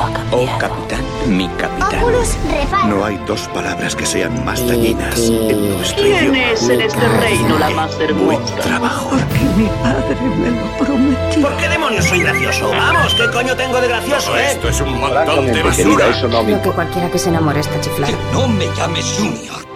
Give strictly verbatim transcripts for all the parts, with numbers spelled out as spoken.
Oh, capitán, mi capitán. Oculus Refaro. No hay dos palabras que sean más dañinas en nuestro ¿Quién idioma. es en este reino la más Buen hermosa? trabajo. Porque mi padre me lo prometió. ¿Por qué demonios soy gracioso? Vamos, ¿qué coño tengo de gracioso, eh? Esto es un montón de basura. Eso no me Creo que cualquiera que se enamore está chiflado. No me llames Junior.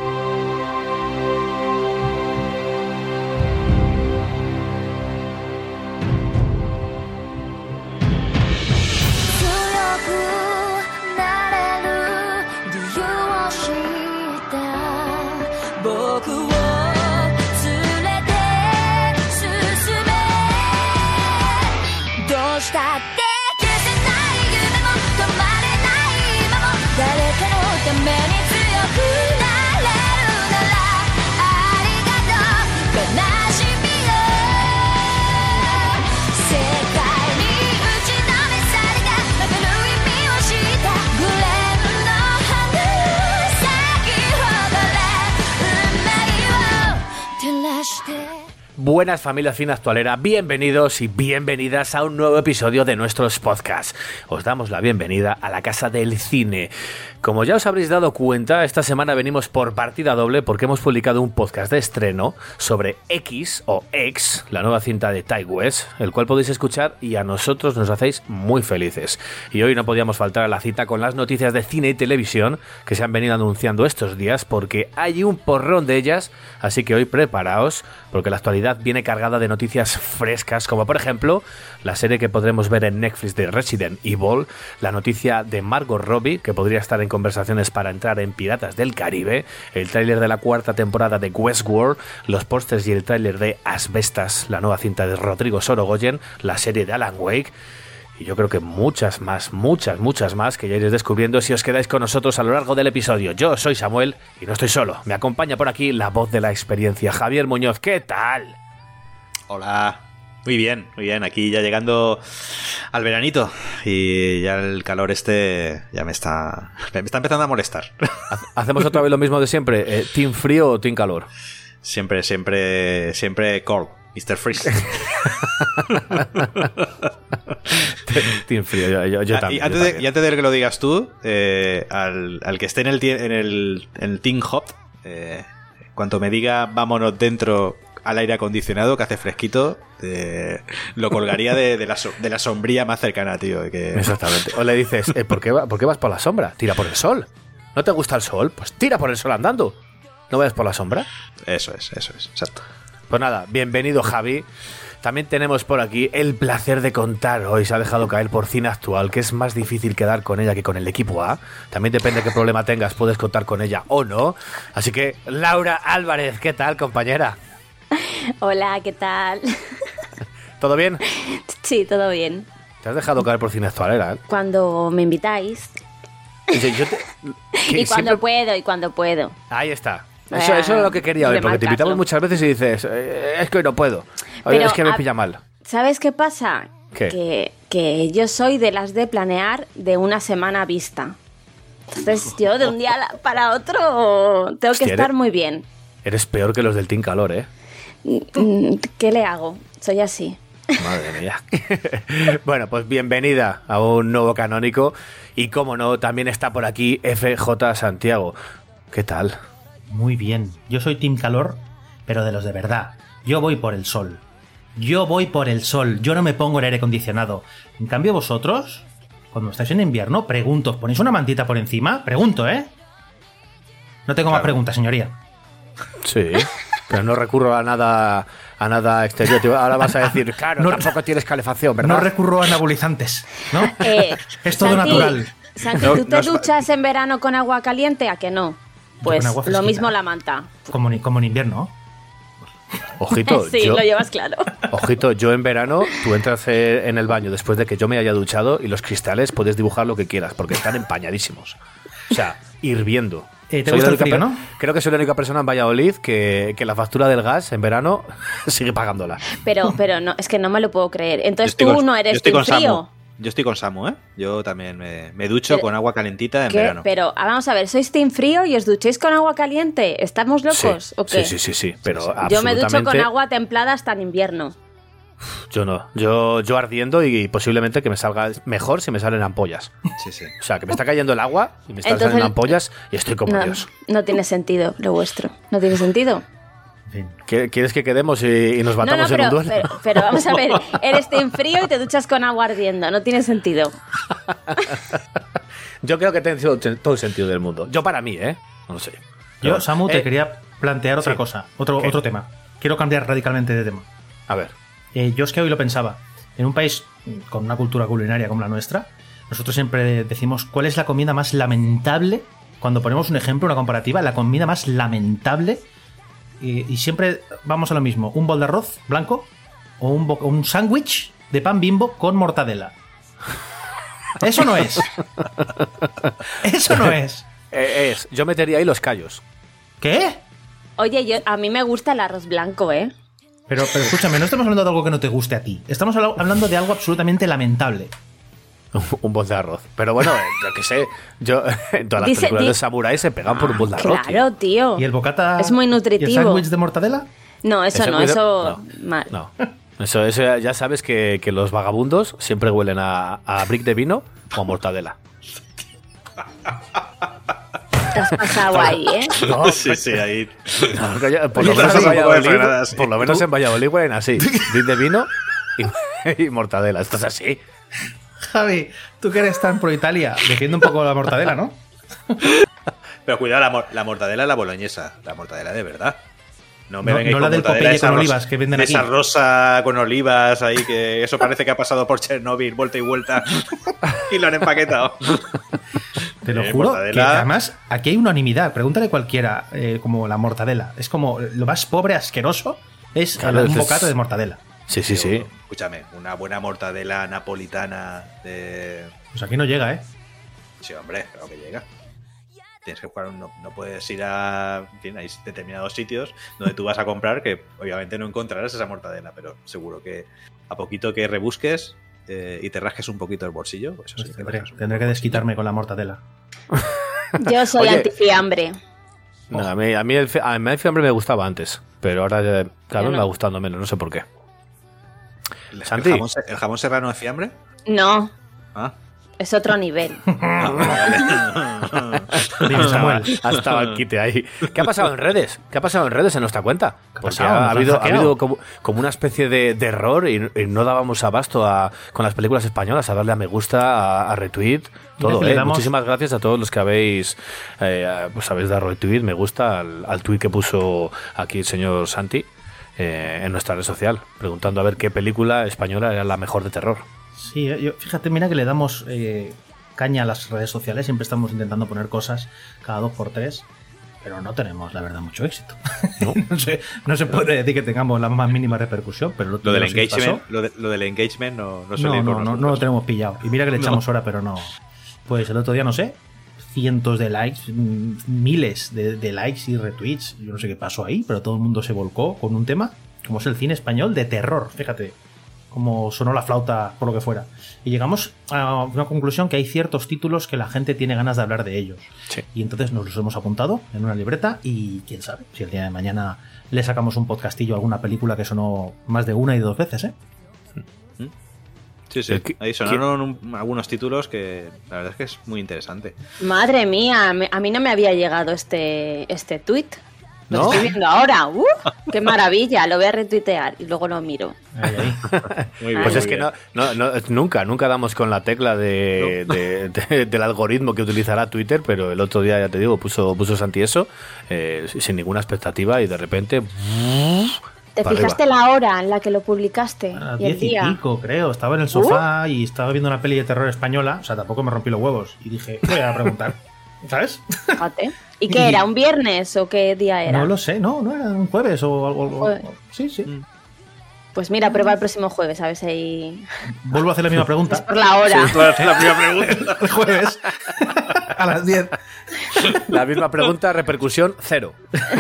Buenas familias fina actualera, bienvenidos y bienvenidas a un nuevo episodio de nuestros podcasts. Os damos la bienvenida a la Casa del Cine. Como ya os habréis dado cuenta, esta semana venimos por partida doble porque hemos publicado un podcast de estreno sobre X o X, la nueva cinta de Ti West, el cual podéis escuchar y a nosotros nos hacéis muy felices. Y hoy no podíamos faltar a la cita con las noticias de cine y televisión que se han venido anunciando estos días porque hay un porrón de ellas, así que hoy preparaos porque la actualidad viene cargada de noticias frescas, como por ejemplo la serie que podremos ver en Netflix de Resident Evil, la noticia de Margot Robbie, que podría estar en conversaciones para entrar en Piratas del Caribe, el tráiler de la cuarta temporada de Westworld, los pósters y el tráiler de Asbestas, la nueva cinta de Rodrigo Sorogoyen, la serie de Alan Wake, y yo creo que muchas más, muchas, muchas más que ya iréis descubriendo si os quedáis con nosotros a lo largo del episodio. Yo soy Samuel y no estoy solo, me acompaña por aquí la voz de la experiencia, Javier Muñoz. ¿Qué tal? Hola, muy bien, muy bien, aquí ya llegando al veranito y ya el calor este ya me está me está empezando a molestar. ¿Hacemos otra vez lo mismo de siempre? Eh, ¿Team frío o team calor? Siempre, siempre, siempre cold, mister Freeze. Team frío, yo, yo, yo ah, también. Y antes, yo de, también. y antes de que lo digas tú, eh, al, al que esté en el, en el, en el Team Hot, eh, cuanto me diga vámonos dentro al aire acondicionado que hace fresquito, eh, lo colgaría de, de, la so, de la sombría más cercana, tío. Que... Exactamente. O le dices, eh, ¿por, qué va, ¿por qué vas por la sombra? Tira por el sol. ¿No te gusta el sol? Pues tira por el sol andando. ¿No vayas por la sombra? Eso es, eso es, exacto. Pues nada, bienvenido Javi. También tenemos por aquí el placer de contar, hoy se ha dejado caer por Cine Actual, que es más difícil quedar con ella que con el equipo A. También depende de qué problema tengas, puedes contar con ella o no. Así que, Laura Álvarez, ¿qué tal, compañera? Hola, ¿qué tal? ¿Todo bien? Sí, todo bien. Te has dejado caer por Cine Actual, ¿eh? Cuando me invitáis. Yo, yo te, y cuando siempre... puedo, y cuando puedo. Ahí está. Eso, eso es lo que quería hoy, porque te invitamos muchas veces y dices, eh, es que hoy no puedo. Oye, es que me a, pilla mal. ¿Sabes qué pasa? ¿Qué? Que, que yo soy de las de planear de una semana vista. Entonces yo de un día para otro tengo que Hostia, estar eres, muy bien. Eres peor que los del Team Calor, ¿eh? ¿Qué le hago? Soy así. Madre mía. Bueno, pues bienvenida a un nuevo canónico. Y como no, también está por aquí F J Santiago. ¿Qué tal? Muy bien. Yo soy Team Calor, pero de los de verdad. Yo voy por el sol. Yo voy por el sol. Yo no me pongo el aire acondicionado. En cambio vosotros, cuando estáis en invierno, pregunto, ¿os ponéis una mantita por encima? Pregunto, ¿eh? No tengo claro. más preguntas, señoría. Sí, pero no recurro a nada a nada exterior. Ahora vas a decir, claro, no, tampoco tienes calefacción, ¿verdad? No recurro a nebolizantes, ¿no? Eh, es todo Santi, natural. Santi, ¿tú te no, no duchas en verano con agua caliente? ¿A que no? Pues lo mismo la manta. Como, como en invierno. Ojito, sí, yo, lo llevas claro. Ojito, yo en verano, tú entras en el baño después de que yo me haya duchado y los cristales puedes dibujar lo que quieras porque están empañadísimos. O sea, hirviendo. Eh, ¿Te gusta el frío, no? Creo que soy la única persona en Valladolid que, que la factura del gas en verano sigue pagándola. Pero, pero no, es que no me lo puedo creer. Entonces tú con, no eres team frío. Samu. Yo estoy con Samu, ¿eh? Yo también me, me ducho pero, con agua calentita en ¿qué? verano. Pero vamos a ver, ¿sois team frío y os duchéis con agua caliente? ¿Estamos locos sí, o qué? Sí, sí, sí, sí. Pero Yo me ducho con agua templada hasta en invierno. Yo no. Yo, yo ardiendo y posiblemente que me salga mejor si me salen ampollas. Sí, sí. O sea, que me está cayendo el agua y me están Entonces, saliendo ampollas y estoy como No, Dios. no tiene sentido lo vuestro. No tiene sentido. En fin. ¿Qué- ¿Quieres que quedemos y, y nos No, no, batamos en pero, un duelo? pero, pero vamos a ver. Eres team frío y te duchas con agua ardiendo. No tiene sentido. Yo creo que tiene todo todo el sentido del mundo. Yo para mí, ¿eh? No lo sé. Yo, Pero, Samu, te eh, quería plantear otra sí. cosa, otro, ¿Qué? otro tema. Quiero cambiar radicalmente de tema. A ver. Eh, yo es que hoy lo pensaba. En un país con una cultura culinaria como la nuestra, nosotros siempre decimos cuál es la comida más lamentable. Cuando ponemos un ejemplo, una comparativa, la comida más lamentable. Y, y siempre vamos a lo mismo. Un bol de arroz blanco o un, bo- un sándwich de pan Bimbo con mortadela. Eso no es. Eso no es. Eh, es, yo metería ahí los callos. ¿Qué? Oye, yo, a mí me gusta el arroz blanco, ¿eh? Pero, pero escúchame, no estamos hablando de algo que no te guste a ti. Estamos habla- hablando de algo absolutamente lamentable. Un, un bol de arroz. Pero bueno, eh, yo qué sé. Yo, en todas las Dice- películas di- de samurái se pegan por un bol de arroz. tío. Claro, tío. ¿Y el bocata? Es muy ¿Y el nutritivo. sándwich de mortadela? No, eso Ese no, cuida- eso no, mal. No. Eso, eso ya- ya sabes que, que los vagabundos siempre huelen a, a brick de vino o a mortadela. Te has pasado ahí, ¿eh? No, Sí, sí, ahí. no, que ya- por, lo Oye, menos estás en un poco Valladolid, desfrenada, sí. por lo menos ¿Tú? en Valladolid huelen así. Brick de vino y, y mortadela. Esto es así. Javi, tú que eres tan pro Italia, defiende un poco la mortadela, ¿no? Pero cuidado, la, mor- la mortadela es la boloñesa. La mortadela de verdad. No me No- vengáis no con la del mortadela Popeye esa con rosa- olivas que venden de aquí. Esa rosa con olivas ahí, que eso parece que ha pasado por Chernobyl, vuelta y vuelta. Y lo han empaquetado. Te lo Eh, juro. mortadela. Que además, aquí hay unanimidad. Pregúntale a cualquiera, eh, como la mortadela. Es como lo más pobre, asqueroso, es Claro, un es- bocata de mortadela. Sí, sí, sí. Escúchame, una buena mortadela napolitana de. Pues aquí no llega, ¿eh? Sí, hombre, claro que llega. Tienes que jugar, no, no puedes ir a. En fin, hay determinados sitios donde tú vas a comprar que obviamente no encontrarás esa mortadela, pero seguro que a poquito que rebusques eh, y te rasques un poquito el bolsillo, pues eso Pues sí, te tendré, rascas un tendré que poco. desquitarme con la mortadela. Yo soy Oye. antifiambre. No, a, mí, a, mí el, fi- a mí el fiambre me gustaba antes, pero ahora eh, cada Yo vez me no. va gustando menos, no sé por qué. ¿El Santi. jamón, se- ¿El jamón serrano es fiambre? No, Ah. es otro nivel. Dime, Samuel. Ha estado el quite ahí. ¿Qué ha pasado en redes? ¿Qué ha pasado en redes en nuestra cuenta? ¿Qué ha Porque pasado? ha, ¿Nos han habido, ha hackeado? habido como, como una especie de, de error y, y no dábamos abasto a, con las películas españolas, a darle a me gusta, a, a retweet, todo. que le ¿eh? damos- Muchísimas gracias a todos los que habéis, eh, pues habéis dado retweet, me gusta al, al tweet que puso aquí el señor Santi eh, en nuestra red social, preguntando a ver qué película española era la mejor de terror. Sí, eh, yo, fíjate, mira que le damos eh, caña a las redes sociales. Siempre estamos intentando poner cosas cada dos por tres. Pero no tenemos, la verdad, mucho éxito. ¿No? no, sé, no se puede decir que tengamos la más mínima repercusión, pero Lo del sí que engagement, pasó. lo, de- lo del engagement no, no suele No, ir por no, no, no lo nosotros. tenemos pillado. Y mira que le echamos hora, pero no. Pues el otro día, no sé, cientos de likes, mm, miles de, de likes y retweets. Yo no sé qué pasó ahí, pero todo el mundo se volcó con un tema, como es el cine español de terror. Fíjate cómo sonó la flauta por lo que fuera. Y llegamos a una conclusión que hay ciertos títulos que la gente tiene ganas de hablar de ellos. Sí. Y entonces nos los hemos apuntado en una libreta y quién sabe si el día de mañana le sacamos un podcastillo a alguna película que sonó más de una y dos veces, ¿eh? Sí, sí. Eh, ¿qué- Ahí sonaron un- algunos títulos que la verdad es que es muy interesante. Madre mía, me- a mí no me había llegado este, este tweet. Lo ¿No? estoy viendo ahora. ¡Uh! ¡Qué maravilla! Lo voy a retuitear y luego lo miro. Ahí, ahí. Muy Pues Pues muy es que bien. no, no, no, nunca, nunca damos con la tecla de, de- de- del algoritmo que utilizará Twitter, pero el otro día, ya te digo, puso, puso Santi eso, eh, sin ninguna expectativa y de repente... ¿Te para fijaste arriba. la hora en la que lo publicaste? A y el diez y día. pico, creo. Estaba en el sofá y estaba viendo una peli de terror española. O sea, tampoco me rompí los huevos. Y dije, voy a preguntar. ¿Sabes? Fíjate. ¿Y qué era? ¿Un viernes o qué día era? No lo sé, no, no era un jueves o algo. Jueves. Sí, sí. Pues mira, prueba el próximo jueves, a ver si hay... Vuelvo a hacer la misma Es pregunta. por la hora. La primera pregunta. El jueves. A las diez. La misma pregunta, repercusión, cero.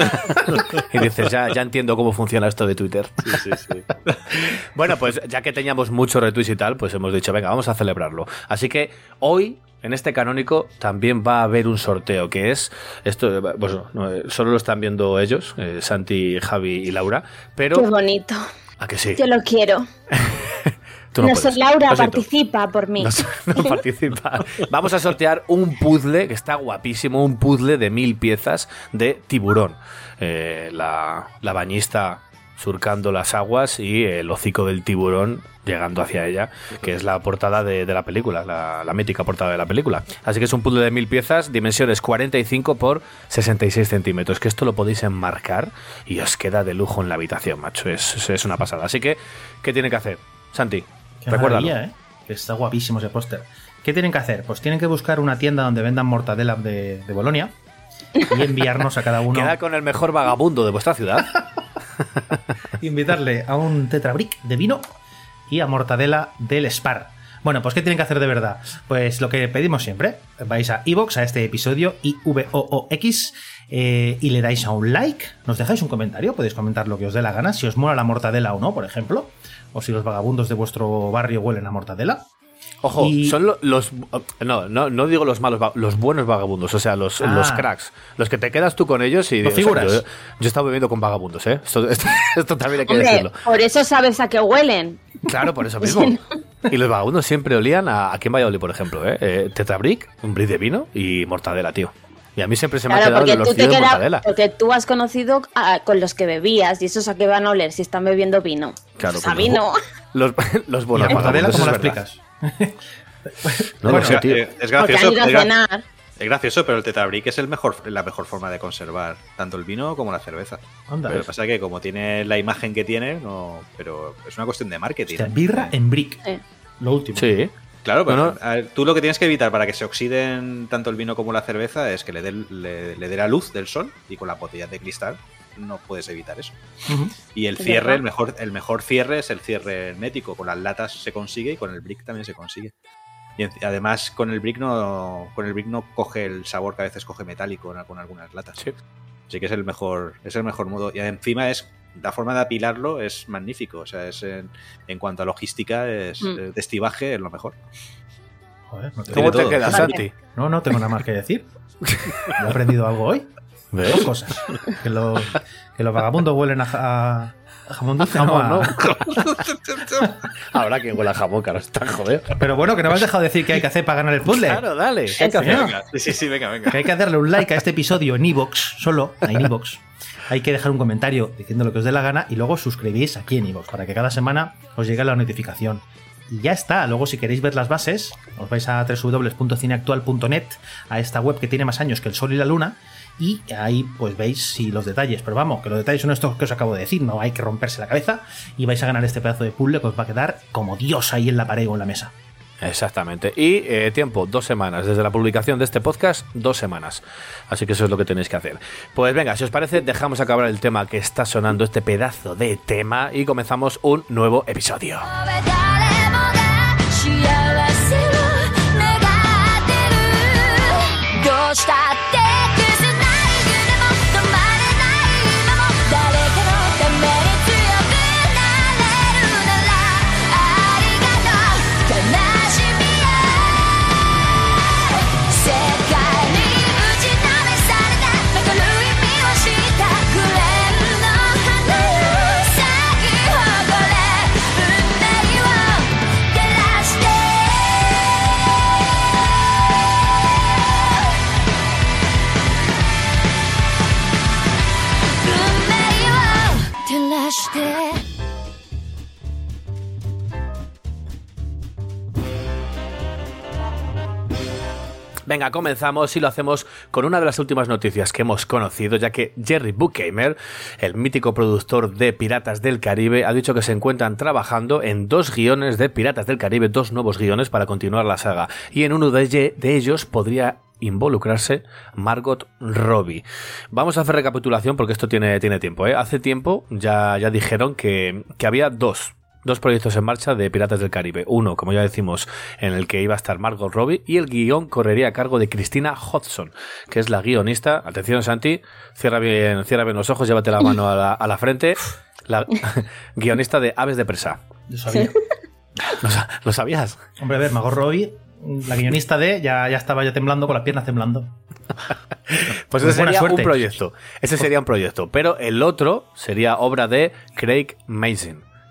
Y dices, ya, ya entiendo cómo funciona esto de Twitter. Sí, sí, sí. Bueno, pues ya que teníamos muchos retweets y tal, pues hemos dicho, venga, vamos a celebrarlo. Así que hoy, en este canónico, también va a haber un sorteo, que es, esto, pues no, solo lo están viendo ellos, eh, Santi, Javi y Laura, pero Qué bonito. ¿A que sí? Yo lo quiero. Tú no no puedes. soy Laura, Lo siento. participa por mí. No, no participa. Vamos a sortear un puzzle que está guapísimo, un puzzle de mil piezas de Tiburón. Eh, la, la bañista surcando las aguas y el hocico del tiburón llegando hacia ella, que es la portada de, de la película, la, la mítica portada de la película. Así que es un puzzle de mil piezas, dimensiones cuarenta y cinco por sesenta y seis centímetros, que esto lo podéis enmarcar y os queda de lujo en la habitación, macho. Es, es una pasada. Así que, ¿qué tiene que hacer, Santi? Qué Recuérdalo. maravilla, ¿eh? Está guapísimo ese póster. ¿Qué tienen que hacer? Pues tienen que buscar una tienda donde vendan mortadela de, de Bolonia y enviarnos a cada uno. Queda con el mejor vagabundo de vuestra ciudad. Invitarle a un tetrabric de vino y a mortadela del Spar. Bueno, pues ¿qué tienen que hacer de verdad? Pues lo que pedimos siempre. Vais a iVoox, a este episodio, I V O O X, eh, y le dais a un like, nos dejáis un comentario, podéis comentar lo que os dé la gana, si os mola la mortadela o no, por ejemplo, o si los vagabundos de vuestro barrio huelen a mortadela. Ojo, Y- son lo- los... No, no, no digo los malos, va- los buenos vagabundos, o sea, los, Ah. los cracks. Los que te quedas tú con ellos y... Los o sea, figuras. yo, yo he estado bebiendo con vagabundos, ¿eh? Esto, esto, esto también hay que Hombre, decirlo. por eso sabes a qué huelen. Claro, por eso mismo. Y los vagabundos siempre olían a... Aquí en Valladolid, por ejemplo, ¿eh? eh tetrabric, un brick de vino y mortadela, tío. Y a mí siempre se me ha Claro, quedado porque el tú te olorcillo de quedas, mortadela. porque tú has conocido a- con los que bebías y esos a qué van a oler si están bebiendo vino. Claro, Pues a pues vino. Los, los ¿Y buenos la mortadela vagabundos, cómo la es verdad. explicas? No Bueno, lo sé, tío. eh, es Porque han gracioso, ido a es gra- cenar. es gracioso, pero el tetrabric es el mejor, la mejor forma de conservar tanto el vino como la cerveza. Anda. Pero lo que pasa es que como tiene la imagen que tiene, no, pero es una cuestión de marketing. Hostia, birra en brick. Eh. Lo último. Sí. Claro, pero No, no. a ver, tú lo que tienes que evitar para que se oxiden tanto el vino como la cerveza es que le dé le, le dé la luz del sol, y con las botellas de cristal no puedes evitar eso. Ujú. Y el Es cierre, verdad. el mejor, el mejor cierre es el cierre hermético. Con las latas se consigue y con el brick también se consigue. Y en- además con el brick no con el brick no coge el sabor que a veces coge metálico con, con algunas latas. Sí. Así que es el mejor, es el mejor modo. Y encima es la forma de apilarlo es magnífico. O sea, es en, en cuanto a logística, es Mm. eh, de estibaje es lo mejor. Joder, no, ¿Cómo tengo, te todo. quedas, Santi? no, no tengo nada más que decir. He aprendido algo hoy. ¿Ves? Dos cosas. Que los, que los vagabundos huelen a, ja- a jamón dulce. no, Jamón, a- ¿no? Ahora que huele a jamón, claro, está joder. Pero bueno, que no me has dejado decir qué hay que hacer para ganar el puzzle. Claro, dale. ¿qué hay que Eso. hacer? Venga, sí, sí, venga, venga. Que hay que darle un like a este episodio en iVoox, solo, en iVoox. Hay que dejar un comentario diciendo lo que os dé la gana y luego suscribís aquí en iVoox para que cada semana os llegue la notificación. Y ya está. Luego, si queréis ver las bases, os vais a doble u doble u doble u punto cineactual punto net, a esta web que tiene más años que el Sol y la Luna, y ahí pues veis si los detalles. Pero vamos, que los detalles son estos que os acabo de decir, no hay que romperse la cabeza y vais a ganar este pedazo de puzzle que os va a quedar como Dios ahí en la pared o en la mesa. Exactamente. Y eh, tiempo, dos semanas. Desde la publicación de este podcast, dos semanas. Así que eso es lo que tenéis que hacer. Pues venga, si os parece, dejamos acabar el tema que está sonando, este pedazo de tema, y comenzamos un nuevo episodio. 誰もが幸せを願ってるどうしたって崩ない夢も止まれない今も誰かのために強くなれるならありがとう悲しみや世界に打ちのめされた残る意味を知った紅の花よ咲き誇れ運命を照らして運命を照らして Venga, comenzamos y lo hacemos con una de las últimas noticias que hemos conocido, ya que Jerry Bruckheimer, el mítico productor de Piratas del Caribe, ha dicho que se encuentran trabajando en dos guiones de Piratas del Caribe, dos nuevos guiones para continuar la saga, y en uno de, ell- de ellos podría involucrarse Margot Robbie. Vamos a hacer recapitulación porque esto tiene, tiene tiempo, ¿eh? Hace tiempo ya, ya dijeron que, que había dos Dos proyectos en marcha de Piratas del Caribe. Uno, como ya decimos, en el que iba a estar Margot Robbie, y el guión correría a cargo de Christina Hodson, que es la guionista. Atención, Santi, cierra bien, cierra bien los ojos, llévate la mano a la, a la frente. La guionista de Aves de Presa. Yo sabía. ¿Lo, sa- lo sabías? Hombre, a ver, Margot Robbie, la guionista de, ya, ya estaba yo temblando con las piernas temblando. Pues Pues ese buena sería suerte. un proyecto. Ese sería un proyecto. Pero el otro sería obra de Craig Mazin,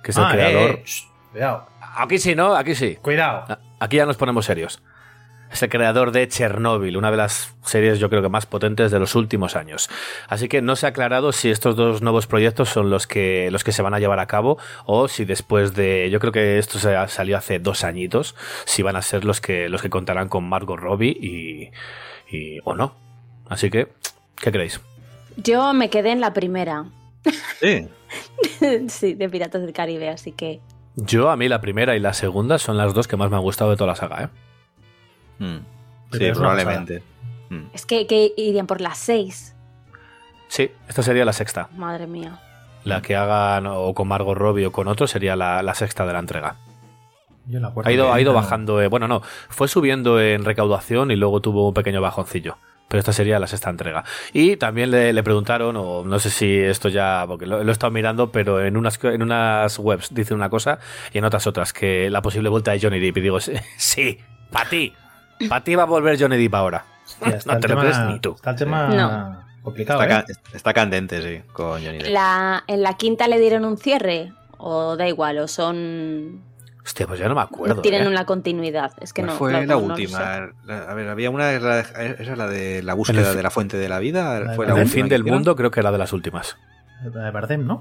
que es Ah, el creador. eh, shh, cuidado. Aquí sí, ¿no? Aquí sí. Cuidado. Aquí ya nos ponemos serios. Es el creador de Chernobyl, una de las series yo creo que más potentes de los últimos años. Así que no se ha aclarado si estos dos nuevos proyectos son los que, los que se van a llevar a cabo o si después de... Yo creo que esto se ha- salió hace dos añitos, si van a ser los que, los que contarán con Margot Robbie y, y... o no. Así que, ¿qué creéis? Yo me quedé en la primera. Sí. Sí, de Piratas del Caribe, así que... Yo, a mí la primera y la segunda son las dos que más me han gustado de toda la saga, ¿eh? Mm. Pero Sí, es una probablemente. Mm. Es que, que irían por las seis. Sí, esta sería la sexta. Madre mía. La que hagan o con Margot Robbie o con otro sería la, la sexta de la entrega. Yo la cuarta Ha ido, ha ido no- bajando, eh, bueno, no, fue subiendo en recaudación y luego tuvo un pequeño bajoncillo. Pero esta sería la sexta entrega. Y también le, le preguntaron, o no sé si esto ya, porque lo, lo he estado mirando, pero en unas, en unas webs dice una cosa y en otras otras, que la posible vuelta de Johnny Depp. Y digo, sí, para ti. Para ti va a volver Johnny Depp ahora. Ya está No el te lo tema- crees ni tú. Está el tema No. complicado, Está, ¿eh? ca- está candente, sí, con Johnny Depp. La, ¿En la quinta le dieron un cierre? ¿O da igual? ¿O son...? Hostia, pues ya no me acuerdo. Tienen eh. una continuidad. Es que ¿Cuál no. fue claro, la no lo última? sé. La- a ver, había una, era era la de la búsqueda En el fi- de la fuente de la vida. La Fue de- la En el última fin que del hicieron. mundo creo que era de las últimas. La de Bardem, ¿no?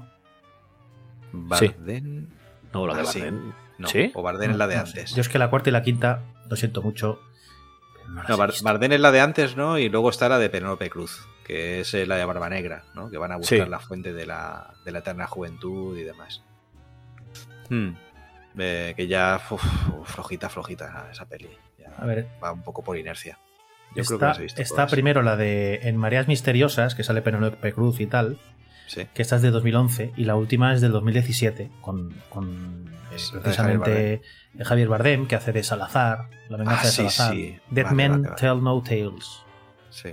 Sí. Bardem. No, la de Ah, sí. Bardem. No, ¿Sí? o Bardem es la de No sé. antes. Yo es que la cuarta y la quinta, lo siento mucho. pero no las No, he Bar- visto. Bardem es la de antes, ¿no? Y luego está la de Penélope Cruz, que es eh, la de Barba Negra, ¿no? Que van a buscar Sí. la fuente de la, de la eterna juventud y demás. Hmm. Eh, que ya, uf, uf, flojita, flojita esa peli. Ya A ver, va un poco por inercia. Yo creo que está, las he visto está todas. primero la de En Mareas Misteriosas, que sale Penélope Cruz y tal, Sí. que esta es de dos mil once, y la última es del dos mil diecisiete, con, con eh, Es de precisamente Javier Bardem, que hace de Salazar, La venganza Ah, de sí, Salazar. sí. Dead Vale, Men vale, vale. Tell No Tales. Sí.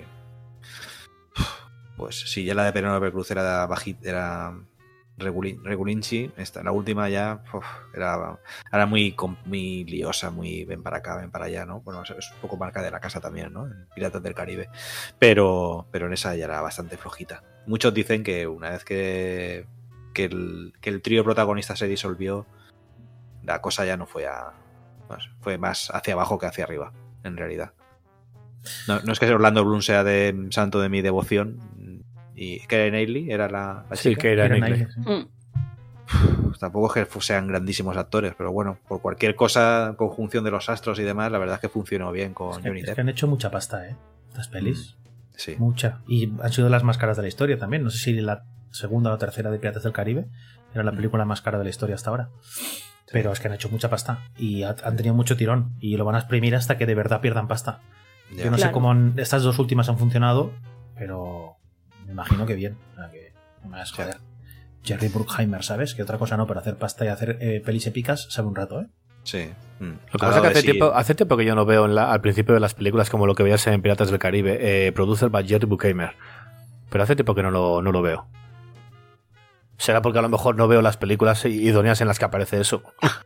Pues sí, ya la de Penélope Cruz era bajita, era regulin, regulinchi. Esta, la última ya uf, era, era muy, com- muy liosa, muy ven para acá, ven para allá, ¿no? Bueno, es, es un poco marca de la casa también, ¿no? En Piratas del Caribe. Pero, pero en esa ya era bastante flojita. Muchos dicen que una vez que, que, el, que el trío protagonista se disolvió, la cosa ya no fue a... Más, fue más hacia abajo que hacia arriba, en realidad. No, no es que Orlando Bloom sea de santo de mi devoción. Y Keira Knightley era la, la Sí, chica. que era Keira Knightley. Knightley, sí. Mm. Pues tampoco es que sean grandísimos actores, pero bueno, por cualquier cosa, conjunción de los astros y demás, la verdad es que funcionó bien con Es que, Johnny es Depp. que han hecho mucha pasta, ¿eh? Estas pelis. Sí. Mucha. Y han sido las más caras de la historia también. No sé si la segunda o tercera de Piratas del Caribe era la película más cara de la historia hasta ahora. Pero es que han hecho mucha pasta. Y ha- han tenido mucho tirón. Y lo van a exprimir hasta que de verdad pierdan pasta. Ya. Yo no sé Claro. cómo han- estas dos últimas han funcionado, pero me imagino que bien. O sea, que no me vas a joder. Jerry Bruckheimer, ¿sabes? Que otra cosa no, pero hacer pasta y hacer eh, pelis épicas sabe un rato, ¿eh? Sí. Mm. Lo que Ha pasa es dado que de hace, sí. tiempo, hace tiempo que yo no veo en la- al principio de las películas como lo que veías en Piratas del Caribe, eh, producer by Jerry Bruckheimer. Pero hace tiempo que no lo, no lo veo. Será porque a lo mejor no veo las películas idóneas en las que aparece eso.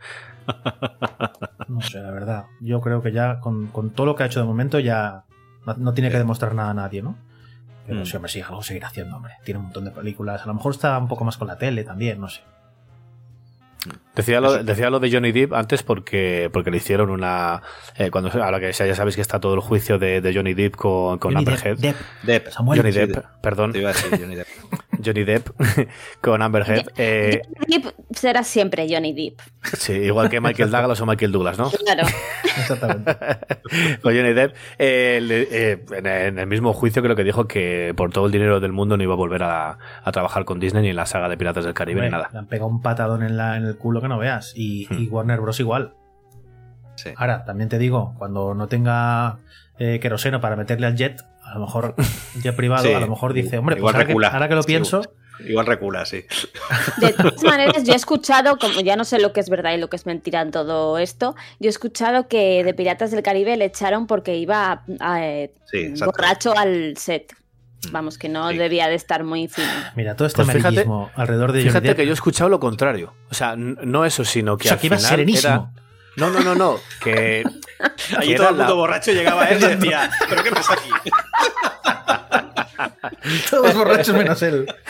No sé, la verdad. Yo creo que ya con, con todo lo que ha hecho de momento ya no, no tiene que demostrar nada a nadie, ¿no? Pero Mm. sí, hombre, sí, algo seguirá haciendo, hombre. Tiene un montón de películas. A lo mejor está un poco más con la tele también, no sé. Decía lo, decía lo de Johnny Depp antes porque, porque le hicieron una... eh, cuando ahora que ya sabéis que está todo el juicio de, de Johnny Depp con, con Johnny Amber Depp, Heard. Depp, Depp. Samuel. Johnny Sí, Depp, de- perdón. Te iba a decir Johnny Depp. Johnny Depp con Amber Heard. Eh, Johnny Depp será siempre Johnny Depp. sí, igual que Michael Douglas o Michael Douglas, ¿no? Claro. Exactamente. Con Johnny Depp, eh, le- eh, en, en el mismo juicio creo que dijo que por todo el dinero del mundo no iba a volver a, a trabajar con Disney ni en la saga de Piratas del Caribe Hombre, ni nada. le han pegado un patadón en, la, en el culo que no veas. Y, y Warner Bros. Igual. Sí. Ahora, también te digo, cuando no tenga eh, queroseno para meterle al jet, a lo mejor jet privado, Sí. a lo mejor dice, hombre, pues Igual ahora que, recula. ahora que lo Sí, pienso, Igual recula, sí. De todas maneras, yo he escuchado, como ya no sé lo que es verdad y lo que es mentira en todo esto, yo he escuchado que de Piratas del Caribe le echaron porque iba a- a, eh, Sí, exacto. borracho al set. Vamos, que no Sí. debía de estar muy fino. mira, todo este Pues fíjate- amarillismo alrededor de Johnny Fíjate Depp, que yo he escuchado lo contrario. O sea, n- no eso, sino que o sea, al que iba final serenísimo. era... No, no, no, no. Que, Allí que todo era el mundo la- borracho llegaba a él y decía, ¿pero qué pasa aquí? Todos borrachos menos él.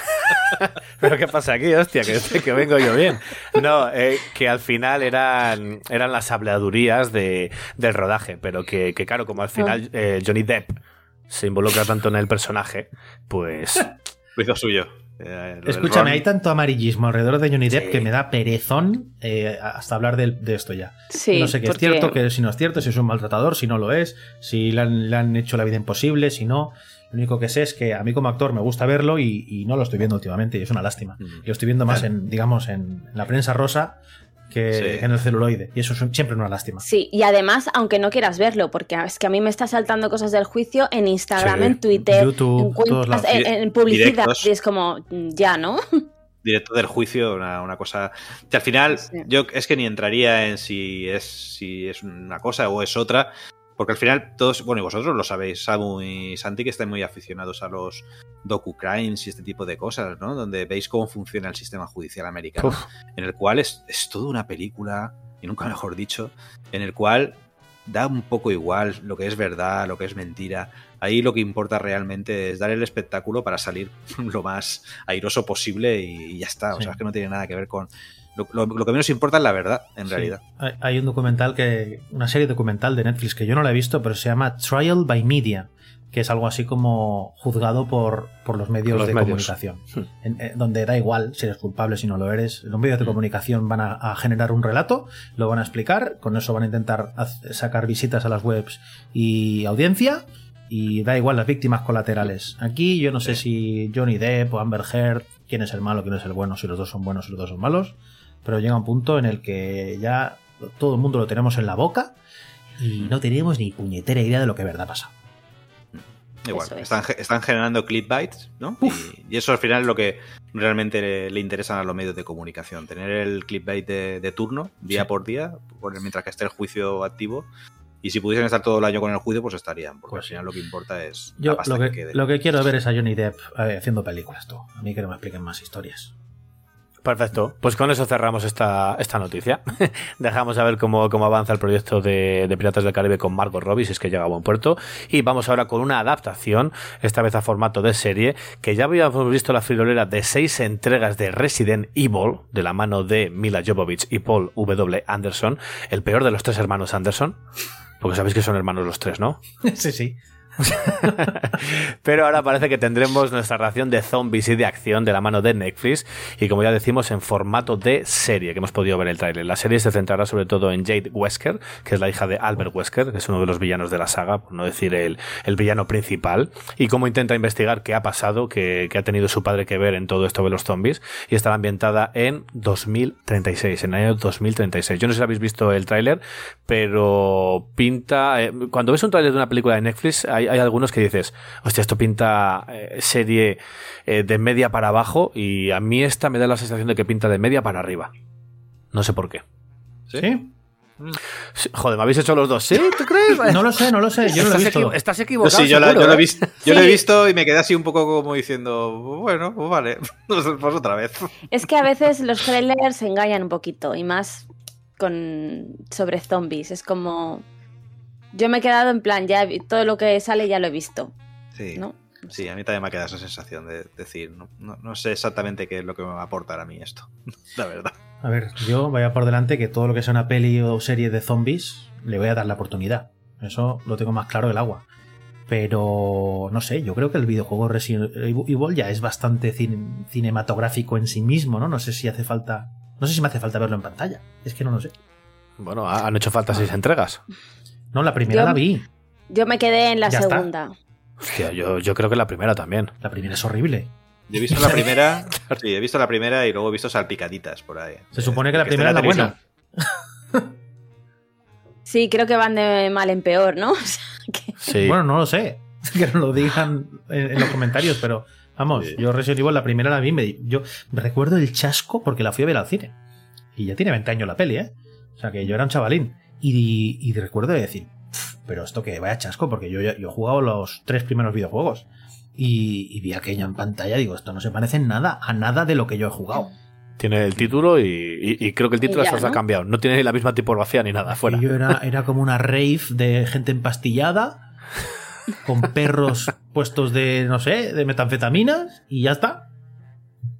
¿Pero qué pasa aquí, hostia? Que, que vengo yo bien. No, eh, que al final eran, eran las habladurías de, del rodaje, pero que, que claro, como al final eh, Johnny Depp se involucra tanto en el personaje, pues... Lo hizo suyo. Eh, Escúchame, hay tanto amarillismo alrededor de Johnny Depp Sí. que me da perezón eh, hasta hablar de, de esto ya. Sí, no sé qué porque- es cierto, que si no es cierto, si es un maltratador, si no lo es, si le han, le han hecho la vida imposible, si no. Lo único que sé es que a mí como actor me gusta verlo y, y no lo estoy viendo últimamente y es una lástima. Mm. Yo estoy viendo más en, digamos, en la prensa rosa que Sí. en el celuloide y eso es siempre una lástima. Sí, y además, aunque no quieras verlo, porque es que a mí me está saltando cosas del juicio en Instagram, Sí, en Twitter, YouTube, en cuentas, todos lados. en, en publicidad, Directos. y es como, mm, ya, ¿no? Directo del juicio, una, una cosa que al final Sí. yo es que ni entraría en si es si es una cosa o es otra, porque al final todos, bueno, y vosotros lo sabéis, Samu y Santi, que estáis muy aficionados a los docu-crimes y este tipo de cosas, ¿no? Donde veis cómo funciona el sistema judicial americano, Uf. en el cual es, es toda una película, y nunca mejor dicho, en el cual da un poco igual lo que es verdad, lo que es mentira. Ahí lo que importa realmente es dar el espectáculo para salir lo más airoso posible y, y ya está. O Sí. sea, es que no tiene nada que ver con... Lo, lo- lo que menos importa es la verdad, en Sí. realidad. Hay, hay un documental que. Una serie documental de Netflix que yo no la he visto, pero se llama Trial by Media, que es algo así como juzgado por, por los medios Por los de medios. comunicación. En- en- donde da igual si eres culpable, si no lo eres. Los medios de comunicación van a, a generar un relato, lo van a explicar, con eso van a intentar haz- sacar visitas a las webs y audiencia. Y da igual las víctimas colaterales. Aquí yo no sé si Johnny Depp o Amber Heard, quién es el malo, quién es el bueno, si los dos son buenos, si los dos son malos. Pero llega un punto en el que ya todo el mundo lo tenemos en la boca y no tenemos ni puñetera idea de lo que de verdad pasa. Igual, Eso es. están, ge- están generando clickbaits, ¿no? Y, y eso al final es lo que realmente le, le interesan a los medios de comunicación. Tener el clickbait de, de turno, día Sí. por día, por- mientras que esté el juicio activo. Y si pudiesen estar todo el año con el juicio, pues estarían. Porque Pues al sí. final lo que importa es Yo la pasta lo que, que quede. lo que quiero ver es a Johnny Depp eh, haciendo películas, tú. A mí que no me expliquen más historias. Perfecto, pues con eso cerramos esta, esta noticia. Dejamos a ver cómo, cómo avanza el proyecto de, de Piratas del Caribe con Margot Robbie, si es que llega a buen puerto. Y vamos ahora con una adaptación, esta vez a formato de serie, que ya habíamos visto la friolera de seis entregas de Resident Evil, de la mano de Mila Jovovich y Paul W. Anderson, el peor de los tres hermanos Anderson, porque sabéis que son hermanos los tres, ¿no? Sí, sí. Pero ahora parece que tendremos nuestra ración de zombies y de acción de la mano de Netflix y como ya decimos en formato de serie que hemos podido ver el tráiler. La serie se centrará sobre todo en Jade Wesker, que es la hija de Albert Wesker, que es uno de los villanos de la saga, por no decir el, el villano principal, y cómo intenta investigar qué ha pasado, qué, qué ha tenido su padre que ver en todo esto de los zombies, y estará ambientada en dos mil treinta y seis, en el año dos mil treinta y seis. Yo no sé si habéis visto el tráiler, pero pinta... Eh, cuando ves un tráiler de una película de Netflix, hay, hay algunos que dices, hostia, esto pinta eh, serie eh, de media para abajo, y a mí esta me da la sensación de que pinta de media para arriba. No sé por qué. ¿Sí? ¿Sí? Sí, joder, me habéis hecho los dos. ¿Sí? ¿Tú crees? No lo sé, no lo sé. Yo no lo he Estás, visto. equivo- estás Yo equivocado. sí, yo, la- seguro, yo lo he ¿eh? visto, yo lo he Sí. visto y me quedé así un poco como diciendo, bueno, pues vale, pues otra vez. Es que a veces los trailers engañan un poquito, y más con sobre zombies. Es como... Yo me he quedado en plan, ya vi- todo lo que sale ya lo he visto, Sí, ¿no? sí, a mí también me ha quedado esa sensación de decir, no, no, no sé exactamente qué es lo que me va a aportar a mí esto, la verdad. A ver, yo vaya por delante que todo lo que sea una peli o serie de zombies le voy a dar la oportunidad. Eso lo tengo más claro del agua. Pero no sé, yo creo que el videojuego Resident Evil ya es bastante cin- cinematográfico en sí mismo, ¿no? No sé si hace falta. No sé si me hace falta verlo en pantalla. Es que no lo sé. Bueno, han hecho falta seis entregas. No, la primera Yo- la vi. Yo me quedé en la Ya está. segunda. Hostia, yo, yo creo que la primera también. La primera es horrible. Yo he visto la primera, sí, he visto la primera y luego he visto salpicaditas por ahí. Se supone que la Que esté primera en es la televisión. buena. Sí, creo que van de mal en peor, ¿no? O sea, que- Sí. Bueno, no lo sé. Que nos lo digan en, en los comentarios, pero vamos, Sí. yo Resident Evil la primera la vi, me, yo me recuerdo el chasco porque la fui a ver al cine. Y ya tiene veinte años la peli, ¿eh? O sea que yo era un chavalín. Y, y recuerdo de decir, "Pff, pero esto que vaya chasco, porque yo, yo he jugado los tres primeros videojuegos. Y, y vi aquello en pantalla, digo, esto no se parece en nada a nada de lo que yo he jugado. Tiene el título y, y- y creo que el título Y ya, hasta se ha ¿no? cambiado. No tiene ni la misma tipografía ni nada fuera. Aquello era, era como una rave de gente empastillada, con perros puestos de, no sé, de metanfetaminas, y ya está.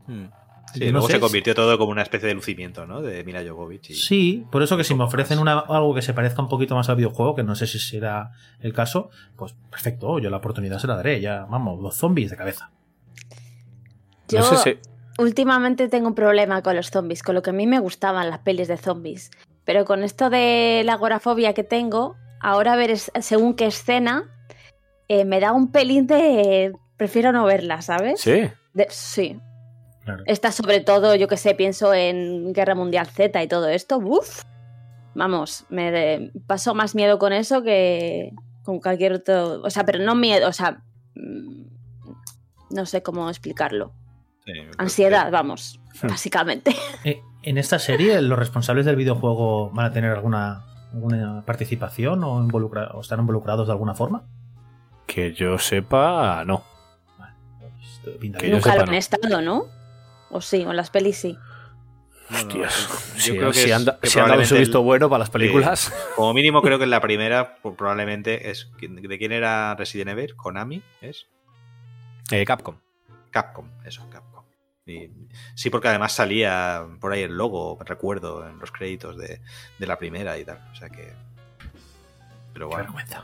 Hmm. Sí, No luego sé se si- convirtió todo como una especie de lucimiento, ¿no? De Mila Jovovich. Y... Sí, por eso que si me ofrecen una, algo que se parezca un poquito más al videojuego, que no sé si será el caso, pues perfecto, yo la oportunidad se la daré. Ya, vamos, los zombies de cabeza. Yo No sé si... últimamente tengo un problema con los zombies, con lo que a mí me gustaban las pelis de zombies. Pero con esto de la agorafobia que tengo, ahora ver es- según qué escena, eh, me da un pelín de... Prefiero no verla, ¿sabes? Sí. De- sí. Claro. Esta sobre todo, yo que sé, pienso en Guerra Mundial Z y todo esto. ¡Uf! Vamos, me de- paso más miedo con eso que con cualquier otro... O sea, pero no miedo, o sea... mm, No sé cómo explicarlo. Sí, yo creo Ansiedad, que- vamos, básicamente. Eh, ¿En esta serie los responsables del videojuego van a tener alguna, alguna participación o, involucra o están involucrados de alguna forma? Que yo sepa, no. Pues, pinta Que bien. yo Nunca sepa, lo han no. estado, ¿no? O sí, o en las pelis sí. No, no, Hostias. yo Si, creo que si es- han, da- que si han dado su probablemente visto el- bueno para las películas. Eh, como mínimo creo que en la primera pues, probablemente es... ¿De quién era Resident Evil? ¿Konami? ¿Es? Eh, Capcom. Capcom, eso, Capcom. Y, sí, porque además salía por ahí el logo, recuerdo, en los créditos de, de la primera y tal. O sea que... Pero Qué bueno. vergüenza.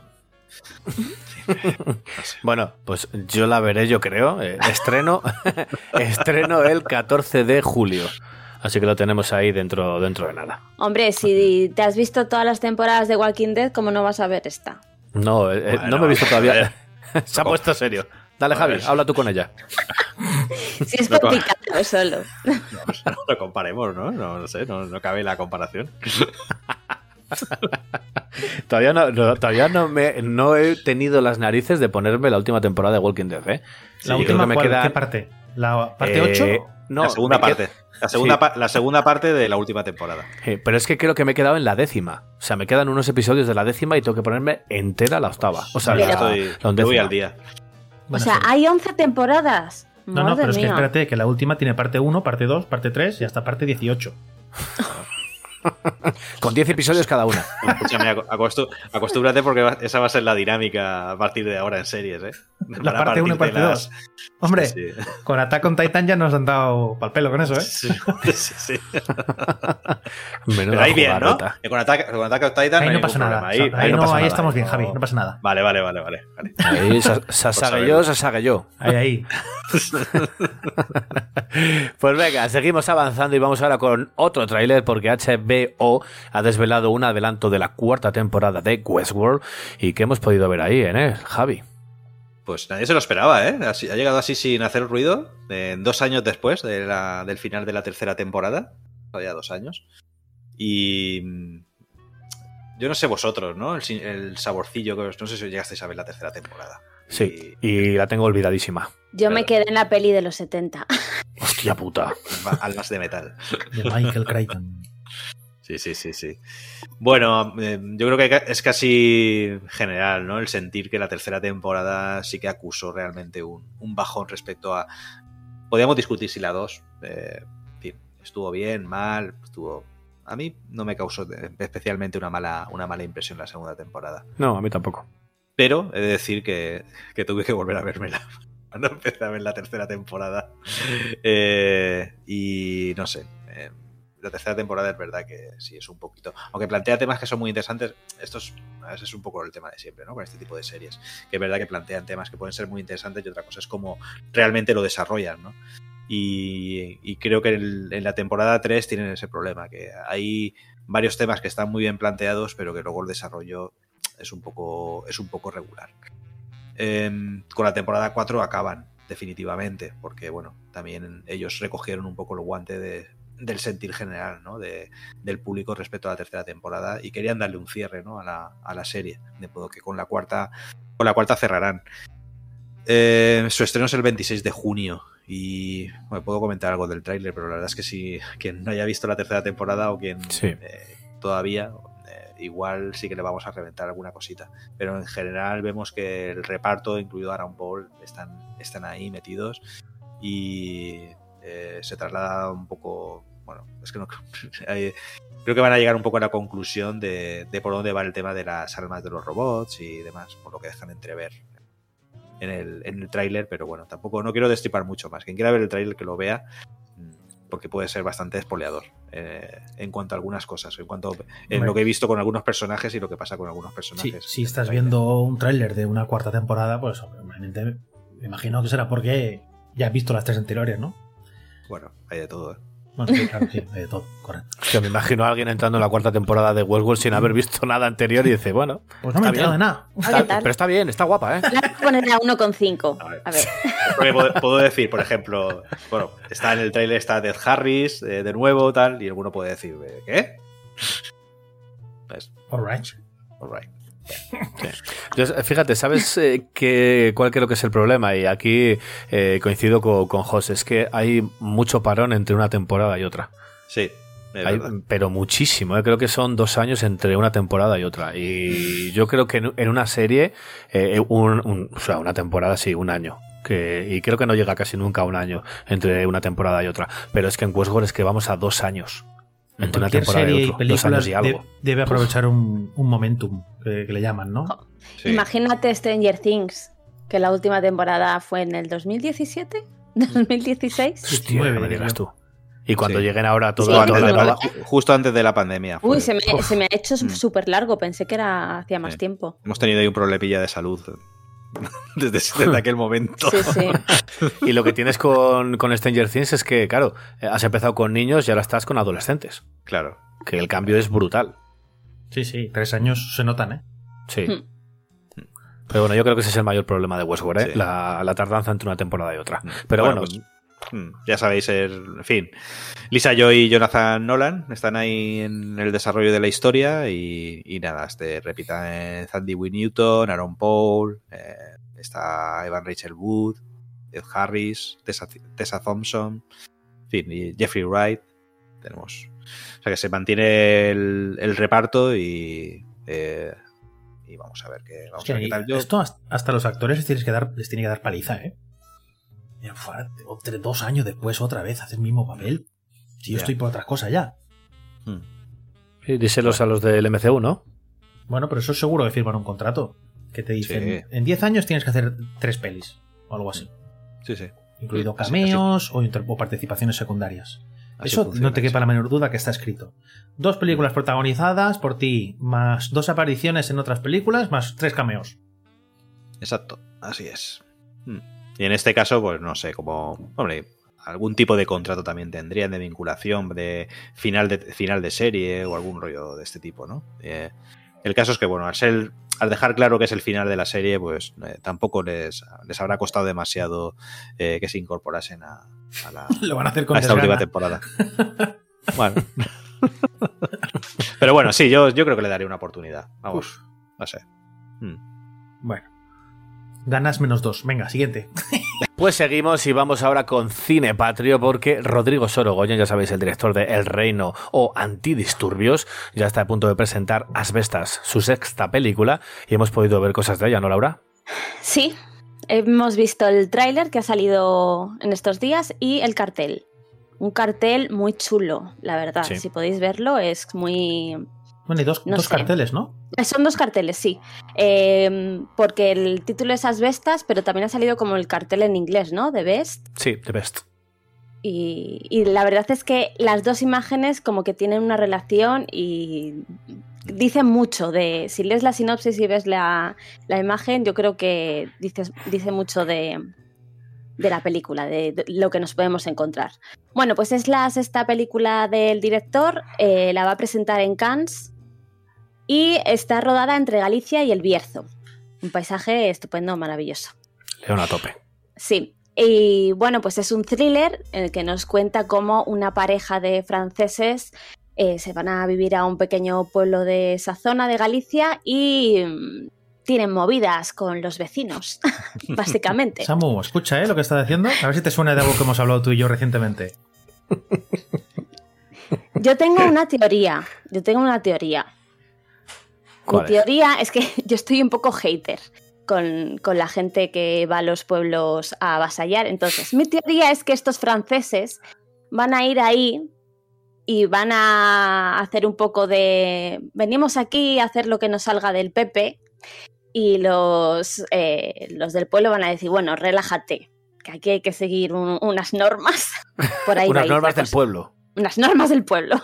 No sé. Bueno, pues yo la veré, yo creo. Eh, estreno, estreno el catorce de julio. Así que lo tenemos ahí dentro, dentro de nada. Hombre, si te has visto todas las temporadas de Walking Dead, ¿cómo no vas a ver esta? No, eh, eh, Bueno, no me he visto a todavía. ver. Se ha puesto serio. Dale, A Javi, ver. habla tú con ella. Si es No, por co- picarlo solo. No, no lo comparemos, ¿no? No, no sé, no, no cabe la comparación. Todavía no, no- todavía no, me, no he tenido las narices de ponerme la última temporada de Walking Dead, ¿eh? ¿La Sí, última creo que me cuál? queda- ¿Qué parte? ¿La parte Eh, ocho? No, la segunda me qued- parte. La segunda, Sí. pa- la segunda parte de la última temporada. Eh, pero es que creo que me he quedado en la décima. O sea, me quedan unos episodios de la décima y tengo que ponerme entera la octava. O sea, Yo la, estoy, la yo voy undécima. al día. O Buena sea, serie. hay once temporadas. No, no, Madre pero es que mía. espérate, que la última tiene parte uno, parte dos, parte tres y hasta parte dieciocho. Con diez episodios cada una. Escúchame, aco- acostu- acostúmbrate porque va- esa va a ser la dinámica a partir de ahora en series, ¿eh? La Van a parte uno y partir parte de dos. Hombre, Sí, sí. con Attack on Titan ya nos han dado pal pelo con eso, ¿eh? Sí, sí, sí. Menuda Pero ahí bien, ¿no? jugarreta. Que con Attack, con Attack on Titan Ahí hay no pasa ningún nada. problema. Ahí, Ahí, ahí no, no pasa ahí nada. estamos bien, No. Javi, no pasa nada. Vale, vale, vale, vale. vale. Ahí, sa- sasague yo, sasague yo. Ahí, ahí. Pues venga, seguimos avanzando y vamos ahora con otro tráiler porque H B O ha desvelado un adelanto de la cuarta temporada de Westworld y que hemos podido ver ahí, ¿eh, Javi? Pues nadie se lo esperaba, ¿eh? Así- ha llegado así sin hacer ruido, eh, dos años después de la- del final de la tercera temporada. Todavía dos años. Y... mm, yo no sé vosotros, ¿no? El, si- el saborcillo, que os- no sé si llegasteis a ver la tercera temporada. Sí, y la tengo olvidadísima. Yo me Verdad. quedé en la peli de los setenta. Hostia puta. Alma- Almas de metal. De Michael Crichton. Sí, sí, sí, sí. Bueno, eh, yo creo que es casi general, ¿no? El sentir que la tercera temporada sí que acusó realmente un, un bajón respecto a... Podríamos discutir si la dos, eh, en fin, estuvo bien, mal, estuvo... A mí no me causó especialmente una mala, una mala impresión la segunda temporada. No, a mí tampoco. Pero he de decir que, que tuve que volver a vérmela cuando empecé a ver la tercera temporada. Eh, y no sé... eh, la tercera temporada es verdad que sí es un poquito... Aunque plantea temas que son muy interesantes, esto es, ese es un poco el tema de siempre, ¿no? Con este tipo de series. Que es verdad que plantean temas que pueden ser muy interesantes y otra cosa es cómo realmente lo desarrollan, ¿no? Y, y creo que en, en la temporada tres tienen ese problema, que hay varios temas que están muy bien planteados, pero que luego el desarrollo es un poco, es un poco regular. Eh, con la temporada cuatro acaban, definitivamente, porque, bueno, también ellos recogieron un poco el guante de... del sentir general, ¿no? De, del público respecto a la tercera temporada y querían darle un cierre, ¿no? a, la, a la serie, de modo que con la cuarta con la cuarta cerrarán. Eh, su estreno es el veintiséis de junio y bueno, puedo comentar algo del tráiler, pero la verdad es que si quien no haya visto la tercera temporada o quien Sí. eh, todavía eh, igual sí que le vamos a reventar alguna cosita, pero en general vemos que el reparto, incluido Aaron Paul, están, están ahí metidos y Eh, se traslada un poco, bueno, es que no eh, creo que van a llegar un poco a la conclusión de, de por dónde va el tema de las almas de los robots y demás, por lo que dejan entrever en el, en el tráiler, pero bueno, tampoco no quiero destripar mucho más. Quien quiera ver el tráiler que lo vea, porque puede ser bastante espoleador eh, en cuanto a algunas cosas, en cuanto en Hombre. lo que he visto con algunos personajes y lo que pasa con algunos personajes. Sí, si estás viendo un tráiler de una cuarta temporada, pues obviamente me imagino que será porque ya has visto las tres anteriores, ¿no? Bueno, hay de todo, ¿eh? Bueno, sí, claro, sí, hay de todo, correcto. Que me imagino a alguien entrando en la cuarta temporada de Westworld sin haber visto nada anterior y dice, bueno, pues no me he enterado de nada. Está, ¿Qué tal? pero está bien, está guapa, ¿eh? Voy a ponerle a uno coma cinco. A ver. A ver. Porque puedo, puedo decir, por ejemplo, bueno, está en el tráiler está Death Harris, eh, de nuevo, tal, y alguno puede decir, ¿qué? Pues, All right. all right. Sí. Yo, fíjate, ¿sabes eh, que, cuál creo que es el problema? Y aquí eh, coincido con, con José, es que hay mucho parón entre una temporada y otra. Sí, es Hay, verdad. pero muchísimo, ¿eh? Creo que son dos años entre una temporada y otra. Y yo creo que en, en una serie, eh, un, un, o sea, una temporada sí, un año. Que, y creo que no llega casi nunca a un año entre una temporada y otra. Pero es que en Westworld es que vamos a dos años. Entre una Cualquier temporada serie y y otra. Dos película años y algo. de- debe aprovechar un, un momentum que, que le llaman, ¿no? Sí. Imagínate Stranger Things, que la última temporada fue en el dos mil diecisiete, dos mil dieciséis. Hostia, Nueve, no me diría digas yo. tú. Y cuando Sí. lleguen ahora todo, Sí, Justo toda antes de la- la- ju- justo antes de la pandemia. fue. Uy, se me, Uf. se me ha hecho Mm. súper largo, pensé que era hacía más Sí. tiempo. Hemos tenido ahí un problemilla de salud desde, desde aquel momento. Sí, sí. Y lo que tienes con, con Stranger Things es que, claro, eh, has empezado con niños y ahora estás con adolescentes. Claro. Que el cambio es brutal. Sí, sí, tres años se notan, ¿eh? Sí. Hmm. Pero bueno, yo creo que ese es el mayor problema de Westworld, ¿eh? Sí. La, la tardanza entre una temporada y otra. Pero bueno, pues, mm, ya sabéis, el, en fin. Lisa Joy y Jonathan Nolan están ahí en el desarrollo de la historia y, y nada, este repita en Sandy Wynne Newton, Aaron Paul, eh, está Evan Rachel Wood, Ed Harris, Tessa, Tessa Thompson, en fin, y Jeffrey Wright. Tenemos. O sea que se mantiene el, el reparto y. Eh, y vamos a ver qué, vamos Hostia, a ver qué y tal. Yo, esto hasta- hasta los actores les, tienes que dar, les tiene que dar paliza, ¿eh? Mira, fuera, otro- dos años después otra vez hace el mismo papel. Si yo Ya. estoy por otras cosas ya. hmm. sí, díselos a los del M C U, ¿no? Bueno, pero eso es seguro que firman un contrato. Que te dicen, Sí. en diez años tienes que hacer tres pelis. O algo así. Sí, sí. Incluido Así- cameos o, inter- o participaciones secundarias. Así Eso funciona, no te quepa sí. la menor duda que está escrito. Dos películas protagonizadas por ti, más dos apariciones en otras películas, más tres cameos. Exacto, así es. Hmm. Y en este caso, pues no sé, como, hombre, algún tipo de contrato también tendrían de vinculación, de final de final de serie o algún rollo de este tipo, ¿no? Eh, el caso es que, bueno, al ser, al dejar claro que es el final de la serie, pues eh, tampoco les, les habrá costado demasiado eh, que se incorporasen a, a la, Lo van a hacer con a esta última desgana. temporada. Bueno. Pero bueno, sí, yo, yo creo que le daré una oportunidad. Vamos, no sé. Hmm. Bueno. Ganas menos dos. Venga, siguiente. Pues seguimos y vamos ahora con Cine Patrio porque Rodrigo Sorogoyen, ya sabéis, el director de El Reino o Antidisturbios, ya está a punto de presentar Asbestas, su sexta película, y hemos podido ver cosas de ella, ¿no, Laura? Sí, hemos visto el tráiler que ha salido en estos días y el cartel. Un cartel muy chulo, la verdad. Sí. Si podéis verlo, es muy... Bueno, y dos, No dos sé. carteles, ¿no? Son dos carteles, sí. Eh, porque el título es Asbestas, pero también ha salido como el cartel en inglés, ¿no? The Best. Sí, The Best. Y, y la verdad es que las dos imágenes como que tienen una relación y dicen mucho de... Si lees la sinopsis y ves la, la imagen, yo creo que dices, dice mucho de, de la película, de, de lo que nos podemos encontrar. Bueno, pues es la sexta película del director, eh, la va a presentar en Cannes y está rodada entre Galicia y el Bierzo. Un paisaje estupendo, maravilloso. León a tope. Sí, y bueno, pues es un thriller en el que nos cuenta cómo una pareja de franceses eh, se van a vivir a un pequeño pueblo de esa zona de Galicia y mm, tienen movidas con los vecinos, básicamente. Samu, escucha, ¿eh? Lo que está diciendo. A ver si te suena de algo que hemos hablado tú y yo recientemente. Yo tengo una teoría, yo tengo una teoría. Mi ¿Cuál es? teoría es que yo estoy un poco hater con, con la gente que va a los pueblos a avasallar. Entonces, mi teoría es que estos franceses van a ir ahí y van a hacer un poco de... Venimos aquí a hacer lo que nos salga del Pepe y los, eh, los del pueblo van a decir, bueno, relájate, que aquí hay que seguir un, unas normas. Por ahí unas normas del pueblo. Unas normas del pueblo.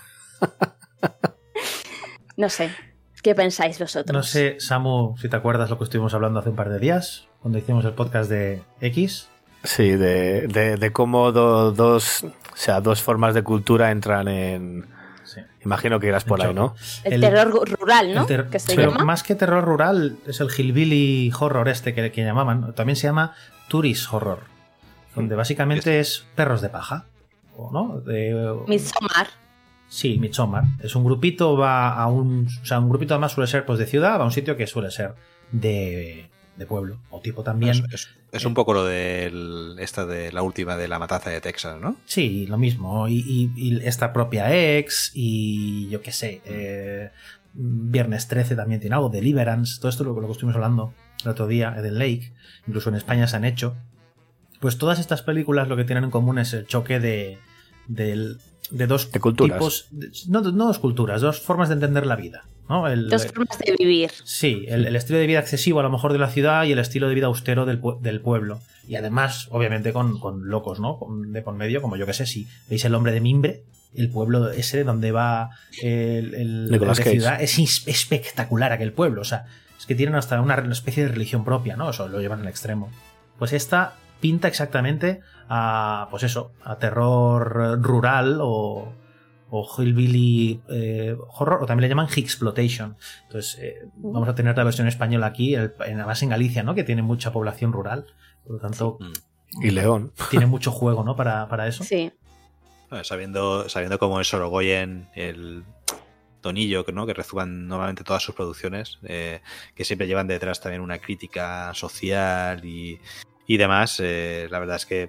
No sé, ¿qué pensáis vosotros? No sé, Samu, si te acuerdas lo que estuvimos hablando hace un par de días, cuando hicimos el podcast de X. Sí, de, de, de cómo do, dos, o sea, dos formas de cultura entran en... Sí. Imagino que irás por ahí, ¿no? El, el terror rural, ¿no? Ter- que se pero llama. Más que terror rural, es el hillbilly horror este que, que llamaban. También se llama tourist horror, donde básicamente es perros de paja, ¿no? De, Midsommar. Sí, Midsommar. Es un grupito, va a un... O sea, un grupito además suele ser pues de ciudad, va a un sitio que suele ser de... de pueblo, o tipo también... Es, es, es un poco lo de esta de la última de la matanza de Texas, ¿no? Sí, lo mismo, y, y, y esta propia Ex, y yo qué sé, eh, Viernes trece también tiene algo, Deliverance, todo esto lo, lo que estuvimos hablando el otro día, Eden Lake, incluso en España se han hecho. Pues todas estas películas lo que tienen en común es el choque de, de, de dos de culturas. tipos, de, no, no dos culturas, dos formas de entender la vida. ¿No? El, Dos formas de vivir. Sí, el, el estilo de vida excesivo a lo mejor de la ciudad y el estilo de vida austero del, del pueblo. Y además, obviamente, con, con locos, ¿no? Con, de por medio, como yo que sé, si veis El hombre de mimbre, el pueblo ese donde va el, el, el de ciudad, es espectacular aquel pueblo. O sea, es que tienen hasta una especie de religión propia, ¿no? Eso lo llevan al extremo. Pues esta pinta exactamente a, pues eso, a terror rural o... o hillbilly eh, horror, o también le llaman Hicksploitation. Entonces, eh, vamos a tener la versión española aquí, el, además en Galicia, ¿no? Que tiene mucha población rural, por lo tanto... Y León. Tiene mucho juego, ¿no? Para, para eso. Sí. Sabiendo, sabiendo cómo es Sorogoyen, el tonillo, ¿no? Que rezuman normalmente todas sus producciones, eh, que siempre llevan detrás también una crítica social y, y demás, eh, la verdad es que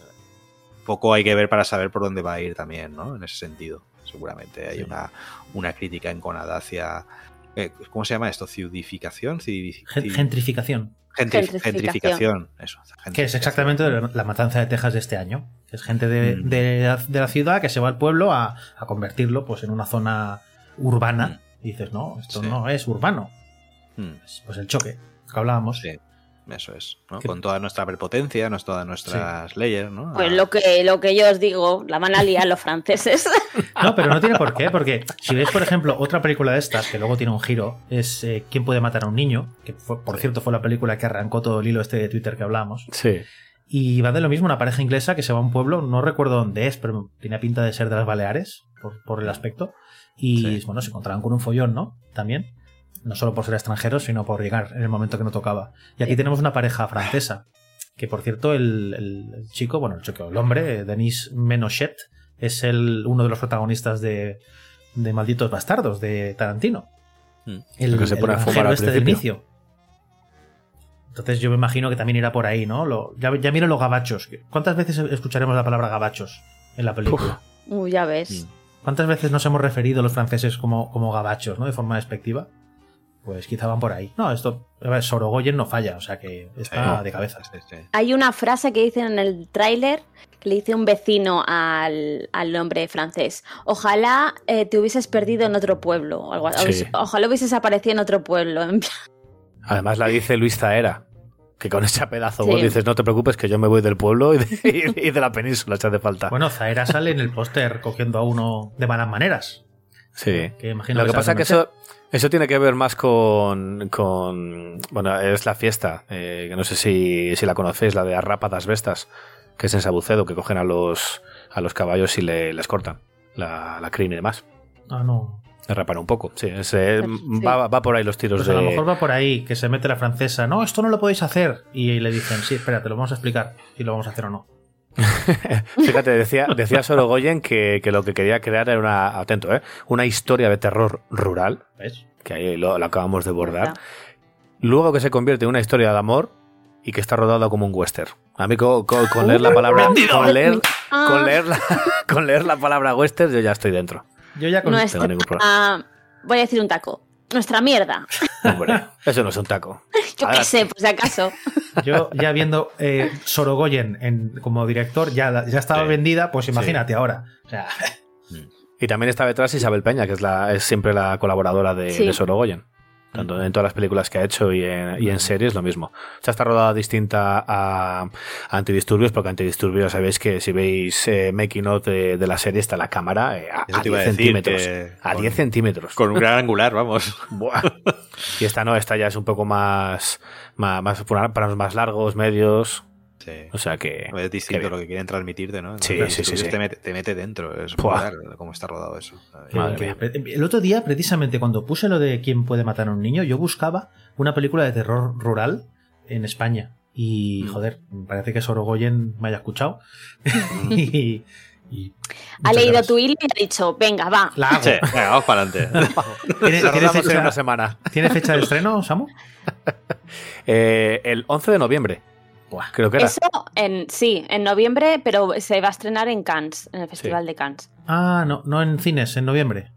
poco hay que ver para saber por dónde va a ir también, ¿no? En ese sentido. Seguramente hay sí. una, una crítica enconada hacia... Eh, ¿Cómo se llama esto? ¿Ciudificación? Cid... Gentrificación. Gentrif gentrificación. Eso. Gentrificación. Que es exactamente la matanza de Texas de este año. Que es gente de, mm. de, la, de la ciudad que se va al pueblo a, a convertirlo pues, en una zona urbana. Mm. Y dices, no, esto sí. no es urbano. Mm. Pues el choque que hablábamos. Sí. Eso es, ¿no? Con toda nuestra prepotencia, no todas nuestras sí. leyes, ¿no? Pues lo que, lo que yo os digo, la van a liar los franceses. No, pero no tiene por qué, porque si ves, por ejemplo, otra película de estas, que luego tiene un giro, es eh, ¿Quién puede matar a un niño? Que fue, por cierto fue la película que arrancó todo el hilo este de Twitter que hablamos. Sí. Y va de lo mismo, una pareja inglesa que se va a un pueblo, no recuerdo dónde es, pero tiene pinta de ser de las Baleares, por, por el aspecto. Y sí. bueno, se encontraban con un follón, ¿no? También. No solo por ser extranjeros, sino por llegar en el momento que no tocaba. Y aquí tenemos una pareja francesa, que por cierto el, el, el chico, bueno, el chico, el hombre, Denis Menochet, es el, uno de los protagonistas de, de Malditos Bastardos, de Tarantino. Mm. El, que se pone el a fumar al este del inicio. Entonces yo me imagino que también irá por ahí, ¿no? Lo, ya, ya miro los gabachos. ¿Cuántas veces escucharemos la palabra gabachos en la película? Uh, ya ves. ¿Cuántas veces nos hemos referido los franceses como, como gabachos, ¿no? De forma despectiva. Pues quizá van por ahí. No, esto, Sorogoyen no falla, o sea que está sí, de cabeza. Sí, sí. Hay una frase que dicen en el tráiler que le dice un vecino al, al hombre francés: ojalá eh, te hubieses perdido en otro pueblo. O algo, sí. Ojalá hubieses aparecido en otro pueblo. Además la dice Luis Zahera, que con ese pedazo sí. vos dices, no te preocupes que yo me voy del pueblo y de, y de la península, si hace falta. Bueno, Zahera sale en el póster cogiendo a uno de malas maneras. Sí. Que imagino Lo que, que pasa es que eso... Eso tiene que ver más con, con bueno, es la fiesta, eh, que no sé si, si la conocéis, la de Arrapa das Vestas, que es en Sabucedo, que cogen a los, a los caballos y le, les cortan la, la crin y demás. Ah, no. Le rapan un poco, sí, es, eh, sí. Va, va por ahí los tiros pues de... a lo mejor va por ahí, que se mete la francesa, no, esto no lo podéis hacer, y le dicen, sí, espera, te lo vamos a explicar, si lo vamos a hacer o no. Fíjate, decía, decía Sorogoyen que, que lo que quería crear era una, atento, ¿eh? una historia de terror rural, ¿ves? Que ahí lo, lo acabamos de bordar. Luego que se convierte en una historia de amor y que está rodada como un western. A mí con, con, con leer la palabra con leer, con, leer la, con leer la palabra western yo ya estoy dentro. Yo ya con Nuestra, uh, voy a decir un taco. Nuestra mierda. Hombre, eso no es un taco. Yo qué sé, por si acaso. Yo ya viendo eh, Sorogoyen en, como director, ya, ya estaba sí. vendida, pues imagínate sí. ahora. O sea... Y también está detrás Isabel Peña, que es, la, es siempre la colaboradora de, sí. de Sorogoyen. Tanto en todas las películas que ha hecho y en, y en series lo mismo. O sea, está rodada distinta a, a Antidisturbios, porque Antidisturbios sabéis que si veis eh, making of de, de la serie está la cámara eh, a, a diez centímetros. A diez centímetros. Con un gran angular, vamos. Buah. Y esta no, esta ya es un poco más, más, más para los más largos, medios. Sí. O sea que... Es distinto lo que quieren transmitirte, ¿no? Sí, sí, sí, sí. Te mete, te mete dentro. Es brutal cómo está rodado eso. Madre mía. El otro día, precisamente, cuando puse lo de quién puede matar a un niño, yo buscaba una película de terror rural en España. Y, joder, me parece que Sorogoyen me haya escuchado. y... y ha leído gracias. tu hilo y ha dicho, venga, va. La hago. Sí, venga, vamos para adelante. ¿Tiene, La ¿tiene, rodamos en fecha, una semana. ¿Tiene fecha de estreno, Samu? Eh, el once de noviembre. Buah, creo que era. Eso, en, sí, en noviembre, pero se va a estrenar en Cannes, en el Festival Sí. de Cannes. Ah, no, no en cines, en noviembre.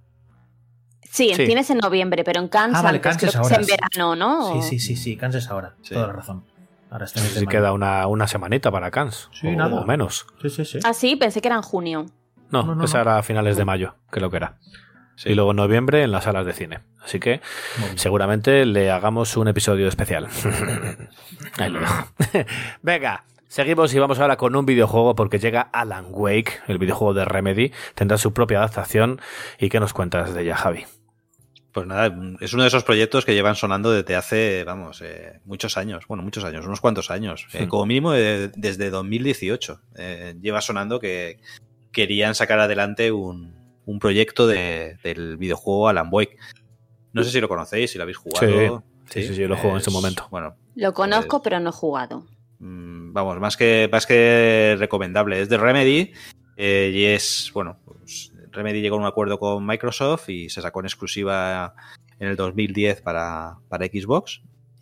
Sí, en Sí. cines en noviembre, pero en Cannes, Ah, vale, antes, Cannes creo es que ahora. es en verano, ¿no? Sí, sí, sí, sí, Cannes es ahora. Sí. Toda la razón. Ahora está en el Sí, tema. queda una, una semanita para Cannes. Sí, o, nada. o menos. Sí, sí, sí. Ah, sí, pensé que era en junio. No, No, no, esa no. era a finales de mayo, creo que era. Sí. Y luego en noviembre en las salas de cine. Así que Muy bien. seguramente le hagamos un episodio especial. Ahí lo dejo. Venga, seguimos y vamos ahora con un videojuego porque llega Alan Wake, el videojuego de Remedy. Tendrá su propia adaptación. ¿Y qué nos cuentas de ella, Javi? Pues nada, es uno de esos proyectos que llevan sonando desde hace, vamos, eh, muchos años. Bueno, muchos años, unos cuantos años. Eh, Hmm. como mínimo eh, desde dos mil dieciocho. Eh, lleva sonando que querían sacar adelante un, un proyecto de, del videojuego Alan Wake. No sé si lo conocéis, si lo habéis jugado. Sí, sí, sí, yo lo juego en su momento. Bueno, Lo conozco, Pues- pero no he jugado. mm, vamos, más que, más que recomendable. Es de Remedy eh, y es, bueno, pues, Remedy llegó a un acuerdo con Microsoft y se sacó en exclusiva en el dos mil diez para, para Xbox.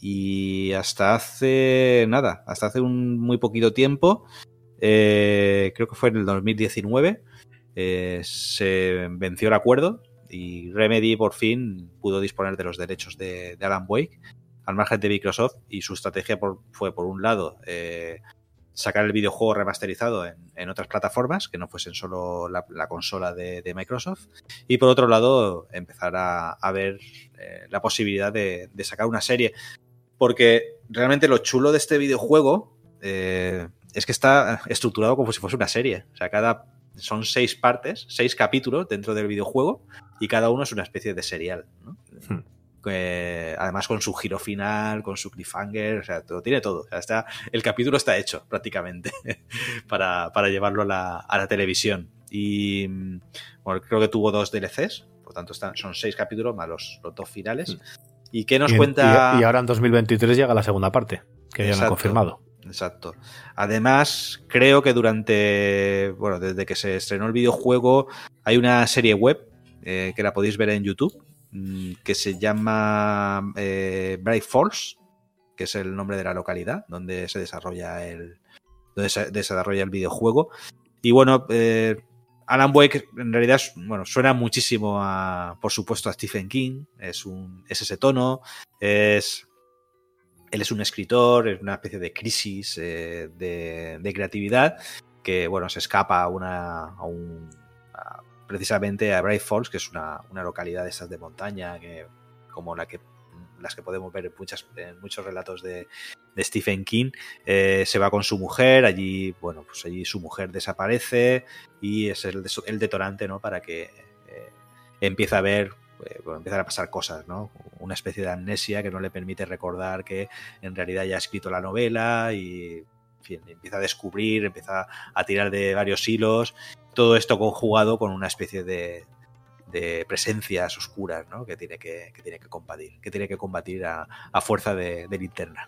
Y hasta hace, nada, hasta hace un muy poquito tiempo, eh, creo que fue en el dos mil diecinueve, eh, se venció el acuerdo y Remedy por fin pudo disponer de los derechos de, de Alan Wake al margen de Microsoft, y su estrategia por, fue, por un lado, eh, sacar el videojuego remasterizado en, en otras plataformas, que no fuesen solo la, la consola de, de Microsoft, y por otro lado, empezar a, a ver eh, la posibilidad de, de sacar una serie. Porque realmente lo chulo de este videojuego eh, es que está estructurado como si fuese una serie. O sea, cada son seis partes, seis capítulos dentro del videojuego, y cada uno es una especie de serial, ¿no? Hmm. Eh, además con su giro final, con su cliffhanger, o sea, todo, tiene todo. O sea, está, el capítulo está hecho prácticamente para, para llevarlo a la, a la televisión. Y bueno, creo que tuvo dos D L Cs, por tanto están, son seis capítulos más los, los dos finales. ¿Y qué nos y, cuenta? Y, y ahora en dos mil veintitrés llega la segunda parte, que ya lo han confirmado. Exacto. Además, creo que durante, bueno, desde que se estrenó el videojuego, hay una serie web eh, que la podéis ver en YouTube, que se llama eh, Bright Falls, que es el nombre de la localidad donde se desarrolla el donde se desarrolla el videojuego. Y bueno, eh, Alan Wake en realidad es, bueno, suena muchísimo a, por supuesto, a Stephen King. Es un es ese tono, es él es un escritor, es una especie de crisis eh, de, de creatividad que, bueno, se escapa a una a un a, precisamente a Bright Falls, que es una, una localidad de estas de montaña, que, como la que, las que podemos ver en, muchas, en muchos relatos de, de Stephen King. Eh, se va con su mujer, allí, bueno, pues allí su mujer desaparece y es el, el detonante, ¿no? Para que eh, empiece a ver, eh, bueno, empiezan a pasar cosas, ¿no? Una especie de amnesia que no le permite recordar que en realidad ya ha escrito la novela y, en fin, empieza a descubrir, empieza a tirar de varios hilos. Todo esto conjugado con una especie de, de presencias oscuras, ¿no? que tiene que, que tiene que combatir, que tiene que combatir a, a fuerza de, de linterna.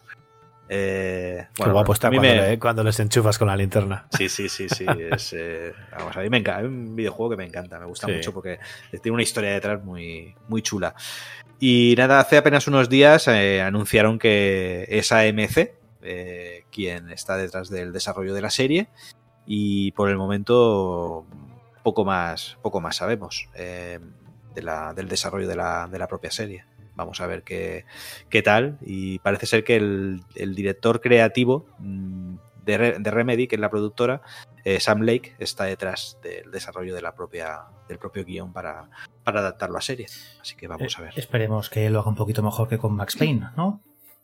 Eh, Qué bueno, guapo está cuando, me... le, cuando les enchufas con la linterna. Sí, sí, sí, sí. Es, eh, vamos, a mí me encanta. Es un videojuego que me encanta, me gusta sí. mucho porque tiene una historia detrás muy, muy chula. Y nada, hace apenas unos días eh, anunciaron que es A M C eh, quien está detrás del desarrollo de la serie. Y por el momento poco más poco más sabemos eh, de la, del desarrollo de la, de la propia serie. Vamos a ver qué, qué tal. Y parece ser que el, el director creativo de, Re, de Remedy, que es la productora, eh, Sam Lake está detrás del desarrollo de la propia, del propio guión para, para adaptarlo a serie. Así que vamos eh, a ver. Esperemos que lo haga un poquito mejor que con Max Payne, ¿no?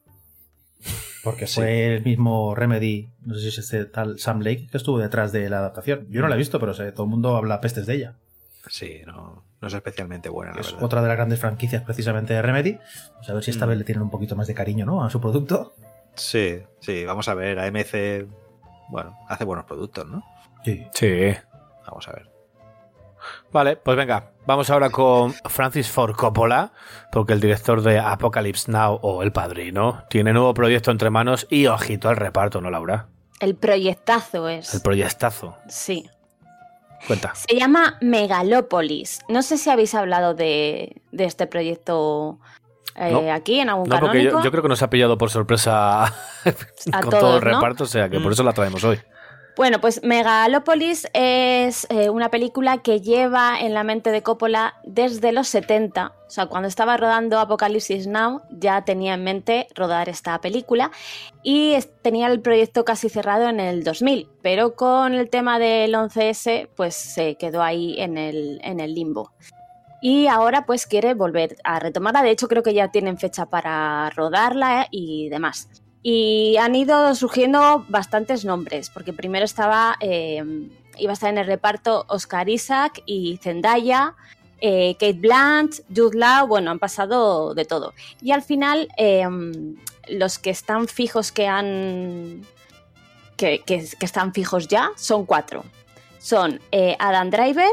Porque fue Sí. el mismo Remedy, no sé si es este tal Sam Lake, que estuvo detrás de la adaptación. Yo no la he visto, pero sé, todo el mundo habla pestes de ella. Sí, no, no es especialmente buena, la Es verdad. otra de las grandes franquicias precisamente de Remedy. Pues a ver si esta Mm. vez le tienen un poquito más de cariño, ¿no? A su producto. Sí, sí, vamos a ver. A M C, bueno, hace buenos productos, ¿no? Sí. Sí. Vamos a ver. Vale, pues venga, vamos ahora con Francis Ford Coppola, porque el director de Apocalypse Now o El Padrino tiene nuevo proyecto entre manos y ojito al reparto, ¿no, Laura? El proyectazo es. El proyectazo. Sí. Cuenta. Se llama Megalópolis. No sé si habéis hablado de, de este proyecto eh, No. aquí en algún No, porque canónico. yo, yo creo que nos ha pillado por sorpresa A con todos, todo el ¿no? reparto, o sea que por Mm. eso la traemos hoy. Bueno, pues Megalópolis es eh, una película que lleva en la mente de Coppola desde los setenta. O sea, cuando estaba rodando Apocalipsis Now ya tenía en mente rodar esta película y es- tenía el proyecto casi cerrado en el dos mil, pero con el tema del once ese pues se quedó ahí en el, en el limbo. Y ahora pues quiere volver a retomarla. De hecho, creo que ya tienen fecha para rodarla y demás. Y han ido surgiendo bastantes nombres, porque primero estaba, eh, iba a estar en el reparto Oscar Isaac y Zendaya, eh, Kate Blanchett, Jude Law, bueno, han pasado de todo. Y al final, eh, los que están fijos que han... Que, que, que están fijos ya, son cuatro. Son eh, Adam Driver,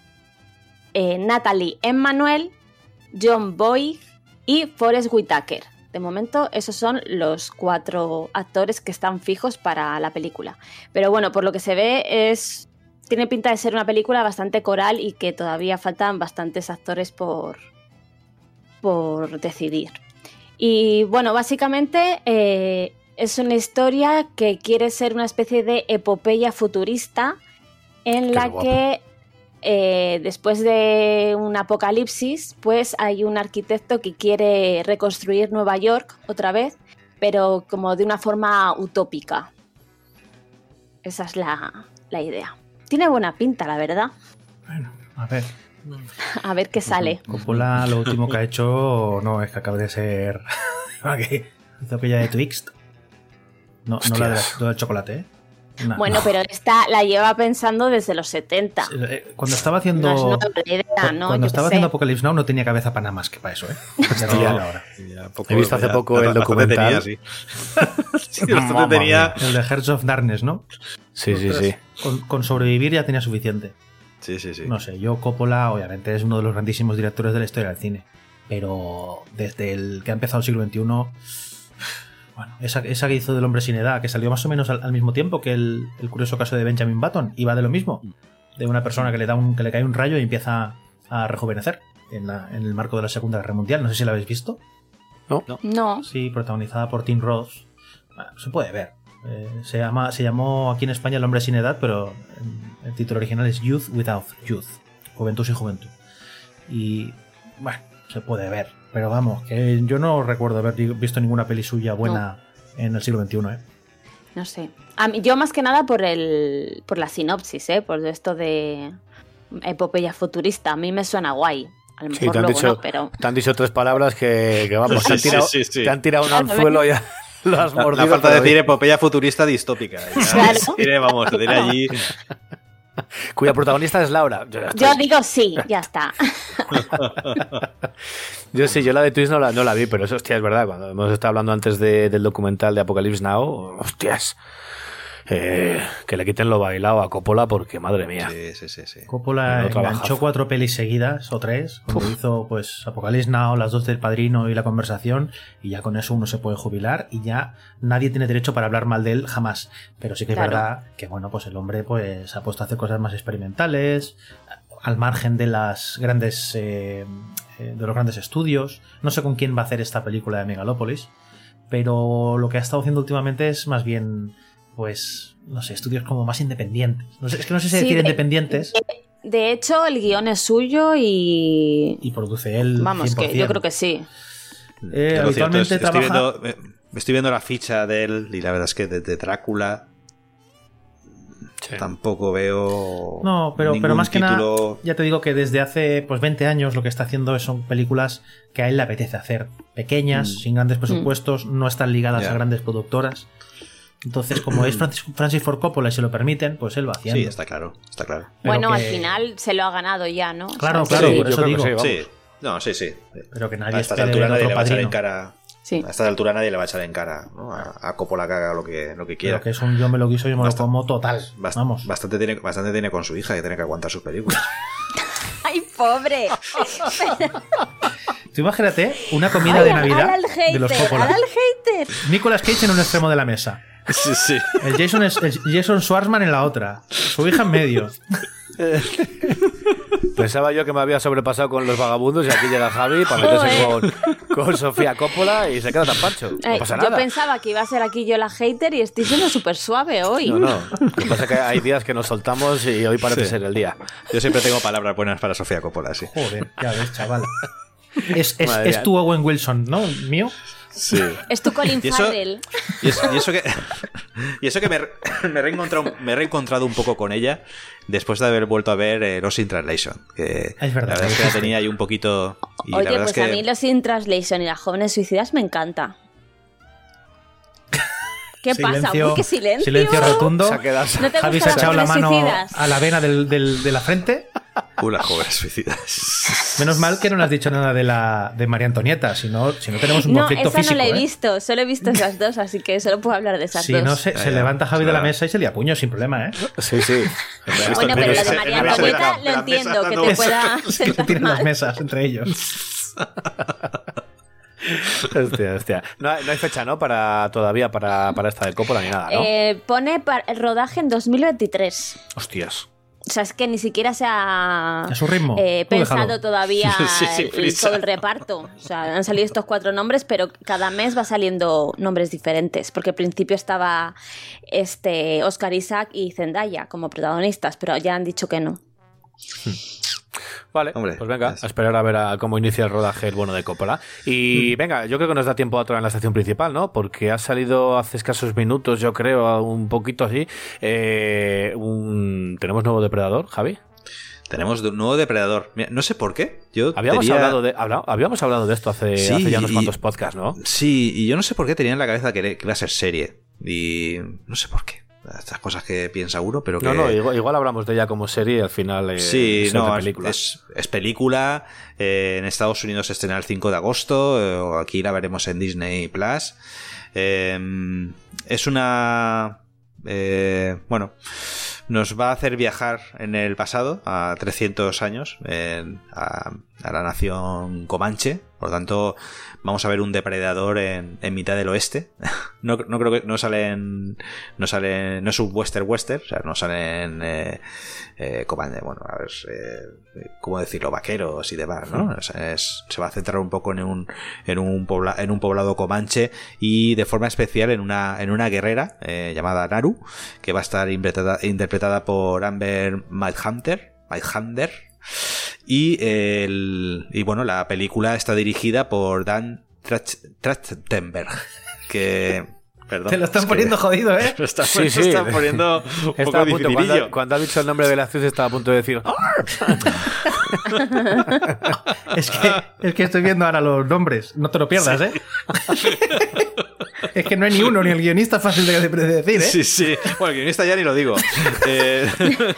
eh, Natalie Emmanuel, John Boyd y Forest Whitaker. De momento, esos son los cuatro actores que están fijos para la película. Pero bueno, por lo que se ve, es tiene pinta de ser una película bastante coral y que todavía faltan bastantes actores por, por decidir. Y bueno, básicamente eh, es una historia que quiere ser una especie de epopeya futurista en Qué la guapo. que eh, después de un apocalipsis, pues hay un arquitecto que quiere reconstruir Nueva York otra vez, pero como de una forma utópica. Esa es la, la idea. Tiene buena pinta, la verdad. Bueno, a ver. A ver qué sale. Coppola lo último que ha hecho no es que acabe de ser... ¿Qué? Hizo aquella de Twixt. No, no la de la- lo del chocolate, ¿eh? No, Bueno, no. pero esta la lleva pensando desde los setenta. Eh, Cuando estaba haciendo... No es nueva la idea, cu- ¿no? Cuando Yo qué estaba sé. haciendo Apocalypse Now no tenía cabeza para nada más que para eso, ¿eh? Ya te digo ahora. Ya, poco- He visto hace ya- poco el bastante documental. tenía, sí. Sí, bastante Mamma tenía. El de Hearts of Darkness, ¿no? Sí, sí, sí. Con, con sobrevivir ya tenía suficiente. Sí, sí, sí. No sé, yo Coppola obviamente es uno de los grandísimos directores de la historia del cine, pero desde el que ha empezado el siglo veintiuno, bueno, esa, esa que hizo del hombre sin edad, que salió más o menos al, al mismo tiempo que el, el curioso caso de Benjamin Button, iba de lo mismo, de una persona que le da un, que le cae un rayo y empieza a rejuvenecer en, la- en el marco de la Segunda Guerra Mundial. No sé si la habéis visto. No. Sí, protagonizada por Tim Roth. Bueno, se puede ver. Eh, se, llama, se llamó aquí en España El hombre sin edad, pero el título original es Youth Without Youth. Juventud sin juventud. Y bueno, se puede ver. Pero vamos, que yo no recuerdo haber visto ninguna peli suya buena en el siglo veintiuno, ¿eh? No sé. A mí, yo más que nada por el por la sinopsis, ¿eh? Por esto de epopeya futurista. A mí me suena guay. A lo Sí, mejor te han, luego dicho, no, pero... te han dicho tres palabras que, que vamos, te, han Sí, tirado, sí, sí. te han tirado un anzuelo y ya lo has La, mordido. la falta pero de decir bien. epopeya futurista distópica. Ya, Claro. tiene, vamos, lo tiene allí. Cuya protagonista es Laura. Yo, ya estoy- Yo digo sí, ya está. yo sí, yo la de Twist no la, no la vi, pero eso, hostia, es verdad. Cuando hemos estado hablando antes de- del documental de Apocalypse Now, hostias. Eh, que le quiten lo bailado a Coppola porque, madre mía. Sí, sí, sí, sí. Coppola Menudo enganchó trabajazo. cuatro pelis seguidas, o tres, cuando hizo pues Apocalypse Now, las dos del Padrino y La Conversación, y ya con eso uno se puede jubilar y ya nadie tiene derecho para hablar mal de él jamás. Pero sí que es Claro. verdad que bueno, pues el hombre pues ha puesto a hacer cosas más experimentales, al margen de las grandes eh, eh, de los grandes estudios. No sé con quién va a hacer esta película de Megalópolis, pero lo que ha estado haciendo últimamente es más bien pues no sé, estudios como más independientes. No sé, es que no sé si Sí, decir de- independientes. De hecho, el guión es suyo y... Y produce él. Vamos, cien por que cien. yo creo que sí. Eh, Lo cierto es- habitualmente estoy, trabaja. viendo, eh, estoy viendo la ficha de él y la verdad es que de, de Drácula Sí. Tampoco veo. No, pero, pero más título... que nada, ya te digo que desde hace pues veinte años lo que está haciendo son películas que a él le apetece hacer. Pequeñas, mm. sin grandes presupuestos, mm. no están ligadas yeah. a grandes productoras. Entonces, como es Francis, Francis Ford Coppola y se lo permiten, pues él va haciendo. Sí, está claro, está claro. Pero bueno, que... al final se lo ha ganado ya, ¿no? Claro, o sea, claro, sí, por eso digo. Sí, sí, no, sí, sí. Pero que nadie a esta altura nadie le va a echar en cara. Sí. A esta altura nadie le va a echar en cara, ¿no? A, a Coppola que haga lo que, lo que quiera. Pero que es un yo me lo quiso, yo me bastante, lo como total. Bast, Vamos. Bastante tiene, bastante tiene con su hija, que tiene que aguantar sus películas. ¡Ay, pobre! Tú imagínate una comida Ay, de Navidad al hater, de los Coppola. ¡Al hater! Nicolas Cage en un extremo de la mesa. Sí, sí. El Jason, el Jason Schwartzman en la otra. Su hija en medio. Pensaba yo que me había sobrepasado con Los Vagabundos y aquí llega Javi para meterse con, con Sofía Coppola y se queda tan pancho. No eh, pasa yo nada. pensaba que iba a ser aquí yo la hater y estoy siendo súper suave hoy. No, no. Lo que pasa es que hay días que nos soltamos y hoy parece sí. ser el día. Yo siempre tengo palabras buenas para Sofía Coppola, sí. Joder, ya ves, chaval. Es, es, es tu Owen Wilson, ¿no? ¿Mío? Sí. Es tu Colin y eso, Farrell. Y eso, y eso que, y eso que me, me, he reencontrado, me he reencontrado un poco con ella después de haber vuelto a ver eh, Lost in Translation. Que es verdad. La verdad es que la tenía ahí un poquito. Y Oye, la verdad pues es que... a mí Lost in Translation y las jóvenes suicidas me encanta. ¿Qué silencio, pasa? Uy, qué silencio. Silencio rotundo. ¿No te Javi se ha echado la mano suicidas? a la vena del, del, de la frente. Uh, las jóvenes suicidas. Menos mal que no nos has dicho nada de la de María Antonieta, si no, si no tenemos un no, conflicto esa físico. No la he ¿eh? visto, solo he visto esas dos, así que solo puedo hablar de esas si dos. Si no, se, se ya, levanta Javi ya. de la mesa y se le puño sin problema, ¿eh? Sí, sí. Bueno, pero la de María Antonieta lo entiendo, que te pueda sentar mal. Tienen las mesas entre ellos. Hostia, hostia. No, no hay fecha, ¿no? Para todavía para, para esta de Coppola ni nada, ¿no? Eh, pone para el rodaje en dos mil veintitrés. Hostias. O sea, es que ni siquiera se ha a su ritmo. Eh, pensado todavía sí, sí, el, el, todo el reparto. O sea, han salido estos cuatro nombres, pero cada mes va saliendo nombres diferentes. Porque al principio estaba este Oscar Isaac y Zendaya como protagonistas, pero ya han dicho que no. Vale, hombre, pues venga, es... a esperar a ver a cómo inicia el rodaje el bueno de Coppola. Y venga, yo creo que nos da tiempo a otra en la estación principal, ¿no? Porque ha salido hace escasos minutos, yo creo, un poquito así. Eh, un... ¿Tenemos nuevo depredador, Javi? Tenemos un nuevo depredador. Mira, no sé por qué. Yo habíamos, tenía... hablado de, habla, habíamos hablado de esto hace, sí, hace ya unos y, cuantos podcasts, ¿no? Sí, y yo no sé por qué tenía en la cabeza que, que iba a ser serie. Y no sé por qué. Estas cosas que piensa uno, pero que... No, no, igual, igual hablamos de ella como serie y al final eh, sí, es no, película. Es, es película. Eh, en Estados Unidos se estrena el cinco de agosto. Eh, aquí la veremos en Disney Plus. Eh, es una... Eh, bueno, nos va a hacer viajar en el pasado a trescientos años en, a, a la nación comanche. Por lo tanto, vamos a ver un depredador en, en mitad del oeste. No, no creo que no salen, no salen, no es un western western, o sea, no salen eh, eh, comanche, bueno, a ver, eh, cómo decirlo, vaqueros y demás, ¿no? O sea, es, se va a centrar un poco en un, en un pobla, en un poblado comanche y de forma especial en una, en una guerrera eh, llamada Naru, que va a estar interpretada, interpretada por Amber Midthunder, Midthunder. Y, el, y bueno, la película está dirigida por Dan Trachtenberg, que... Perdón, te lo están poniendo que, jodido, ¿eh? Lo está, sí, sí. Está poniendo un está poco a punto, cuando, cuando ha dicho el nombre de la actriz estaba a punto de decir... es, que, es que estoy viendo ahora los nombres. No te lo pierdas, sí. ¿eh? Es que no hay ni uno, ni el guionista fácil de, de decir, ¿eh? Sí, sí. Bueno, el guionista ya ni lo digo. Eh...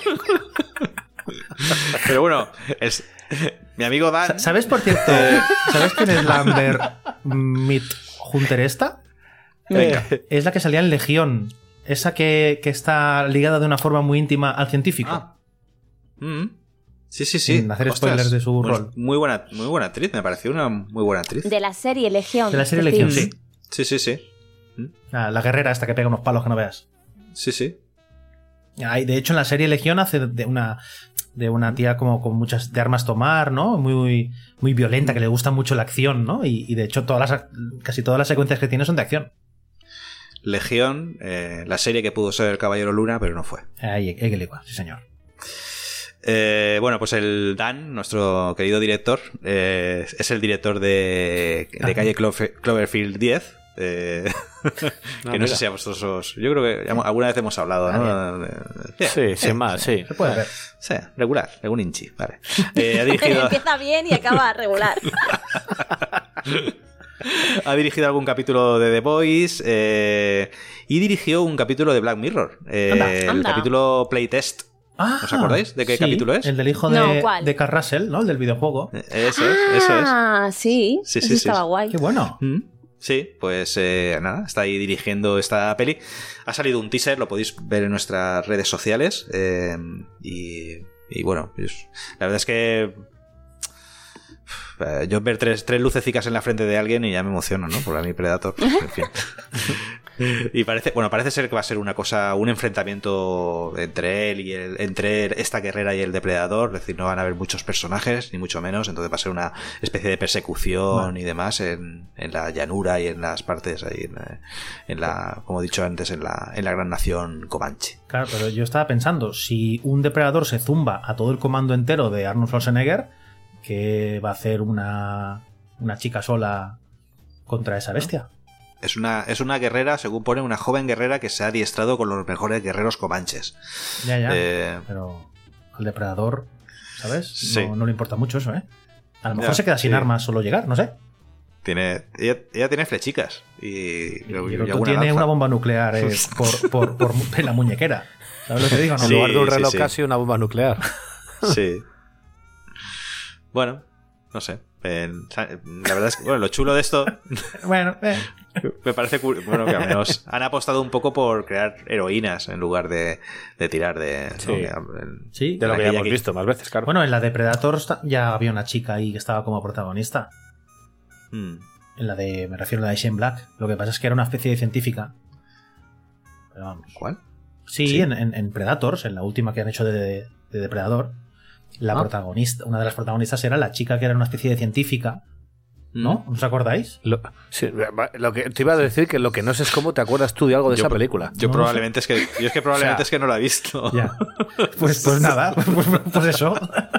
Pero bueno, es... mi amigo Dan... ¿Sabes, por cierto? ¿Sabes quién es la Amber Midthunder esta? Venga. Es la que salía en Legión. Esa que, que está ligada de una forma muy íntima al científico. Ah. Mm-hmm. Sí, sí, sí. Sin hacer Ostras, spoilers de su pues rol. Muy buena, muy buena actriz, me pareció una muy buena actriz. De la serie Legión. De la serie Legión, sí. Sí, sí, sí. Ah, la guerrera esta que pega unos palos que no veas. Sí, sí. Ah, de hecho, en la serie Legión hace de una... de una tía como con muchas de armas tomar, ¿no? Muy, muy violenta, que le gusta mucho la acción, ¿no? Y, y de hecho todas las, casi todas las secuencias que tiene son de acción. Legión, eh, la serie que pudo ser El Caballero Luna, pero no fue. Ahí, ahí, sí señor. Eh, bueno, pues el Dan, nuestro querido director, eh, es el director de, de Calle Clover, Cloverfield diez, Eh, que no, no mira. sé si a vosotros os... Yo creo que alguna vez hemos hablado, ¿no? Sí, sí, sin más, sí. Se puede ver. Sí, regular, algún inchi, vale. Eh, ha dirigido... Empieza bien y acaba regular. Ha dirigido algún capítulo de The Boys eh, y dirigió un capítulo de Black Mirror. Eh, Anda, el anda. capítulo Playtest. Ah, ¿Os acordáis de qué sí, capítulo es? El del hijo de, No, ¿cuál? de Carl Russell, ¿no? El del videojuego. Eh, Eso es, eso es. Ah, sí. Sí, Eso sí, sí. estaba guay. Qué bueno. Mm. Sí, pues eh, nada, está ahí dirigiendo esta peli. Ha salido un teaser, lo podéis ver en nuestras redes sociales. Eh, y, y bueno, pues, la verdad es que eh, yo ver tres, tres lucecicas en la frente de alguien y ya me emociono, ¿no? Por a mí Predator, en fin. Y parece, bueno, parece ser que va a ser una cosa, un enfrentamiento entre él y el, entre esta guerrera y el depredador, es decir, no van a haber muchos personajes, ni mucho menos, entonces va a ser una especie de persecución bueno. y demás en, en la llanura y en las partes ahí, en, en la, como he dicho antes, en la, en la gran nación comanche. Claro, pero yo estaba pensando, si un depredador se zumba a todo el comando entero de Arnold Schwarzenegger, ¿qué va a hacer una, una chica sola contra esa bestia? Es una, es una guerrera, según pone, una joven guerrera que se ha adiestrado con los mejores guerreros comanches. Ya, ya. Eh, pero al depredador, ¿sabes? Sí. No, no le importa mucho eso, ¿eh? A lo mejor Ya, se queda sin sí. armas solo llegar, no sé. Tiene, ella, ella tiene flechicas y, y, Y el y otro alguna tiene lanza. una bomba nuclear eh, por, por, por, en la muñequera. ¿Sabes lo que digo? No, En Sí, lugar de un sí, reloj sí. casi una bomba nuclear. Sí. Bueno, no sé. En- la verdad es que bueno, lo chulo de esto Bueno, eh. me parece cu- bueno que al menos han apostado un poco por crear heroínas en lugar de, de tirar de Sí. ¿no? Que, en- Sí. De lo que ya aquella hemos que- visto más veces, claro. Bueno, en la de Predator esta- ya había una chica ahí que estaba como protagonista. Mm. En la de, me refiero a la de Shane Black. Lo que pasa es que era una especie de científica. Pero vamos. ¿Cuál? Sí, Sí. En, en, en Predators, en la última que han hecho de, de Depredador, la Ah. protagonista, una de las protagonistas era la chica que era una especie de científica, ¿no? ¿No os acordáis? Lo, sí, lo que te iba a decir que lo que no sé es cómo te acuerdas tú de algo de Yo esa pro- película. Yo No probablemente es que yo es que probablemente O sea, es que no la he visto. Ya. Pues, pues nada, pues, pues eso.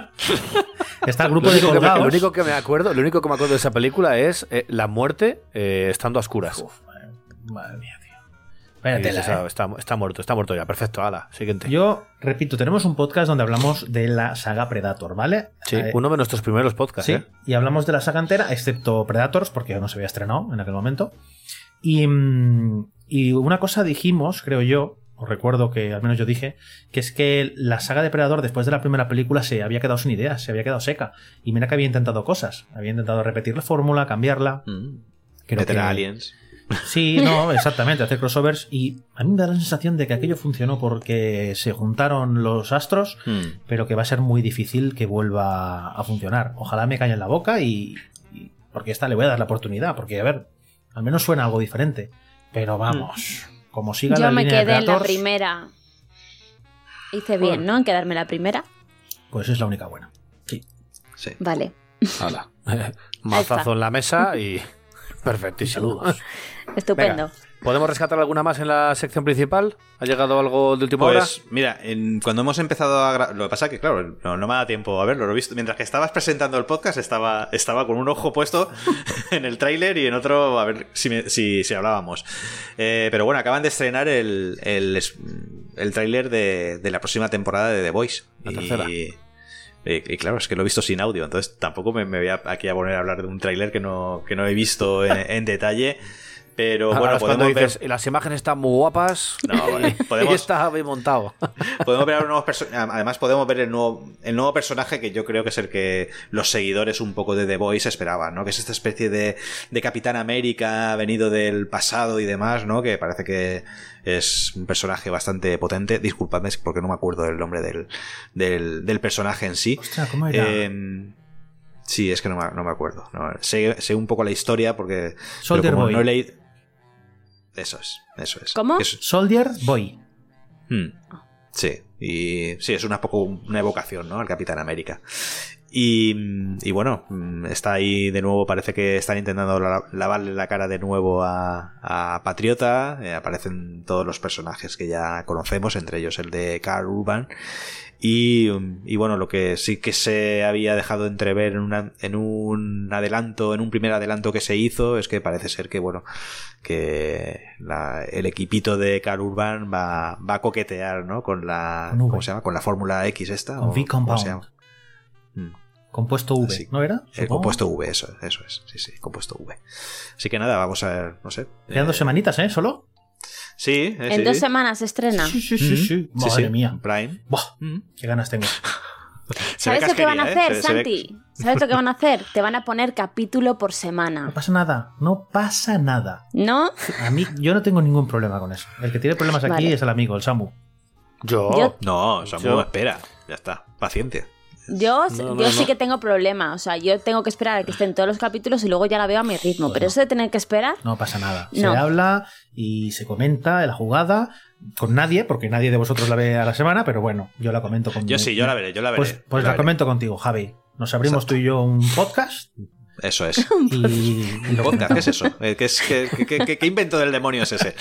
Está el grupo Lo de único, que me, colgados. lo único que me acuerdo, lo único que me acuerdo de esa película es eh, la muerte eh, estando a oscuras. Uf, madre, madre mía, tío. Y Vaya dices, tela, "Ah, ¿eh?". está, está muerto, está muerto ya. Perfecto, ala, siguiente. Yo, repito, tenemos un podcast donde hablamos de la saga Predator, ¿vale? sí, Eh, uno de nuestros primeros podcasts. Sí, ¿eh? y hablamos de la saga entera, excepto Predators, porque no se había estrenado en aquel momento. Y, mm, y una cosa dijimos, creo yo, os recuerdo que al menos yo dije, que es que la saga de Predator después de la primera película se había quedado sin ideas, se había quedado seca. Y mira que había intentado cosas, había intentado repetir la fórmula, cambiarla. Mm. Creo Meter que- a aliens. Sí, no, exactamente, hacer crossovers. Y a mí me da la sensación de que aquello funcionó porque se juntaron los astros, Mm. pero que va a ser muy difícil que vuelva a funcionar. Ojalá me calle en la boca y, y- porque esta le voy a dar la oportunidad, porque a ver, al menos suena algo diferente. Pero vamos, como siga Yo la me línea de quedé en la Predators, primera. Hice bien, ¿no? En quedarme la primera. pues es la única buena. Sí. Sí. Vale. Ala. Mazazo en la mesa y perfectísimo. Estupendo. Venga, ¿podemos rescatar alguna más en la sección principal? ¿Ha llegado algo de última hora? Pues mira, en- cuando hemos empezado a gra- lo que pasa que claro, no, no me da tiempo a verlo, lo he visto mientras que estabas presentando el podcast, estaba, estaba con un ojo puesto en el tráiler y en otro a ver si, me- si, si hablábamos. Eh, pero bueno, acaban de estrenar el, el, el tráiler de, de la próxima temporada de The Voice. La Y- tercera. Y, y claro, es que lo he visto sin audio, entonces tampoco me, me voy a, aquí a poner a hablar de un tráiler que no, que no he visto en, en detalle. Pero Ahora bueno, es cuando podemos ver... dices, las imágenes están muy guapas. No, bueno, podemos- Y está bien montado. Podemos ver a los nuevos perso- además podemos ver el nuevo el nuevo personaje que yo creo que es el que los seguidores un poco de The Voice esperaban, ¿no? Que es esta especie de, de Capitán América venido del pasado y demás, ¿no? Que parece que es un personaje bastante potente. Disculpadme porque no me acuerdo del nombre del, del, del personaje en sí. Hostia, ¿cómo era? Eh, sí, es que no me, no me acuerdo. No, sé, sé un poco la historia porque Soldier pero como Boy. no he leído... Eso es, eso es. ¿Cómo? Que es- Soldier Boy. Hmm. Sí, y sí, es una poco una evocación, ¿no? Al Capitán América. Y, y bueno, está ahí de nuevo, parece que están intentando la- lavarle la cara de nuevo a, a Patriota. Eh, aparecen todos los personajes que ya conocemos, entre ellos el de Karl Urban. Y, y bueno, lo que sí que se había dejado entrever en, una, en un adelanto, en un primer adelanto que se hizo, es que parece ser que, bueno, que la, el equipito de Karl Urban va, va a coquetear, ¿no? Con la, Con ¿cómo se llama? Con la Fórmula X esta. Con o, V-Compound. ¿cómo se llama? Mm. Compuesto V, Así, ¿no era? El Supongo. compuesto V, eso, eso es. Sí, sí, compuesto V. Así que nada, vamos a ver, no sé. Quedan dos semanitas, ¿eh? ¿Solo? Sí, eh, En sí. dos semanas se estrena. Sí, sí, sí, sí. Sí, Madre sí, mía. Prime. Buah, qué ganas tengo. Se ve ¿Sabes lo que van a casquería, hacer, ¿eh? Se- se ve- Santi? ¿Sabes lo que van a hacer? Te van a poner capítulo por semana. No pasa nada, no pasa nada. ¿No? A mí, yo no tengo ningún problema con eso. El que tiene problemas aquí Vale. es el amigo, el Samu. Yo. Yo- No, Samu, Yo- espera. Ya está, paciencia. Yo, No, no, yo no. sí que tengo problema. O sea, yo tengo que esperar a que estén todos los capítulos y luego ya la veo a mi ritmo. Pero eso de tener que esperar, No pasa nada. Se No. habla y se comenta la jugada con nadie, porque nadie de vosotros la ve a la semana, pero bueno, yo la comento con Yo sí, yo la veré, yo la veré. Pues, pues yo la veré. comento contigo, Javi. Nos abrimos Exacto. tú y yo un podcast Eso es. y, y lo Podcast, ¿qué es comentamos. eso? Eh, ¿Qué, es, qué, qué- qué- qué invento del demonio es ese?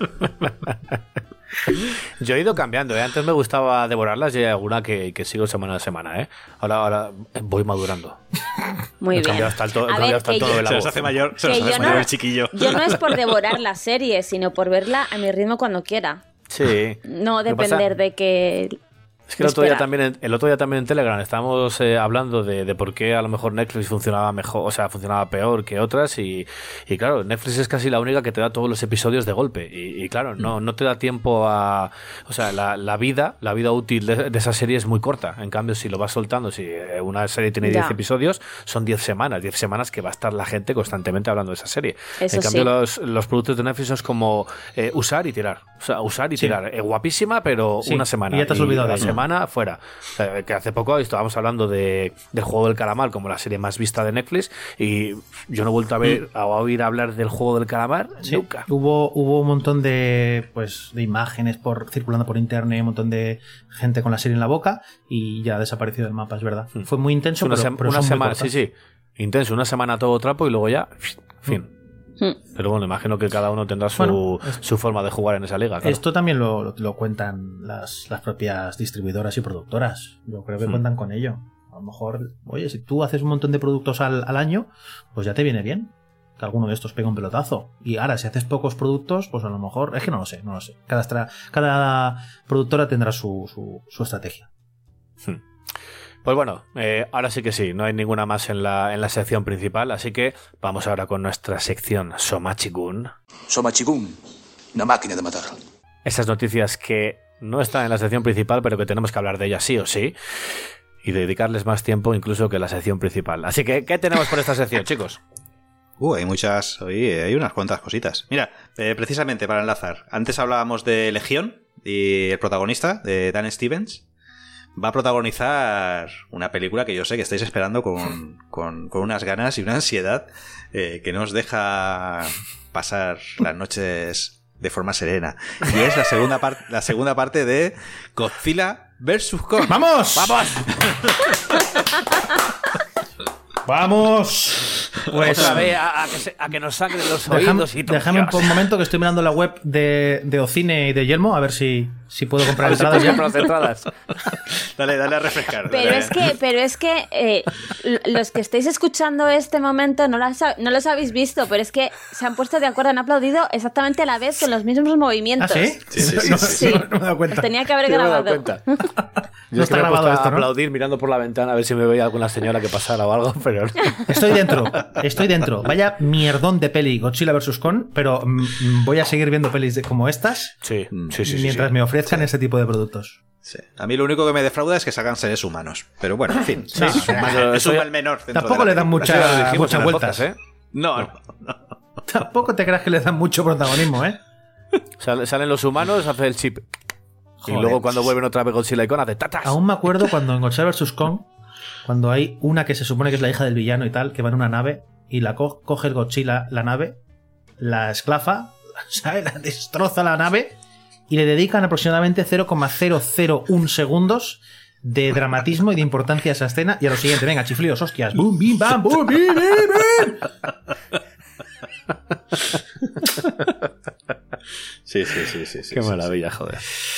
Yo he ido cambiando, ¿eh? Antes me gustaba devorarlas y hay alguna que, que sigo semana a semana, ¿eh? Ahora, ahora voy madurando. muy He bien. cambiado hasta el, to- he A cambiado ver, hasta el que tono yo- de la Se nos voz. hace mayor, se nos Que hace yo mayor no- el chiquillo. Yo no es por devorar la serie, sino por verla a mi ritmo cuando quiera. Sí. No Lo que pasa- depender de que... Es que el otro, día Espera. también en, el otro día también en Telegram estábamos eh, hablando de, de por qué a lo mejor Netflix funcionaba mejor, o sea, funcionaba peor que otras y, y claro, Netflix es casi la única que te da todos los episodios de golpe y, y claro, no, no te da tiempo a... O sea, la, la vida, la vida útil de, de esa serie es muy corta. En cambio, si lo vas soltando, si eh, una serie tiene diez Ya. episodios, son diez semanas, diez semanas que va a estar la gente constantemente hablando de esa serie. Eso en cambio, sí. los, los productos de Netflix es como eh, usar y tirar. O sea, usar y Sí. tirar. Eh, guapísima, pero Sí, una semana. y ya te has olvidado de la ella. semana fuera. O sea, que hace poco estábamos hablando de, del Juego del Calamar como la serie más vista de Netflix y yo no he vuelto a ver a oír hablar del Juego del Calamar Sí, nunca. Hubo, hubo un montón de pues de imágenes por circulando por internet, un montón de gente con la serie en la boca y ya ha desaparecido del mapa, es verdad. Fue muy intenso, una pero, sem- pero una son muy semana, sí, cortas. sí. Intenso, una semana todo trapo y luego ya, fin. Hmm. Pero bueno, imagino que cada uno tendrá su, Bueno, es- su forma de jugar en esa liga. Claro. Esto también lo, lo- lo cuentan las, las propias distribuidoras y productoras. Yo creo que Hmm. cuentan con ello. A lo mejor, oye, si tú haces un montón de productos al, al año, pues ya te viene bien que alguno de estos pegue un pelotazo. Y ahora, si haces pocos productos, pues a lo mejor... Es que no lo sé, no lo sé. Cada, estra- cada productora tendrá su, su, su estrategia. Pues bueno, eh, ahora sí que sí, no hay ninguna más en la, en la sección principal, así que vamos ahora con nuestra sección Somachi-gun. Somachi-gun, una máquina de matar. Esas noticias que no están en la sección principal, pero que tenemos que hablar de ellas sí o sí. Y dedicarles más tiempo incluso que la sección principal. Así que, ¿qué tenemos por esta sección, chicos? Uh, hay muchas, oye, hay unas cuantas cositas. Mira, eh, precisamente para enlazar, antes hablábamos de Legión y el protagonista, de Dan Stevens, va a protagonizar una película que yo sé que estáis esperando con, con, con unas ganas y una ansiedad eh, que no os deja pasar las noches de forma serena. Y es la segunda, parte la segunda parte de Godzilla versus Kong. ¡Vamos! ¡Vamos! ¡Vamos! Pues Otra vez a, a que se- a que nos sangren los déjame, oídos y déjame un, Dios. un momento que estoy mirando la web de, de Ocine y de Yelmo a ver si, si puedo A comprar ver si entradas puedes ya. comprar las entradas. Dale, dale a refrescar. Pero dale. es que, pero es que eh, l- los que estáis escuchando este momento no, las ha- no los habéis visto, pero es que se han puesto de acuerdo, han aplaudido exactamente a la vez con los mismos ¿Ah, movimientos. sí? Sí, sí, sí, no, sí. no me he dado cuenta. Os tenía que haber Yo no me he dado grabado. cuenta. Yo No es que está me he grabado puesto a esto, ¿no? aplaudir mirando por la ventana a ver si me veía alguna señora que pasara o algo, pero no. Estoy dentro, estoy dentro. Vaya mierdón de peli Godzilla versus Kong, pero mm, voy a seguir viendo pelis de- como estas Sí, sí, sí. sí, mientras sí. me ofrezcan ese tipo de productos. Sí. A mí lo único que me defrauda es que salgan seres humanos. Pero bueno, en fin. Sí, es un sí. mal- Eso es un ya- mal menor. dentro Tampoco de la le dan película. mucha- Eso ya lo dijimos muchas en el vueltas. podcast, ¿eh? No, no, no. Tampoco te creas que le dan mucho protagonismo, ¿eh? Sal- Salen los humanos, hace el chip. Y Joder. luego cuando vuelven otra vez Godzilla y Kong, hace tatas. Aún me acuerdo cuando en Godzilla versus Kong, cuando hay una que se supone que es la hija del villano y tal, que va en una nave y la co- coge el Godzilla, la nave, la esclafa, ¿sabes? La destroza la nave y le dedican aproximadamente cero coma cero cero uno segundos de dramatismo y de importancia a esa escena. Y a lo siguiente, venga, chiflíos, hostias, boom, bim, bam, boom, bim, bim, bim. Sí, sí, sí, sí, sí. Qué sí, maravilla, joder. sí.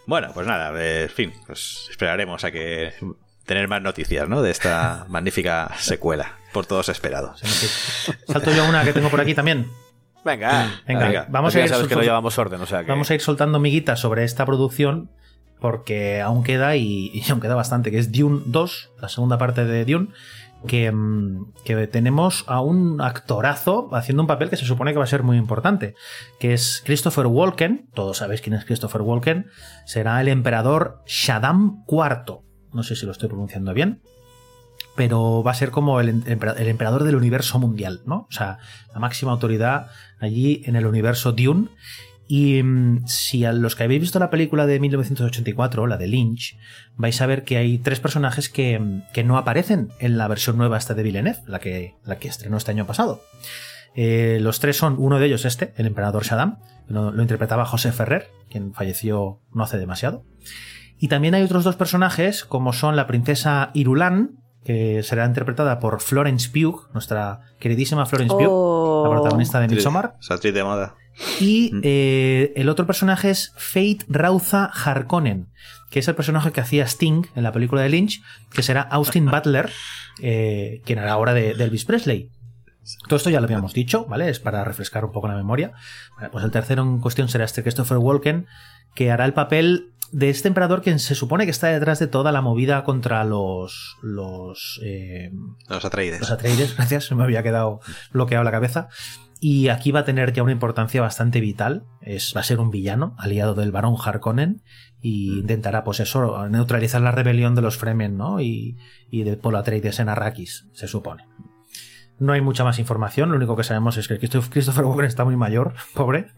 Bueno, pues nada, eh, en fin, pues esperaremos a que tener más noticias, ¿no? De esta magnífica secuela, por todos esperado. Salto yo a una que tengo por aquí también. Venga, venga, venga. Vamos ya a ir sabes sol- que no llevamos orden, o sea que... Vamos a ir soltando miguitas sobre esta producción porque aún queda y, y aún queda bastante, que es Dune dos, la segunda parte de Dune, que, que tenemos a un actorazo haciendo un papel que se supone que va a ser muy importante, que es Christopher Walken. Todos sabéis quién es Christopher Walken. Será el emperador Shaddam cuarto. No sé si lo estoy pronunciando bien, pero va a ser como el, el emperador del universo mundial, ¿no? O sea, la máxima autoridad allí en el universo Dune. Y mmm, si a los que habéis visto la película de mil novecientos ochenta y cuatro, la de Lynch, vais a ver que hay tres personajes que, que no aparecen en la versión nueva esta de Villeneuve, la que, la que estrenó este año pasado. Eh, los tres son, uno de ellos este, el emperador Shaddam, lo, lo interpretaba José Ferrer, quien falleció no hace demasiado. Y también hay otros dos personajes, como son la princesa Irulan, que será interpretada por Florence Pugh, nuestra queridísima Florence Pugh, oh. la protagonista de Midsommar. Esa actriz de moda. Y eh, el otro personaje es Fate Rauza Harkonnen, que es el personaje que hacía Sting en la película de Lynch, que será Austin Butler, eh, quien hará ahora de, de Elvis Presley. Todo esto ya lo habíamos dicho, ¿vale? Es para refrescar un poco la memoria. Vale, pues el tercero en cuestión será este Christopher Walken, que hará el papel de este emperador quien se supone que está detrás de toda la movida contra los... Los, eh, los Atreides. Los Atreides, gracias, me había quedado bloqueado la cabeza. Y aquí va a tener ya una importancia bastante vital. Es, va a ser un villano, aliado del barón Harkonnen, y mm. intentará, pues eso, neutralizar la rebelión de los Fremen, ¿no? Y, y de Polo Atreides en Arrakis, se supone. No hay mucha más información, lo único que sabemos es que Christopher Walken está muy mayor, pobre,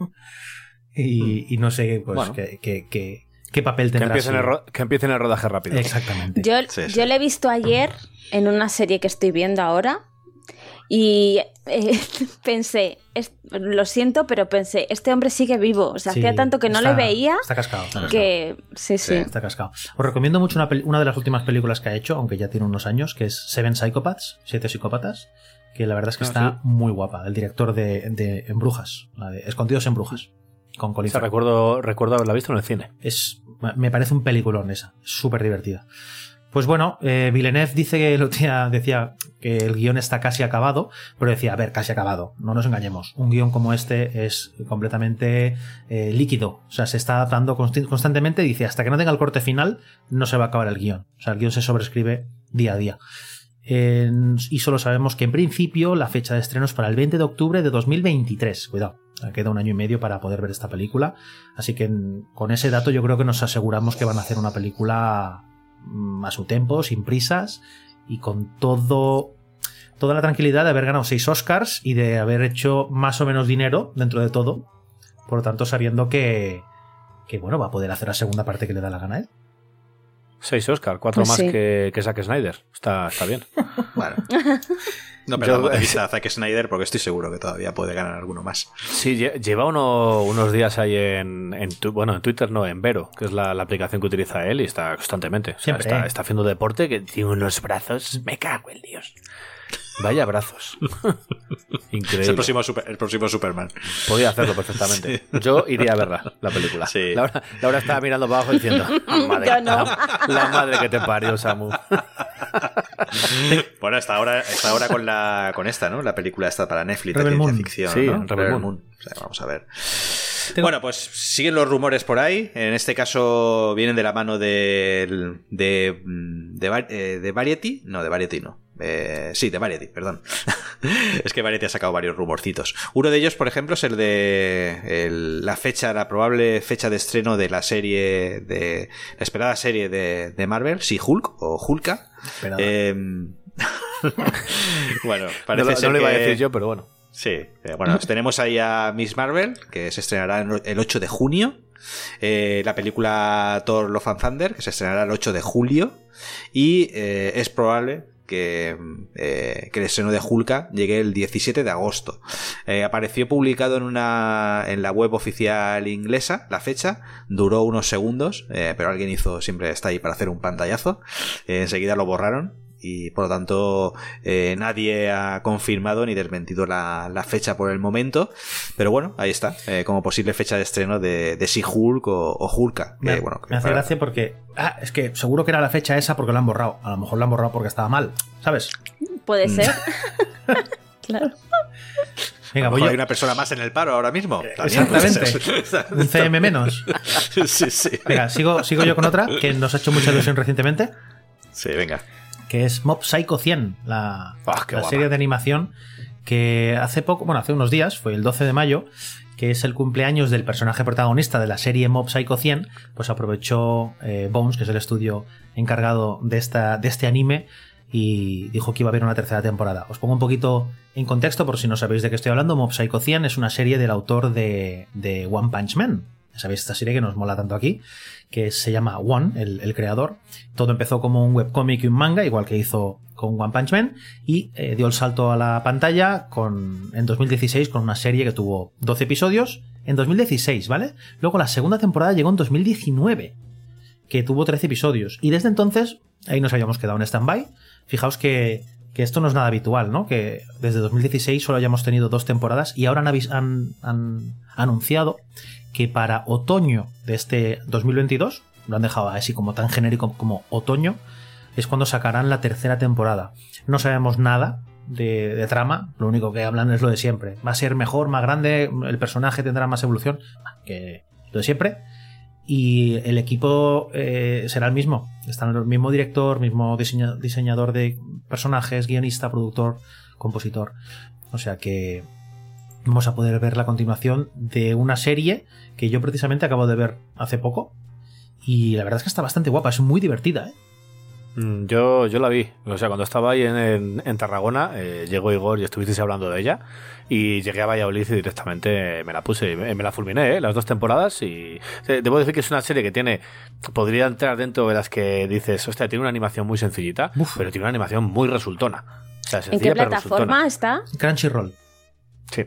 y, y no sé pues bueno. qué, qué, qué, qué papel tendrá. Que empiecen, el ro- que empiecen el rodaje rápido. Exactamente. Yo, sí, sí. yo lo he visto ayer en una serie que estoy viendo ahora y eh, pensé, es, lo siento, pero pensé, este hombre sigue vivo. O sea, Sí, hacía tanto que no está, le veía está cascado, está cascado. que... Sí, sí. Sí, está cascado. Os recomiendo mucho una, peli- una de las últimas películas que ha hecho, aunque ya tiene unos años, que es Seven Psychopaths, Siete Psicópatas, que la verdad es que Ah, está sí. muy guapa. El director de, de En Brujas, la de Escondidos en Brujas, con Colin O sea, Farrell. recuerdo, recuerdo haberla visto en el cine. Es, me parece un peliculón esa, súper divertida. Pues bueno, eh, Villeneuve dice que el otro día decía que el guión está casi acabado, pero decía, a ver, casi acabado, no nos engañemos. Un guión como este es completamente eh, líquido, o sea, se está adaptando const- constantemente, dice, hasta que no tenga el corte final, no se va a acabar el guión. O sea, el guión se sobrescribe día a día. Eh, y solo sabemos que en principio la fecha de estreno es para el veinte de octubre de dos mil veintitrés. Cuidado, queda un año y medio para poder ver esta película, así que en, con ese dato yo creo que nos aseguramos que van a hacer una película a su tempo, sin prisas y con todo toda la tranquilidad de haber ganado seis Oscars y de haber hecho más o menos dinero dentro de todo, por lo tanto sabiendo que que bueno, va a poder hacer la segunda parte que le da la gana a él. Seis Oscar, cuatro Pues más sí. que, que Zack Snyder. Está, está bien. Bueno. No Yo- perdamos de vista a Zack Snyder porque estoy seguro que todavía puede ganar alguno más. Sí, lle- lleva uno- unos días ahí en, en tu- bueno, en Twitter, no, en Vero, que es la, la aplicación que utiliza él y está constantemente. O sea, Siempre, está, ¿eh? está haciendo deporte que tiene unos brazos. Me cago en Dios. Vaya brazos. Increíble. Es el próximo, super- el próximo Superman. Podía hacerlo perfectamente. Yo iría a verla, la película. Sí. Laura, Laura estaba mirando para abajo diciendo: madre, Yo no. la, la madre que te parió, Samu. Bueno, hasta ahora, hasta ahora con la con esta, ¿no? La película esta para Netflix de Rebel ciencia Moon. ficción, Sí, ¿no? Rebel Moon. O sea, vamos a ver. Tengo- Bueno, pues siguen los rumores por ahí. En este caso vienen de la mano del- de de, Va- eh, de Variety. No, de Variety no. Eh, sí, de Variety, perdón. Es que Variety ha sacado varios rumorcitos. Uno de ellos, por ejemplo, es el de el- la fecha, la probable fecha de estreno de la serie, de la esperada serie de, de Marvel, si Hulk o Hulka. Esperada. Eh, bueno, parece no, lo- ser no lo iba a que- decir yo, pero bueno. Sí, eh, bueno, tenemos ahí a Miss Marvel, que se estrenará el ocho de junio. Eh, la película Thor Love and Thunder, que se estrenará el ocho de julio. Y eh, es probable que, eh, que el estreno de Hulka llegue el diecisiete de agosto. Eh, apareció publicado en una en la web oficial inglesa la fecha, duró unos segundos, eh, pero alguien hizo, siempre está ahí para hacer un pantallazo. Eh, enseguida lo borraron. y por lo tanto eh, nadie ha confirmado ni desmentido la, la fecha por el momento, pero bueno, ahí está, eh, como posible fecha de estreno de, de She-Hulk o, o Hulka. Que, Me, bueno, que me hace para... gracia porque... Ah, es que seguro que era la fecha esa porque la han borrado. A lo mejor la han borrado porque estaba mal, ¿sabes? Puede ser. Claro. Venga, a lo voy mejor yo. hay una persona más en el paro ahora mismo. Exactamente. Un C M menos. Sí, sí. Venga, sigo, sigo yo con otra que nos ha hecho mucha ilusión recientemente. Sí, venga. Que es Mob Psycho cien, la, Oh, la serie de animación que hace poco, bueno, hace unos días, fue el doce de mayo, que es el cumpleaños del personaje protagonista de la serie Mob Psycho cien, pues aprovechó eh, Bones, que es el estudio encargado de, esta, de este anime, y dijo que iba a haber una tercera temporada. Os pongo un poquito en contexto por si no sabéis de qué estoy hablando. Mob Psycho cien es una serie del autor de, de One Punch Man. Ya sabéis, esta serie que nos mola tanto aquí, que se llama One, el, el creador. Todo empezó como un webcómic y un manga, igual que hizo con One Punch Man, y eh, dio el salto a la pantalla con, en dos mil dieciséis con una serie que tuvo doce episodios en dos mil dieciséis, ¿vale? Luego la segunda temporada llegó en dos mil diecinueve, que tuvo trece episodios, y desde entonces ahí nos habíamos quedado en stand-by. Fijaos que, que esto no es nada habitual, ¿no? Que desde dos mil dieciséis solo hayamos tenido dos temporadas y ahora han, avis- han, han anunciado que para otoño de este dos mil veintidós, lo han dejado así como tan genérico como otoño, es cuando sacarán la tercera temporada. No sabemos nada de, de trama, lo único que hablan es lo de siempre. Va a ser mejor, más grande, el personaje tendrá más evolución, que lo de siempre. Y el equipo eh, será el mismo. Está el mismo director, mismo diseña, diseñador de personajes, guionista, productor, compositor. O sea que vamos a poder ver la continuación de una serie que yo precisamente acabo de ver hace poco. Y la verdad es que está bastante guapa, es muy divertida, ¿eh? Yo, yo la vi, o sea, cuando estaba ahí en, en, en Tarragona, eh, llegó Igor y estuvisteis hablando de ella, y llegué a Valladolid y directamente me la puse, me, me la fulminé, ¿eh? Las dos temporadas, y eh, debo decir que es una serie que tiene, podría entrar dentro de las que dices, hostia, tiene una animación muy sencillita, Uf. pero tiene una animación muy resultona. O sea, ¿en qué plataforma está? Crunchyroll. Sí.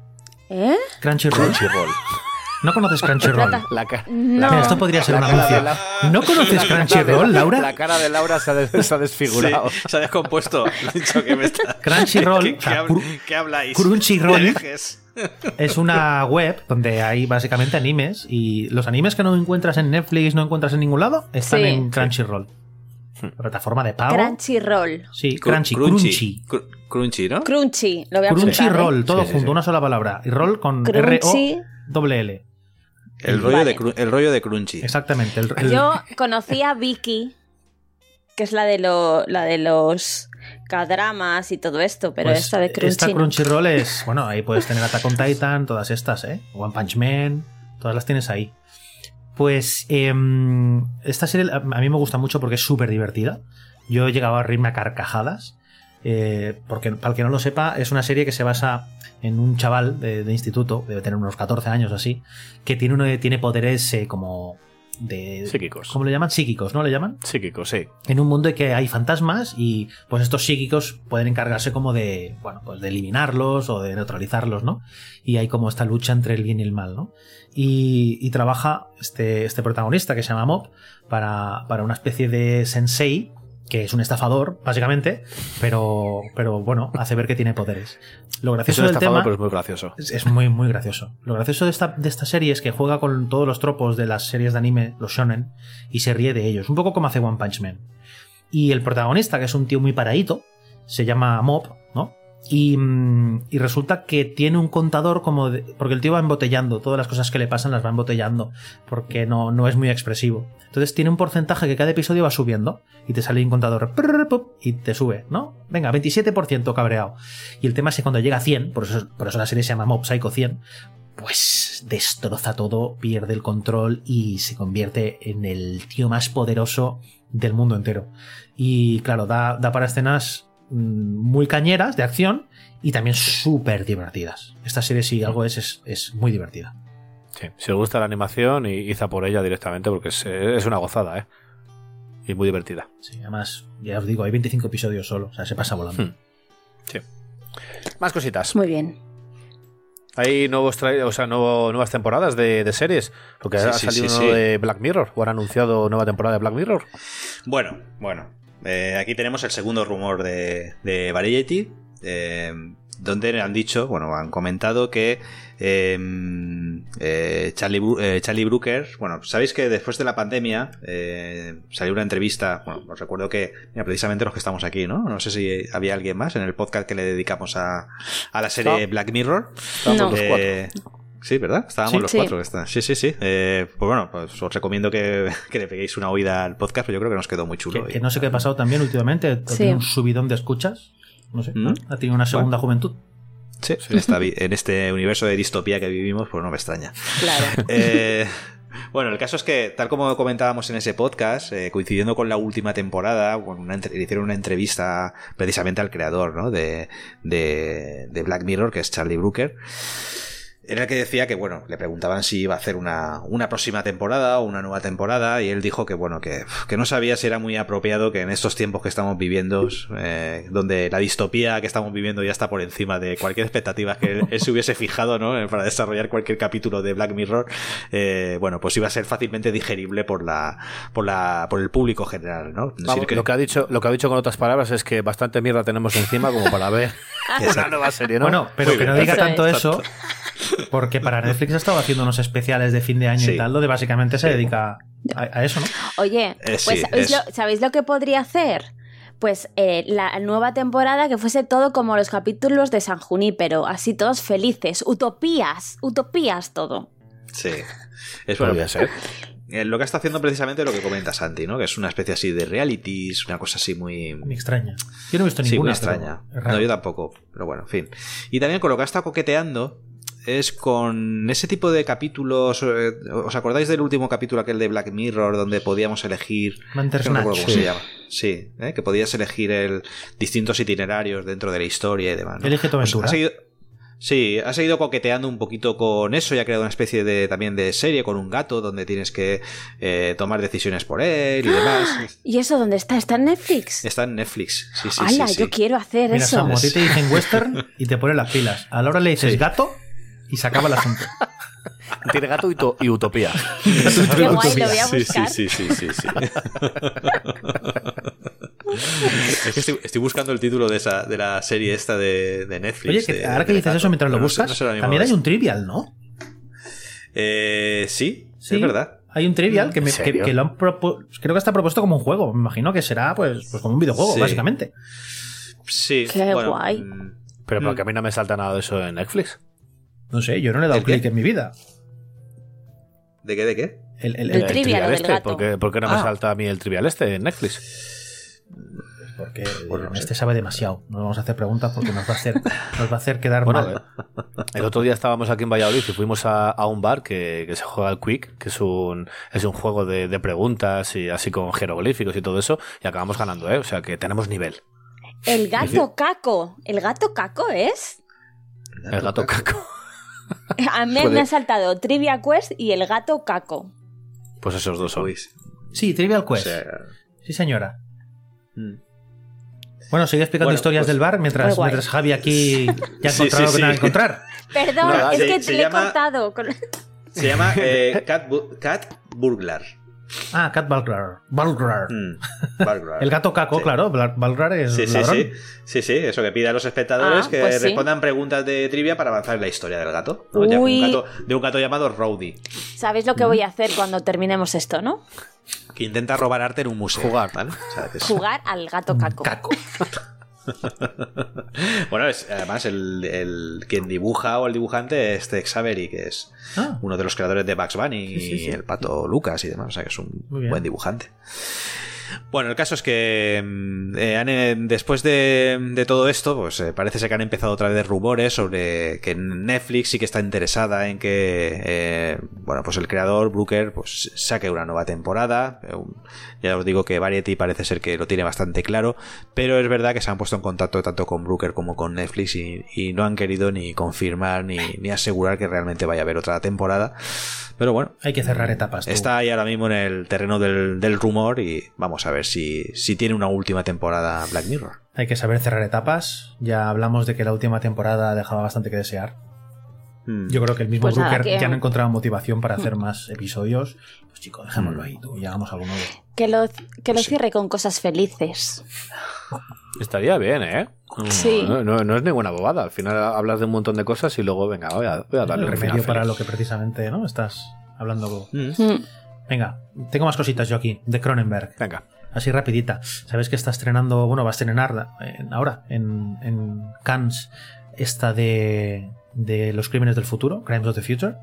¿Eh? Crunchyroll. Crunchyroll. ¿No conoces Crunchyroll? La ca- No. Mira, esto podría ser La una cara anuncio. de la- ¿No conoces Crunchyroll, Laura? La cara de Laura se ha, des- se ha desfigurado. Sí, se ha descompuesto. Le he dicho que me está... Crunchyroll, ¿Qué, o sea, qué hab- cru- ¿Qué habláis? Crunchyroll. De herejes. Es una web donde hay básicamente animes, y los animes que no encuentras en Netflix, no encuentras en ningún lado, están Sí. en Crunchyroll. Plataforma de pago. Crunchyroll. Sí, Crunchy, Crunchy. Crunchy, Crunchy, ¿no? Crunchy, lo voy a apuntar, Crunchyroll, ¿eh? todo Sí, sí, junto, sí. una sola palabra. Y roll con Crunchy. R O L L. El rollo, Vale. de, cru- el rollo de Crunchy. Exactamente. El, el- Yo conocí a Vicky, que es la de, lo, la de los K-dramas y todo esto, pero pues, esta de Crunchy esta no. Crunchyroll es, bueno, ahí puedes tener Attack on Titan, todas estas, ¿eh? One Punch Man, todas las tienes ahí. Pues eh, esta serie a mí me gusta mucho porque es súper divertida. Yo he llegado a reírme a carcajadas. Eh, porque, para el que no lo sepa, es una serie que se basa en un chaval de, de instituto, debe tener unos catorce años así, que tiene, uno, tiene poderes eh, como de... Psíquicos. ¿Cómo le llaman? Psíquicos, ¿no le llaman? Psíquico, sí. En un mundo en que hay fantasmas y pues estos psíquicos pueden encargarse como de, bueno, pues de eliminarlos o de neutralizarlos, ¿no? Y hay como esta lucha entre el bien y el mal, ¿no? Y, y trabaja este, este protagonista que se llama Mob para, para una especie de sensei, que es un estafador, básicamente, pero, pero bueno, hace ver que tiene poderes. Lo Es gracioso un del estafador, tema... pero es muy gracioso. Es, es muy, muy gracioso. Lo gracioso de esta, de esta serie es que juega con todos los tropos de las series de anime, los shonen, y se ríe de ellos. Un poco como hace One Punch Man. Y el protagonista, que es un tío muy paradito, se llama Mob, ¿no? Y, y resulta que tiene un contador como de, porque el tío va embotellando, todas las cosas que le pasan las va embotellando, porque no, no es muy expresivo. Entonces tiene un porcentaje que cada episodio va subiendo y te sale un contador prrr, pop, y te sube, ¿no? Venga, veintisiete por ciento cabreado. Y el tema es que cuando llega a cien, por eso, por eso la serie se llama Mob Psycho cien, pues destroza todo, pierde el control y se convierte en el tío más poderoso del mundo entero. Y claro, da, da para escenas muy cañeras de acción y también súper divertidas. Esta serie, si algo es, es, es muy divertida. Sí, si os gusta la animación, y iza por ella directamente porque es, es una gozada, ¿eh? Y muy divertida. Sí, además, ya os digo, hay veinticinco episodios solo, o sea, se pasa volando. Hmm. Sí. Más cositas. Muy bien. Hay nuevos tra- o sea, nuevo, nuevas temporadas de, de series. Porque Sí, ha sí, salido sí, uno sí. de Black Mirror, o han anunciado nueva temporada de Black Mirror. Bueno, bueno. eh, aquí tenemos el segundo rumor de, de Variety, eh, donde han dicho, bueno, han comentado que eh, eh, Charlie, eh, Charlie Brooker, bueno, sabéis que después de la pandemia eh, salió una entrevista, bueno, os recuerdo que, mira, precisamente los que estamos aquí, ¿no? No sé si había alguien más en el podcast que le dedicamos a, a la serie no. Black Mirror. No. Eh, Sí, ¿verdad? Estábamos sí, los sí. cuatro. Que están. Sí, sí, sí. Eh, pues bueno, pues os recomiendo que, que le peguéis una oída al podcast, pero yo creo que nos quedó muy chulo. Que, que no sé qué ha pasado también últimamente. Sí. Tiene un subidón de escuchas. No sé. ¿Mm? Ha tenido una segunda bueno. juventud. Sí, sí. En, esta, en este universo de distopía que vivimos, pues no me extraña. Claro. Eh, bueno, el caso es que, tal como comentábamos en ese podcast, eh, coincidiendo con la última temporada, bueno, una, le hicieron una entrevista precisamente al creador, ¿no? de, de, de Black Mirror, que es Charlie Brooker. En el que decía que, bueno, le preguntaban si iba a hacer una, una próxima temporada o una nueva temporada, y él dijo que, bueno, que, que no sabía si era muy apropiado que en estos tiempos que estamos viviendo, eh, donde la distopía que estamos viviendo ya está por encima de cualquier expectativa que él, él se hubiese fijado, ¿no? Para desarrollar cualquier capítulo de Black Mirror, eh, bueno, pues iba a ser fácilmente digerible por la, por la, por el público general, ¿no? Vamos, decir que... Lo que ha dicho, lo que ha dicho con otras palabras es que bastante mierda tenemos encima como para ver una nueva serie, ¿no? Bueno, pero muy que bien. no diga Eso tanto es. eso. Porque para Netflix ha estado haciendo unos especiales de fin de año sí. y tal, donde básicamente se dedica a, a eso, ¿no? Oye, eh, pues sí, ¿sabéis, es... lo, ¿sabéis lo que podría hacer? Pues eh, la nueva temporada que fuese todo como los capítulos de San Junípero, así todos felices, utopías, utopías todo. Sí, es bueno. Podría ser. Lo que está haciendo precisamente lo que comenta Santi, ¿no? Que es una especie así de realities, una cosa así muy... Muy extraña. Yo no he visto sí, ninguna. muy extraña. No, yo tampoco. Pero bueno, en fin. Y también con lo que ha estado coqueteando es con ese tipo de capítulos. ¿Os acordáis del último capítulo, aquel de Black Mirror, donde podíamos elegir? Manter no recuerdo cómo sí. se llama. Sí, ¿eh? Que podías elegir el distintos itinerarios dentro de la historia y demás, ¿no? Elige tu aventura. Pues ha seguido... Sí, ha seguido coqueteando un poquito con eso y ha creado una especie de también de serie con un gato donde tienes que eh, tomar decisiones por él y demás. ¿Y eso dónde está? ¿Está en Netflix? Está en Netflix. Sí, sí, ¡Hala! sí, sí. Yo quiero hacer Mira, eso. Samu, a ti te dicen western y te ponen las pilas. A Laura le dices sí. gato y se acaba el asunto. Tiene gato y, to- y utopía. Qué guay, lo voy a Sí, buscar. sí, sí, sí, sí, sí. Es que estoy, estoy buscando el título de esa de la serie esta de, de Netflix. Oye, que de, ahora que de dices gato. eso mientras lo No sé- buscas, no sé ahora mismo también hay dónde un trivial, ¿no? Eh, sí, Sí, es verdad. Hay un trivial que, me, ¿En que, serio? que lo han propu- creo que está propuesto como un juego. Me imagino que será pues, pues como un videojuego, Sí. básicamente. Sí. Qué bueno, guay. mm, Pero porque a mí no me salta nada de eso en Netflix. No sé, yo no le he dado ¿El qué? clic en mi vida. ¿De qué, de qué? El, el- El el- trivial, lo del este. gato. ¿Por qué, por qué no me Ah. salta a mí el trivial este en Netflix? porque Bueno, no este sé. sabe demasiado. No le vamos a hacer preguntas porque nos va a hacer, nos va a hacer quedar Bueno, mal. eh, el otro día estábamos aquí en Valladolid y fuimos a, a un bar que, que se juega al Quick, que es un, es un juego de, de preguntas y así con jeroglíficos y todo eso, y acabamos ganando, ¿eh? O sea que tenemos nivel. El gato caco. ¿El gato caco es? El gato caco. A mí Puede- me ha saltado Trivia Quest y el gato caco. Pues esos dos son. Uy, Sí, Trivial o Quest. sea, Sí, señora. mm. Bueno, sigue explicando Bueno, historias pues- del bar mientras, Muy guay. mientras Javi aquí ya ha Sí, encontrado sí, lo que no va a sí. encontrar. Perdón, No, es se- que se le llama- he cortado. con- Se llama eh, Cat, Bu- Cat Burglar. Ah, Cat Balgrar. Balgrar. Mm, Burglar. El gato caco, Sí. claro. Bal- Balgrar es Sí, sí, ladrón. sí. Sí, sí, eso que pide a los espectadores Ah, que pues sí. respondan preguntas de trivia para avanzar en la historia del gato. ¿no? Ya, Uy. un gato. De un gato llamado Rowdy, ¿Sabéis lo que voy a hacer cuando terminemos esto, no? que intenta robar arte en un museo. Jugar. ¿vale? O sea, que es- Jugar al gato caco. Caco. Bueno, es, además el, el quien dibuja o el dibujante es Tex Avery, que es Ah. uno de los creadores de Bugs Bunny Sí, sí, sí. y el pato Lucas y demás, o sea que es un Muy bien. buen dibujante. Bueno, el caso es que mm, eh, han, eh, después de, de todo esto, pues eh, parece ser que han empezado otra vez rumores sobre que Netflix sí que está interesada en que, eh, bueno, pues el creador Brooker pues saque una nueva temporada. Eh, un- ya os digo que Variety parece ser que lo tiene bastante claro, pero es verdad que se han puesto en contacto tanto con Brooker como con Netflix y, y no han querido ni confirmar ni, ni asegurar que realmente vaya a haber otra temporada. Pero bueno, Hay que cerrar etapas. tú. está ahí ahora mismo en el terreno del, del rumor y vamos a ver si, si tiene una última temporada Black Mirror. Hay que saber cerrar etapas. Ya hablamos de que la última temporada dejaba bastante que desear. Yo creo que el mismo Pues Brooker nada, que- ya no ha encontrado motivación para hacer más episodios. Pues chicos, dejémoslo ahí, tú, y hagamos algo nuevo. Que lo, que lo cierre con cosas felices. Estaría bien, ¿eh? No, Sí. No, no, no es ninguna bobada. Al final hablas de un montón de cosas y luego, venga, voy a, voy a darle El un final remedio para feliz. lo que precisamente no estás hablando. Mm. Mm. Venga, tengo más cositas yo aquí, de Cronenberg. Venga. Así rapidita. Sabes que está estrenando, bueno, va a estrenar en- ahora en, en Cannes esta de, de Los Crímenes del Futuro, Crimes of the Future.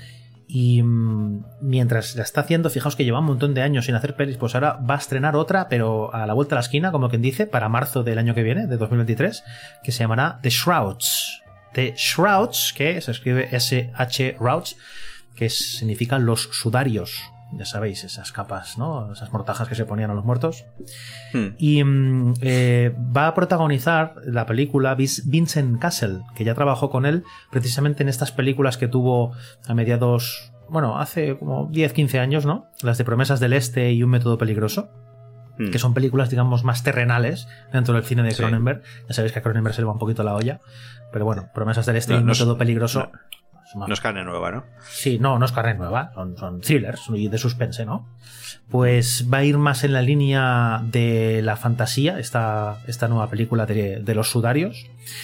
Y mm, mientras la está haciendo, fijaos que lleva un montón de años sin hacer pelis, pues ahora va a estrenar otra, pero a la vuelta de la esquina, como quien dice, para marzo del año que viene, de dos mil veintitrés, que se llamará The Shrouds. The Shrouds, que se escribe S H Rouds, que significan los sudarios. Ya sabéis, esas capas, ¿no? Esas mortajas que se ponían a los muertos. Hmm. Y mm, eh, va a protagonizar la película Vis- Vincent Cassel, que ya trabajó con él precisamente en estas películas que tuvo a mediados, bueno, hace como diez quince años, ¿no? Las de Promesas del Este y Un método peligroso, Hmm. que son películas, digamos, más terrenales dentro del cine de Sí. Cronenberg. Ya sabéis que a Cronenberg se le va un poquito la olla, pero bueno, Promesas del Este No, y Un no es- método peligroso... no. es más- No es carne nueva, ¿no? Sí, no, no es carne nueva, son, son thrillers y de suspense, ¿no? Pues va a ir más en la línea de la fantasía, esta, esta nueva película de, de los sudarios,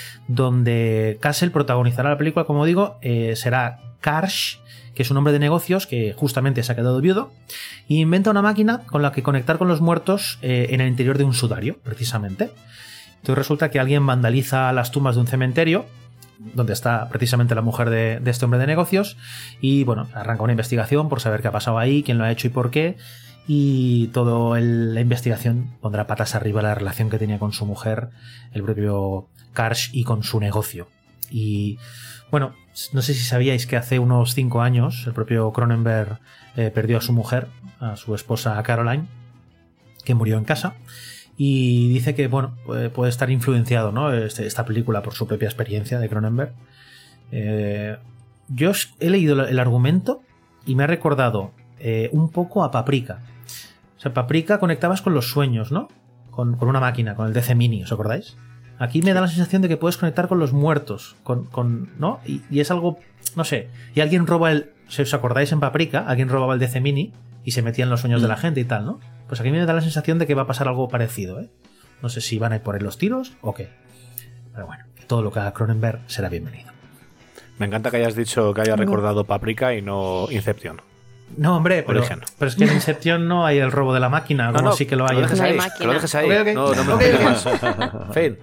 donde Castle protagonizará la película, como digo, eh, será Karsh, que es un hombre de negocios que justamente se ha quedado viudo, e inventa una máquina con la que conectar con los muertos eh, en el interior de un sudario, precisamente. Entonces resulta que alguien vandaliza las tumbas de un cementerio, donde está precisamente la mujer de, de este hombre de negocios, y bueno, arranca una investigación por saber qué ha pasado ahí, quién lo ha hecho y por qué, y toda la investigación pondrá patas arriba la relación que tenía con su mujer, el propio Karsh, y con su negocio. Y bueno, no sé si sabíais que hace unos cinco años el propio Cronenberg eh, perdió a su mujer, a su esposa Caroline, que murió en casa. Y dice que, bueno, puede, puede estar influenciado, ¿no? Este, esta película por su propia experiencia de Cronenberg. Eh, yo he leído el argumento y me ha recordado eh, un poco a Paprika. O sea, Paprika conectabas con los sueños, ¿no? Con, con una máquina, con el D C Mini, ¿os acordáis? Aquí me da la sensación de que puedes conectar con los muertos, con, con ¿no? Y, y es algo, no sé, y alguien roba el... Si os acordáis en Paprika, alguien robaba el D C Mini y se metía en los sueños mm. de la gente y tal, ¿no? Pues aquí me da la sensación de que va a pasar algo parecido, ¿eh? No sé si van a ir por ahí los tiros o qué. Pero bueno, todo lo que haga Cronenberg será bienvenido. Me encanta que hayas dicho que hayas recordado Paprika y no Inception. No, hombre, pero, Origen. pero es que en Inception no hay el robo de la máquina, como no, no, sí que lo hay. Que lo dejes No hay ahí, máquina. que lo dejes ahí. Ok, ok. No, no me lo Ok, expliques ok. más. Fin.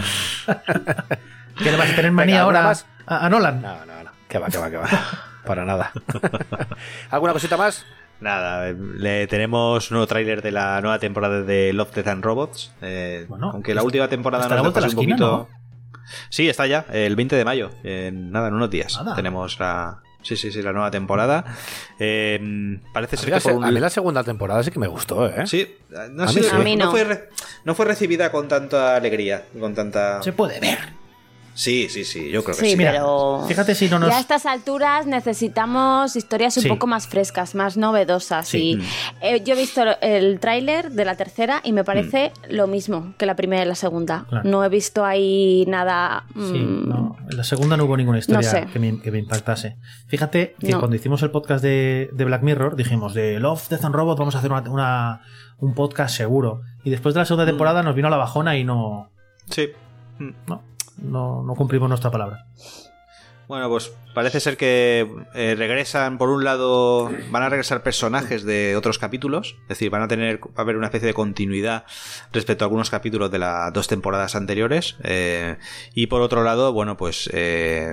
¿Qué le vas a tener manía Venga, ahora más? a, a Nolan? No, no, no. Que va, que va, que va. Para nada. ¿Alguna cosita más? Nada, le tenemos un nuevo tráiler de la nueva temporada de Love, Death and Robots. Eh, Bueno, aunque la última temporada está a nos la vuelta dejó de la así un esquina, poquito. Sí, está ya, el veinte de mayo. En, nada, en unos días. Nada. Tenemos la. Sí, sí, sí, la nueva temporada. Eh, parece A ser mí, la, que por se- un. a mí la segunda temporada sí que me gustó, ¿eh? Sí, no, ha A mí sido- sí. A mí no. no fue, re- no fue recibida con tanta alegría, con tanta. Se puede ver. Sí, sí, sí, yo creo que Sí, sí. Mira, pero fíjate si no nos... ya a estas alturas necesitamos historias un Sí. poco más frescas, más novedosas. Sí. Y eh, yo he visto el tráiler de la tercera y me parece lo mismo que la primera y la segunda. Claro. No he visto ahí nada... Sí, mm, no, en la segunda no hubo ninguna historia No sé. que, me, que me impactase. Fíjate que No. cuando hicimos el podcast de, de Black Mirror dijimos de Love, Death and Robots vamos a hacer una, una- un podcast seguro. Y después de la segunda temporada nos vino la bajona y no, Sí. no, no, no cumplimos nuestra palabra. Bueno, pues parece ser que eh, regresan, por un lado, van a regresar personajes de otros capítulos, es decir, van a tener, va a haber una especie de continuidad respecto a algunos capítulos de las dos temporadas anteriores, eh, y por otro lado, bueno, pues eh,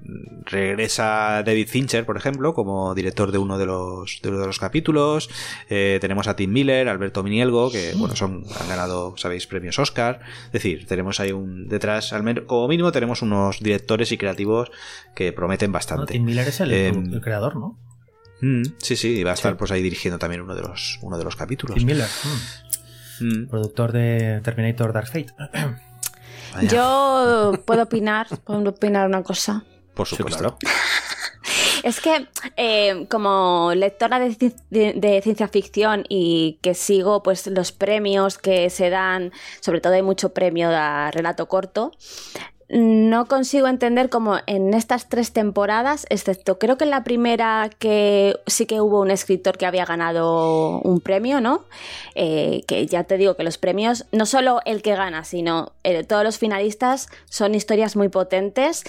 regresa David Fincher, por ejemplo, como director de uno de los, de uno de los capítulos, eh, tenemos a Tim Miller, Alberto Minielgo, que, bueno, son, han ganado, sabéis, premios Oscar, es decir, tenemos ahí un, detrás, al menos, como mínimo, tenemos unos directores y creativos que prometen No, bastante. Tim Miller es el, Eh, el creador, ¿no? Mm, sí, sí, y va a estar Sí. pues ahí dirigiendo también uno de los, uno de los capítulos. Tim Miller, mm, Mm, productor de Terminator Dark Fate. vaya, Yo puedo opinar, puedo opinar una cosa. por Sí, supuesto. claro. Es que eh, como lectora de, ci- de- de ciencia ficción y que sigo pues los premios que se dan, sobre todo hay mucho premio de relato corto, no consigo entender cómo en estas tres temporadas, excepto creo que en la primera que sí que hubo un escritor que había ganado un premio, ¿no? Eh, que ya te digo que los premios, no solo el que gana, sino eh, todos los finalistas son historias muy potentes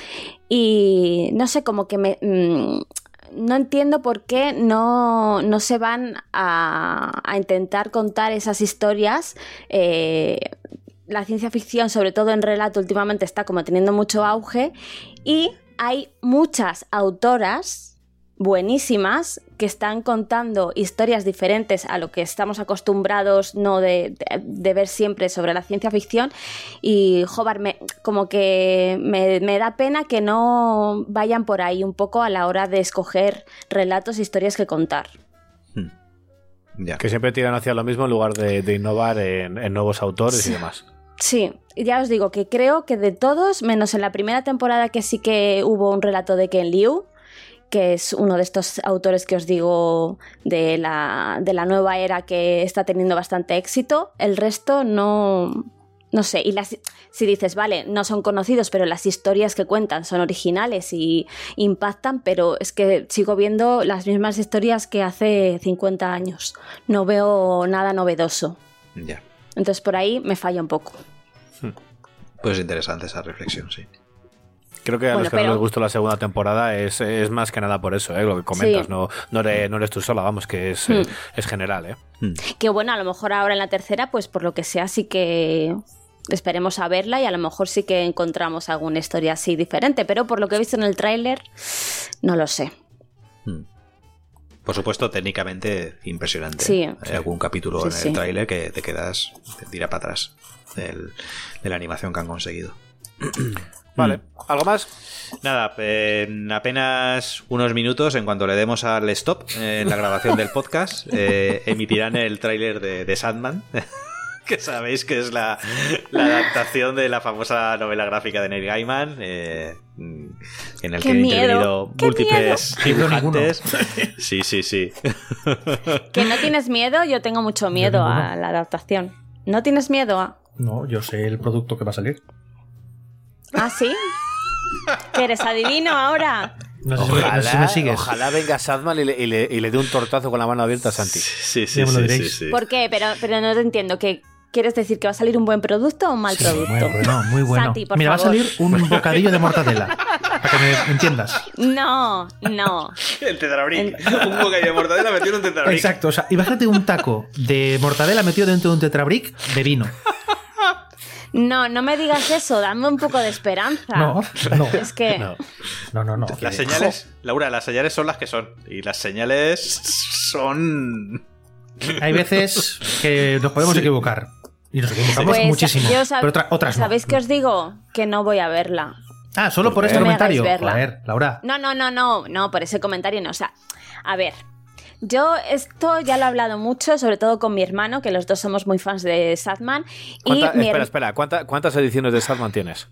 y no sé, como que me... Mmm, no entiendo por qué no, no se van a, a intentar contar esas historias. Eh, la ciencia ficción, sobre todo en relato, últimamente está como teniendo mucho auge y hay muchas autoras buenísimas que están contando historias diferentes a lo que estamos acostumbrados no de, de, de ver siempre sobre la ciencia ficción y joder, me, como que me, me da pena que no vayan por ahí un poco a la hora de escoger relatos e historias que contar. Hmm. Yeah. Que siempre tiran hacia lo mismo en lugar de, de innovar en, en nuevos autores sí. y demás. Sí, ya os digo que creo que de todos, menos en la primera temporada que sí que hubo un relato de Ken Liu, que es uno de estos autores que os digo de la, de la nueva era que está teniendo bastante éxito, el resto no, no sé. Y las, si dices, vale, no son conocidos, pero las historias que cuentan son originales y impactan, pero es que sigo viendo las mismas historias que hace cincuenta años. No veo nada novedoso. Ya. Yeah. Entonces por ahí me falla un poco. Pues interesante esa reflexión, sí. Creo que a bueno, los que pero... no les gustó la segunda temporada es, es más que nada por eso, ¿eh? Lo que comentas, sí. no, no, eres, no eres tú sola, vamos, que es, hmm. eh, es general. ¿eh? Hmm. Que bueno, a lo mejor ahora en la tercera, pues por lo que sea, sí que esperemos a verla y a lo mejor sí que encontramos alguna historia así diferente, pero por lo que he visto en el tráiler, no lo sé. Hmm. Por supuesto, técnicamente impresionante. Sí. Hay algún capítulo sí, en sí. el tráiler que te quedas, te tira para atrás del, de la animación que han conseguido. Vale, ¿algo más? Nada, en apenas unos minutos, en cuanto le demos al stop eh, en la grabación del podcast, eh, emitirán el tráiler de, de Sandman, que sabéis que es la, la adaptación de la famosa novela gráfica de Neil Gaiman, eh, en el ¡Qué que han miedo! intervenido ¡Qué múltiples dibujantes. Sí, sí, sí. ¿Que no tienes miedo? Yo tengo mucho miedo a la adaptación. ¿No tienes miedo a...? No, yo sé el producto que va a salir. ¿Ah, sí? ¿Que eres adivino ahora? No sé, ojalá, si, no sé si me sigues. Ojalá venga Sandman y le, y, le, y le dé un tortazo con la mano abierta a Santi. Sí, sí, sí, sí, sí. ¿Por qué? Pero, pero no te entiendo. ¿Qué quieres decir? ¿Que va a salir un buen producto o un mal sí, producto? Muy bueno, muy bueno. Santi, por Mira, favor. va a salir un bocadillo de mortadela. Para que me entiendas. No, no. El tetrabric. El... Un bocadillo de mortadela metido en un tetrabric. Exacto. O sea, imagínate un taco de mortadela metido dentro de un tetrabric de vino. No, no me digas eso, dame un poco de esperanza. No, no. Es que... No, no, no. no. Las señales, Laura, las señales son las que son. Y las señales son... Hay veces que nos podemos sí. equivocar. Y nos equivocamos pues, muchísimo. Yo sab- pero otra, otras no. ¿Sabéis que os digo? Que no voy a verla. Ah, solo por, por este no comentario. A ver, Laura. No, no, no, no, no, por ese comentario no. O sea, a ver... Yo esto ya lo he hablado mucho, sobre todo con mi hermano, que los dos somos muy fans de Sandman. Y espera, mi her- espera, ¿Cuánta, ¿cuántas ediciones de Sandman tienes?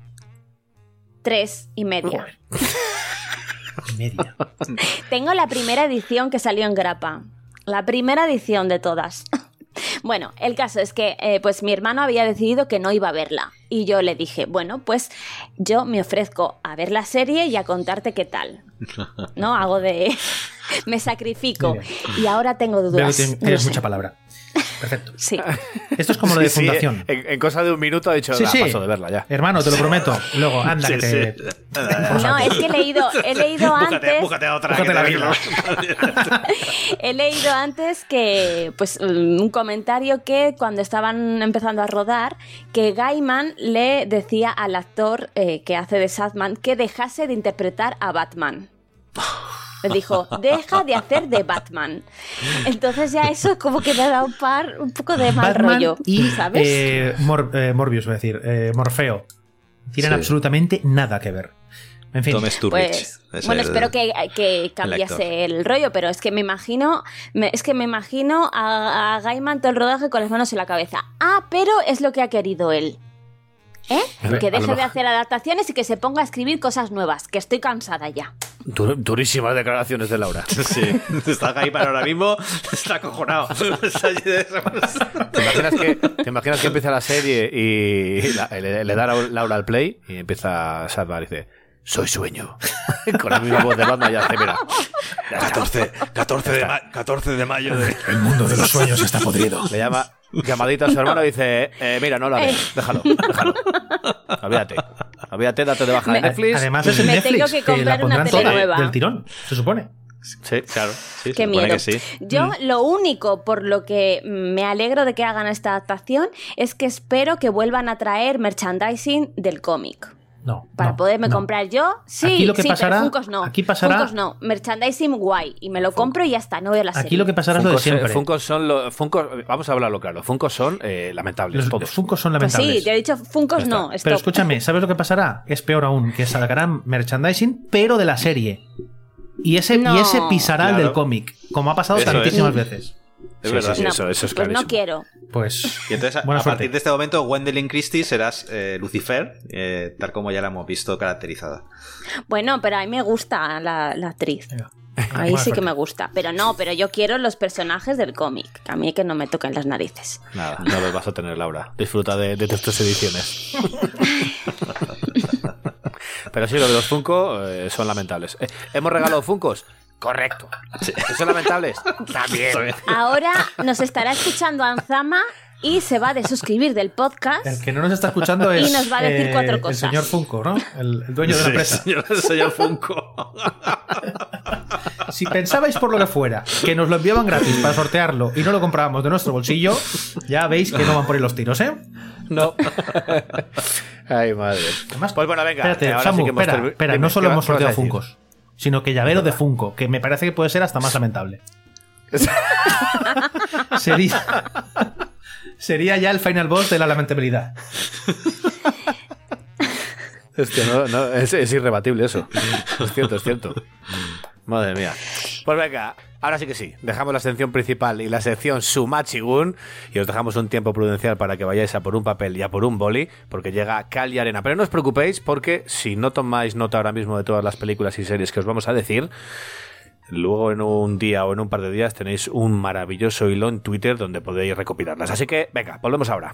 Tres y media. Y media. Tengo la primera edición que salió en grapa. La primera edición de todas. Bueno, el caso es que eh, pues mi hermano había decidido que no iba a verla. Y yo le dije, bueno, pues yo me ofrezco a ver la serie y a contarte qué tal. ¿No? Hago de... me sacrifico. Y ahora tengo dudas. Veo que tienes no mucha palabra. Perfecto. Sí. Esto es como lo de sí, fundación. Sí, en, en cosa de un minuto ha dicho, sí, ah, sí. paso de verla ya. Hermano, te lo prometo. Luego, anda, sí, que te... Sí. No, es que he leído, he leído búscate, antes... Búscate a otra. Búscate la vida. He leído antes que, pues, un comentario que cuando estaban empezando a rodar, que Gaiman le decía al actor eh, que hace de Sandman que dejase de interpretar a Batman. Le dijo, deja de hacer de Batman. Entonces ya eso como que me ha dado un, par, un poco de mal Batman rollo, y, ¿sabes? Eh, Mor, eh, Morbius, voy a decir, eh, Morfeo. Tienen sí. absolutamente nada que ver. En fin. Tom Sturridge. Pues, bueno, el, espero que, que cambiase el, el rollo, pero es que me imagino, me, es que me imagino a, a Gaiman todo el rodaje con las manos en la cabeza. Ah, pero es lo que ha querido él. ¿Eh? Ver, que deje de hacer adaptaciones y que se ponga a escribir cosas nuevas, que estoy cansada ya. Dur- durísimas declaraciones de Laura. Sí, está ahí para ahora mismo, está acojonado. Está allí de- ¿Te imaginas que, te imaginas que empieza la serie y la- le, le da Laura al play y empieza Sadbar y dice: soy sueño. Con la misma voz de Batman ya hace, mira. Ya está. catorce, catorce, de ma- catorce de mayo de... El mundo de los sueños está podrido. Le llama llamadita a su hermano y dice: eh, mira, no lo haré, déjalo, déjalo. Olvídate. Olvídate, date de baja de Me- Netflix. Además es en Me Netflix, tengo que la comprar una pondrán tele toda nueva. del tirón, se supone. Sí, Claro, sí, se Qué supone miedo. que sí. Yo lo único por lo que me alegro de que hagan esta adaptación es que espero que vuelvan a traer merchandising del cómic. No. Para no, poderme no. comprar yo, sí, Aquí lo que sí, pasará- pero Funkos no. aquí pasará- Funkos no, merchandising guay. Y me lo compro y ya está, no veo la serie. Aquí lo que pasará es lo de Funkos, eh, siempre. Funkos son los. Funkos, vamos a hablarlo claro. Funkos son eh, lamentables, Los todos. Funkos son Pues lamentables. sí, te he dicho Funkos Ya está. no. Pero stop. escúchame, ¿sabes lo que pasará? Es peor aún, que sacarán merchandising, pero de la serie. Y ese, No. y ese pisará el Claro. del cómic, como ha pasado Eso tantísimas es. veces. Es Sí, verdad. sí, sí, No, eso, eso es pues clarísimo. no quiero. Pues Y entonces, a, buena a suerte. partir de este momento, Gwendolyn Christie serás eh, Lucifer, eh, tal como ya la hemos visto caracterizada. Bueno, pero a mí me gusta la, la actriz. Venga. Ahí Buena sí que suerte. me gusta. Pero no, pero yo quiero los personajes del cómic. Que a mí que no me toquen las narices. Nada, no los vas a tener, Laura. Disfruta de, de tus ediciones. Pero sí, lo de los Funko eh, son lamentables. Eh, ¿Hemos regalado Funkos? Correcto. ¿Que son lamentables? También. Ahora nos estará escuchando Anzama y se va a desuscribir del podcast. El que no nos está escuchando Y es nos va a decir cuatro el cosas. señor Funko, ¿no? El, el dueño de la Sí, empresa. señor, señor Funko. Si pensabais por lo que fuera que nos lo enviaban gratis para sortearlo y no lo comprábamos de nuestro bolsillo, ya veis que no van por ahí los tiros, ¿eh? No. Ay, madre. Además, Pues bueno, venga. Espérate, eh, ahora Samu, sí que hemos espera, termi- espera, Dime, no solo ¿qué hemos vas a sorteado decir? Funkos, sino que llaveros de Funko, que me parece que puede ser hasta más lamentable. Sería, sería ya el final boss de la lamentabilidad. Hostia, no, no, es, es irrebatible eso. Es cierto, es cierto. Madre mía. Pues venga, ahora sí que sí. Dejamos la sección principal y la sección Sumachigun y os dejamos un tiempo prudencial para que vayáis a por un papel y a por un boli, porque llega cal y arena. Pero no os preocupéis, porque si no tomáis nota ahora mismo de todas las películas y series que os vamos a decir, luego en un día o en un par de días tenéis un maravilloso hilo en Twitter donde podéis recopilarlas. Así que, venga, volvemos ahora.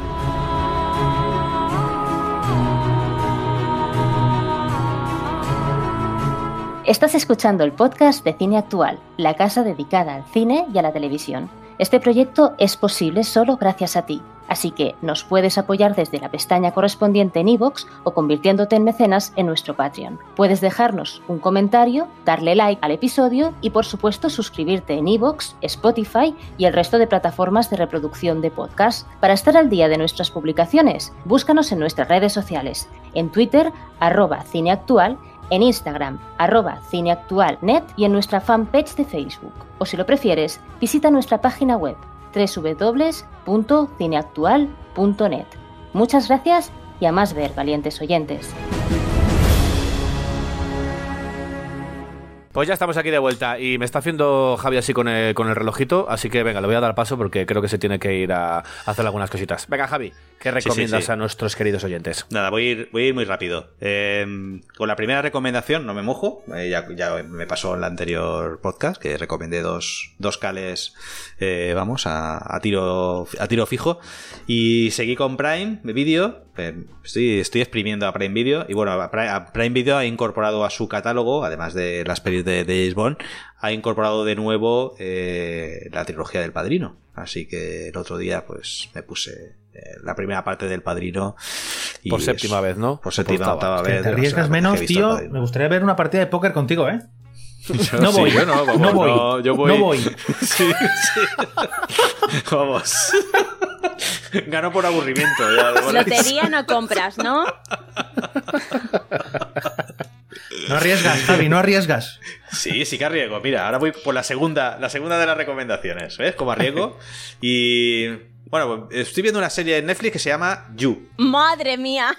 Estás escuchando el podcast de Cine Actual, la casa dedicada al cine y a la televisión. Este proyecto es posible solo gracias a ti, así que nos puedes apoyar desde la pestaña correspondiente en iVoox o convirtiéndote en mecenas en nuestro Patreon. Puedes dejarnos un comentario, darle like al episodio y por supuesto suscribirte en iVoox, Spotify y el resto de plataformas de reproducción de podcast. Para estar al día de nuestras publicaciones, búscanos en nuestras redes sociales, en Twitter, arroba cineactual, en Instagram, arroba cineactualnet y en nuestra fanpage de Facebook. O si lo prefieres, visita nuestra página web doble u doble u doble u punto cineactual punto net. Muchas gracias y a más ver, valientes oyentes. Pues ya estamos aquí de vuelta y me está haciendo Javi así con el, con el relojito, así que venga, le voy a dar paso porque creo que se tiene que ir a hacer algunas cositas. Venga, Javi, ¿qué recomiendas sí, sí. a nuestros queridos oyentes? Nada, voy a ir, voy a ir muy rápido. Eh, con la primera recomendación, no me mojo. Eh, ya, ya me pasó en el anterior podcast que recomendé dos, dos cales, eh, vamos, a, a, tiro, a tiro fijo. Y seguí con Prime Video. Eh, estoy, estoy exprimiendo a Prime Video. Y bueno, a Prime, a Prime Video ha incorporado a su catálogo, además de las pelis de, de James Bond, ha incorporado de nuevo eh, la trilogía del Padrino. Así que el otro día pues me puse eh, la primera parte del Padrino. Y Por séptima es- vez, ¿no? Por séptima, Por octava octava. vez. Te de arriesgas las menos, que he visto tío. el Padrino. Me gustaría ver una partida de póker contigo, ¿eh? Yo No sí, voy, yo no, vamos, no voy, no, yo voy. no voy. Sí, sí. Vamos. Gano por aburrimiento. Ya, de bolas. Lotería no compras, ¿no? No arriesgas, Javi, no arriesgas. Sí, sí que arriesgo. Mira, ahora voy por la segunda, la segunda de las recomendaciones. ¿Ves cómo arriesgo? Y bueno, pues, estoy viendo una serie en Netflix que se llama You. Madre mía.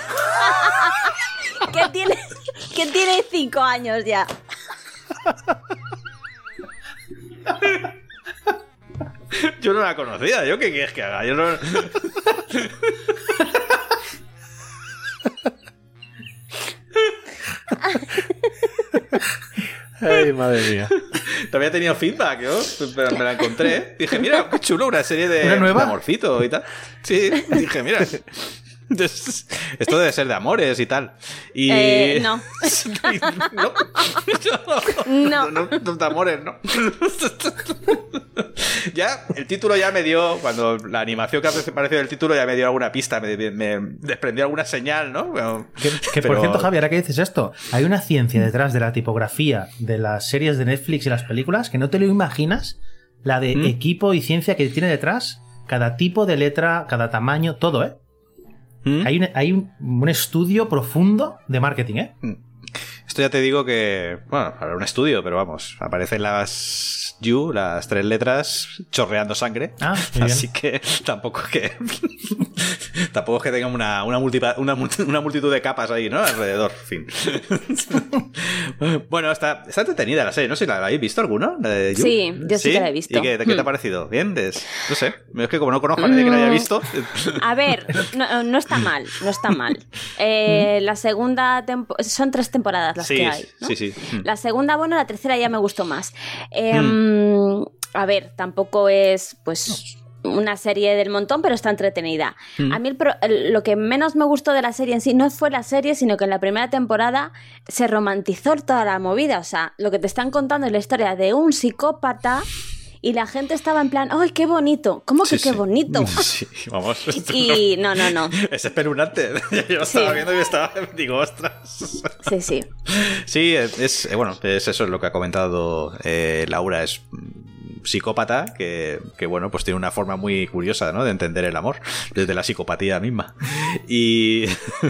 que tiene, que tiene cinco años ya. Yo no la conocía. ¿Yo qué quieres que haga? Yo no... Ay, madre mía. No había tenido feedback, yo me, me la encontré. Dije, mira, qué chulo, una serie de, ¿Una nueva? de amorcito y tal. Sí, dije, mira, esto debe ser de amores y tal. Y... Eh, no. no. No. No, no, no de amores, no. Ya, el título ya me dio, cuando la animación que apareció del título ya me dio alguna pista, me, me, me desprendió alguna señal, ¿no? Bueno, Que, que pero- por cierto, Javier, ahora que dices esto, hay una ciencia detrás de la tipografía de las series de Netflix y las películas que no te lo imaginas, la de ¿Mm? equipo y ciencia que tiene detrás, cada tipo de letra, cada tamaño, todo, ¿eh? ¿Mm? Hay, un, hay un, un estudio profundo de marketing, ¿eh? Esto ya te digo que, bueno, para un estudio, pero vamos, aparecen las You, las tres letras, chorreando sangre. Ah, muy bien. Así que tampoco es que tampoco es que tengan una, una, multipa- una, multi- una multitud de capas ahí, ¿no? Alrededor, en fin. Bueno, está, está entretenida la serie, no sé, ¿la habéis visto alguno? ¿La de You? Sí, yo sí que la he visto. ¿Y qué, qué te ha Hmm. parecido? ¿Bien? Es- no sé, es que como no conozco a nadie que la haya visto... A ver, no, no está mal, no está mal. Eh, la segunda tempo- son tres temporadas las sí, que hay, ¿no? sí, sí. Hmm. La segunda, bueno, la tercera ya me gustó más. Eh, A ver, tampoco es, pues, una serie del montón, pero está entretenida. Mm. A mí el pro- el- lo que menos me gustó de la serie en sí no fue la serie, sino que en la primera temporada se romantizó toda la movida. O sea, lo que te están contando es la historia de un psicópata y la gente estaba en plan, ¡ay, qué bonito! ¿Cómo que Sí, qué sí. bonito? Sí, vamos. esto Y no, no, no. Es espeluznante. Yo lo Sí. estaba viendo y estaba, digo, ostras. Sí, sí. Sí, es, eh, bueno, es eso es lo que ha comentado eh, Laura, es mm, psicópata que, que, bueno, pues tiene una forma muy curiosa, ¿no?, de entender el amor, desde la psicopatía misma. Y,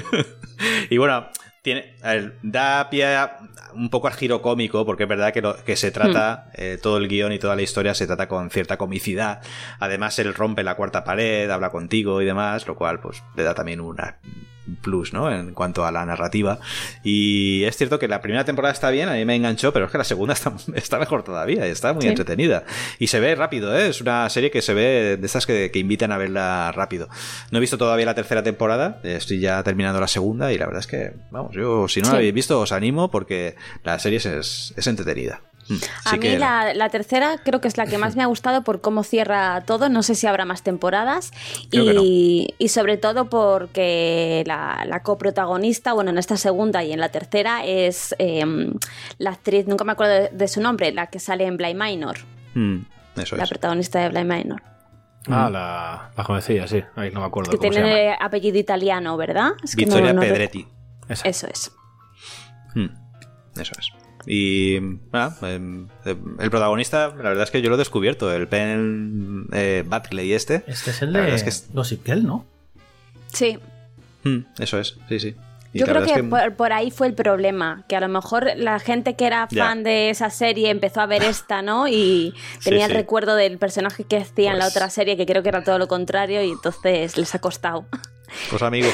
y bueno, tiene, a ver, da pie a- un poco al giro cómico, porque es verdad que, lo, que se trata, eh, todo el guión y toda la historia se trata con cierta comicidad. Además, él rompe la cuarta pared, habla contigo y demás, lo cual pues le da también una, un plus, ¿no?, en cuanto a la narrativa. Y es cierto que la primera temporada está bien, a mí me enganchó, pero es que la segunda está, está mejor todavía, está muy Sí. entretenida. Y se ve rápido, ¿eh? Es una serie que se ve de estas que, que invitan a verla rápido. No he visto todavía la tercera temporada, estoy ya terminando la segunda y la verdad es que, vamos, yo si no Sí. la habéis visto os animo porque la serie es, es entretenida. Mm. A Así mí que la, la tercera creo que es la que más me ha gustado por cómo cierra todo. No sé si habrá más temporadas. Creo que Y, y sobre todo porque la, la coprotagonista, bueno, en esta segunda y en la tercera es eh, la actriz, nunca me acuerdo de, de su nombre, la que sale en Bly Minor. Mm, eso La es. protagonista de Bly Minor. Ah, la, la jovencilla, sí. Ahí no me acuerdo Que cómo se tiene llama. apellido italiano, ¿verdad? Es que no- Victoria no rec- Pedretti. Esa. Eso es. Mm, eso es. Y ah, em, em, el protagonista, la verdad es que yo lo he descubierto, el Penn eh, Badgley este. Este es el La de verdad es que es- Gossip Girl, ¿no? Sí. Mm, eso es, sí, sí. Y Yo la creo verdad que, es que- Por, por ahí fue el problema, que a lo mejor la gente que era Ya. fan de esa serie empezó a ver esta, ¿no? Y tenía Sí, el sí. recuerdo del personaje que hacía en la Pues- otra serie, que creo que era todo lo contrario, y entonces les ha costado. Pues amigo.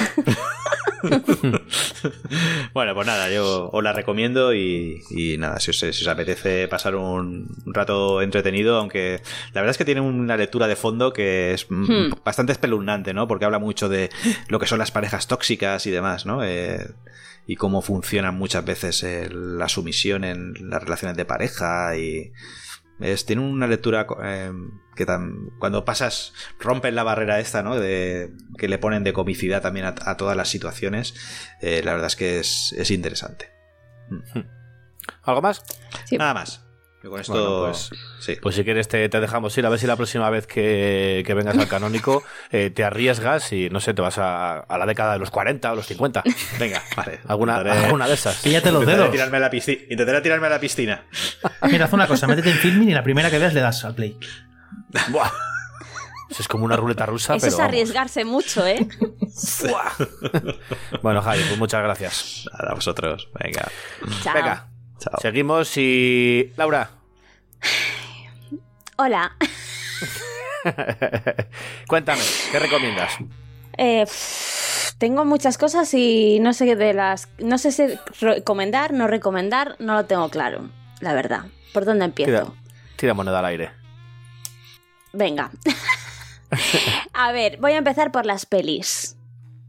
Bueno, pues nada, yo os la recomiendo y, y nada, si os, si os apetece pasar un, un rato entretenido, aunque la verdad es que tiene una lectura de fondo que es mm, Hmm. bastante espeluznante, ¿no? Porque habla mucho de lo que son las parejas tóxicas y demás, ¿no? Eh, y cómo funcionan muchas veces eh, la sumisión en las relaciones de pareja y... Es, tiene una lectura eh, que tan, cuando pasas, rompes la barrera esta, ¿no? De, que le ponen de comicidad también a, a todas las situaciones. Eh, la verdad es que es, es interesante. ¿Algo más? Sí. Nada más. Yo con esto, Bueno, pues- sí. Pues si quieres te, te dejamos ir, a ver si la próxima vez que, que vengas al canónico eh, te arriesgas y, no sé, te vas a, a la década de los cuarenta o los cincuenta. Venga, vale. Alguna, Intentaré- alguna de esas. Píllate los intentaré dedos. tirarme a la piscina. Intentaré tirarme a la piscina. Mira, haz una cosa, métete en Filmin y la primera que veas le das al play. Buah. Eso es como una ruleta rusa, Eso pero es arriesgarse mucho, ¿eh? vamos. Bueno, Javi, pues muchas gracias. Nada, a vosotros. Venga. Chao. Venga, Chao. seguimos y... Laura. Hola. Cuéntame, ¿qué recomiendas? Eh, pff, tengo muchas cosas y no sé de las... No sé si recomendar, no recomendar, no lo tengo claro, la verdad. ¿Por dónde empiezo? Tira, tira moneda al aire. Venga. A ver, voy a empezar por las pelis.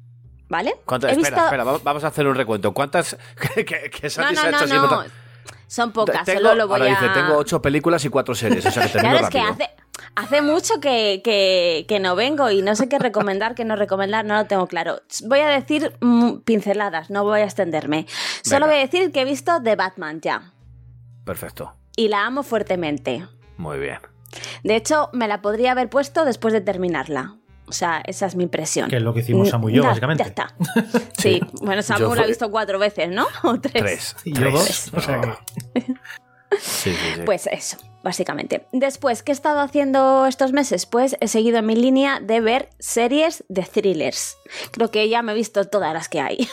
¿Vale? ¿Cuántas- He espera, visto- espera, va- vamos a hacer un recuento. ¿Cuántas que, que, que No, Santi no, se ha no, hecho así no. nota- Son pocas, tengo, solo lo voy ahora a... dice, tengo ocho películas y cuatro series, o sea que termino Claro, es rápido. que hace, hace mucho que, que, que no vengo y no sé qué recomendar, qué no recomendar, no lo tengo claro. Voy a decir mm, pinceladas, no voy a extenderme. Solo Venga. voy a decir que he visto The Batman ya. Perfecto. Y la amo fuertemente. Muy bien. De hecho, me la podría haber puesto después de terminarla. O sea, esa es mi impresión. Que es lo que hicimos Samu y yo, Ya- básicamente. Ya está. Sí, bueno, Samu Yo la fue- ha visto cuatro veces, ¿no? O tres. Tres. Y yo Tres. dos. O sea que... Sí, sí, sí. Pues eso, básicamente. Después, ¿qué he estado haciendo estos meses? Pues he seguido mi línea de ver series de thrillers. Creo que ya me he visto todas las que hay.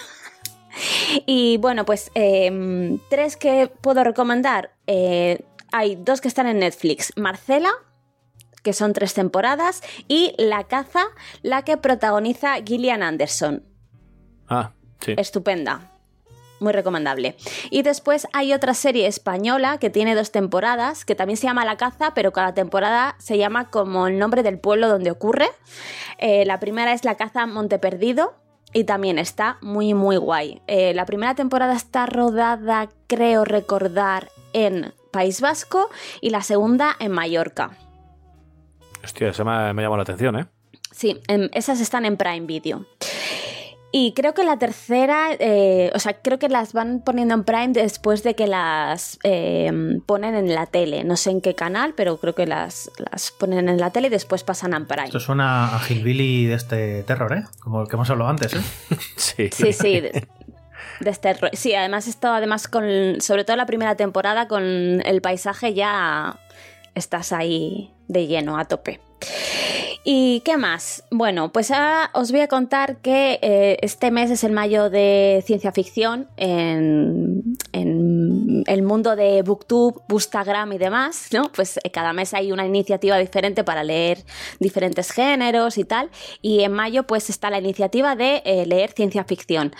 Y bueno, pues eh, tres que puedo recomendar. Eh, hay dos que están en Netflix. Marcela, que son tres temporadas, y La caza, la que protagoniza Gillian Anderson. Ah, sí. Estupenda. Muy recomendable. Y después hay otra serie española que tiene dos temporadas, que también se llama La caza, pero cada temporada se llama como el nombre del pueblo donde ocurre. Eh, la primera es La caza Monte Perdido y también está muy, muy guay. Eh, la primera temporada está rodada, creo recordar, en País Vasco y la segunda en Mallorca. Hostia, eso me, me llamó la atención, ¿eh? Sí, en- esas están en Prime Video. Y creo que la tercera, eh, o sea, creo que las van poniendo en Prime después de que las eh, ponen en la tele. No sé en qué canal, pero creo que las, las ponen en la tele y después pasan a Prime. Esto suena a Hillbilly de este terror, ¿eh? Como el que hemos hablado antes, ¿eh? Sí. Sí, sí, de, de este ro- sí, además esto, además con, sobre todo la primera temporada, con el paisaje ya estás ahí de lleno, a tope. ¿Y qué más? Bueno, pues ahora os voy a contar que eh, este mes es el mayo de ciencia ficción en, en el mundo de Booktube, Bookstagram y demás, ¿no? Pues eh, cada mes hay una iniciativa diferente para leer diferentes géneros y tal, y en mayo pues está la iniciativa de eh, leer ciencia ficción.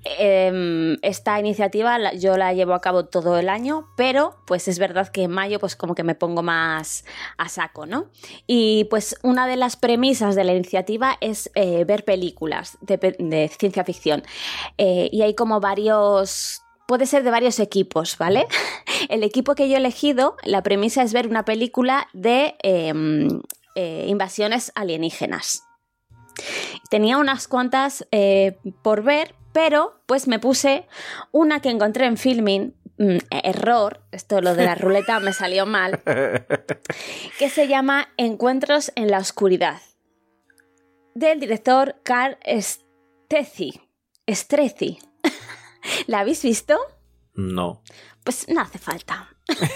Eh, esta iniciativa la, yo la llevo a cabo todo el año, pero pues es verdad que en mayo pues como que me pongo más a saco, ¿no? Y pues una de las premisas de la iniciativa es eh, ver películas de, pe- de ciencia ficción. Eh, y hay como varios... Puede ser de varios equipos, ¿vale? El equipo que yo he elegido, la premisa es ver una película de eh, eh, invasiones alienígenas. Tenía unas cuantas eh, por ver, pero pues me puse una que encontré en Filmin. Mm, error, esto lo de la ruleta me salió mal, que se llama Encuentros en la oscuridad, del director Carl Strezi. Strezi. ¿La habéis visto? No. Pues no hace falta.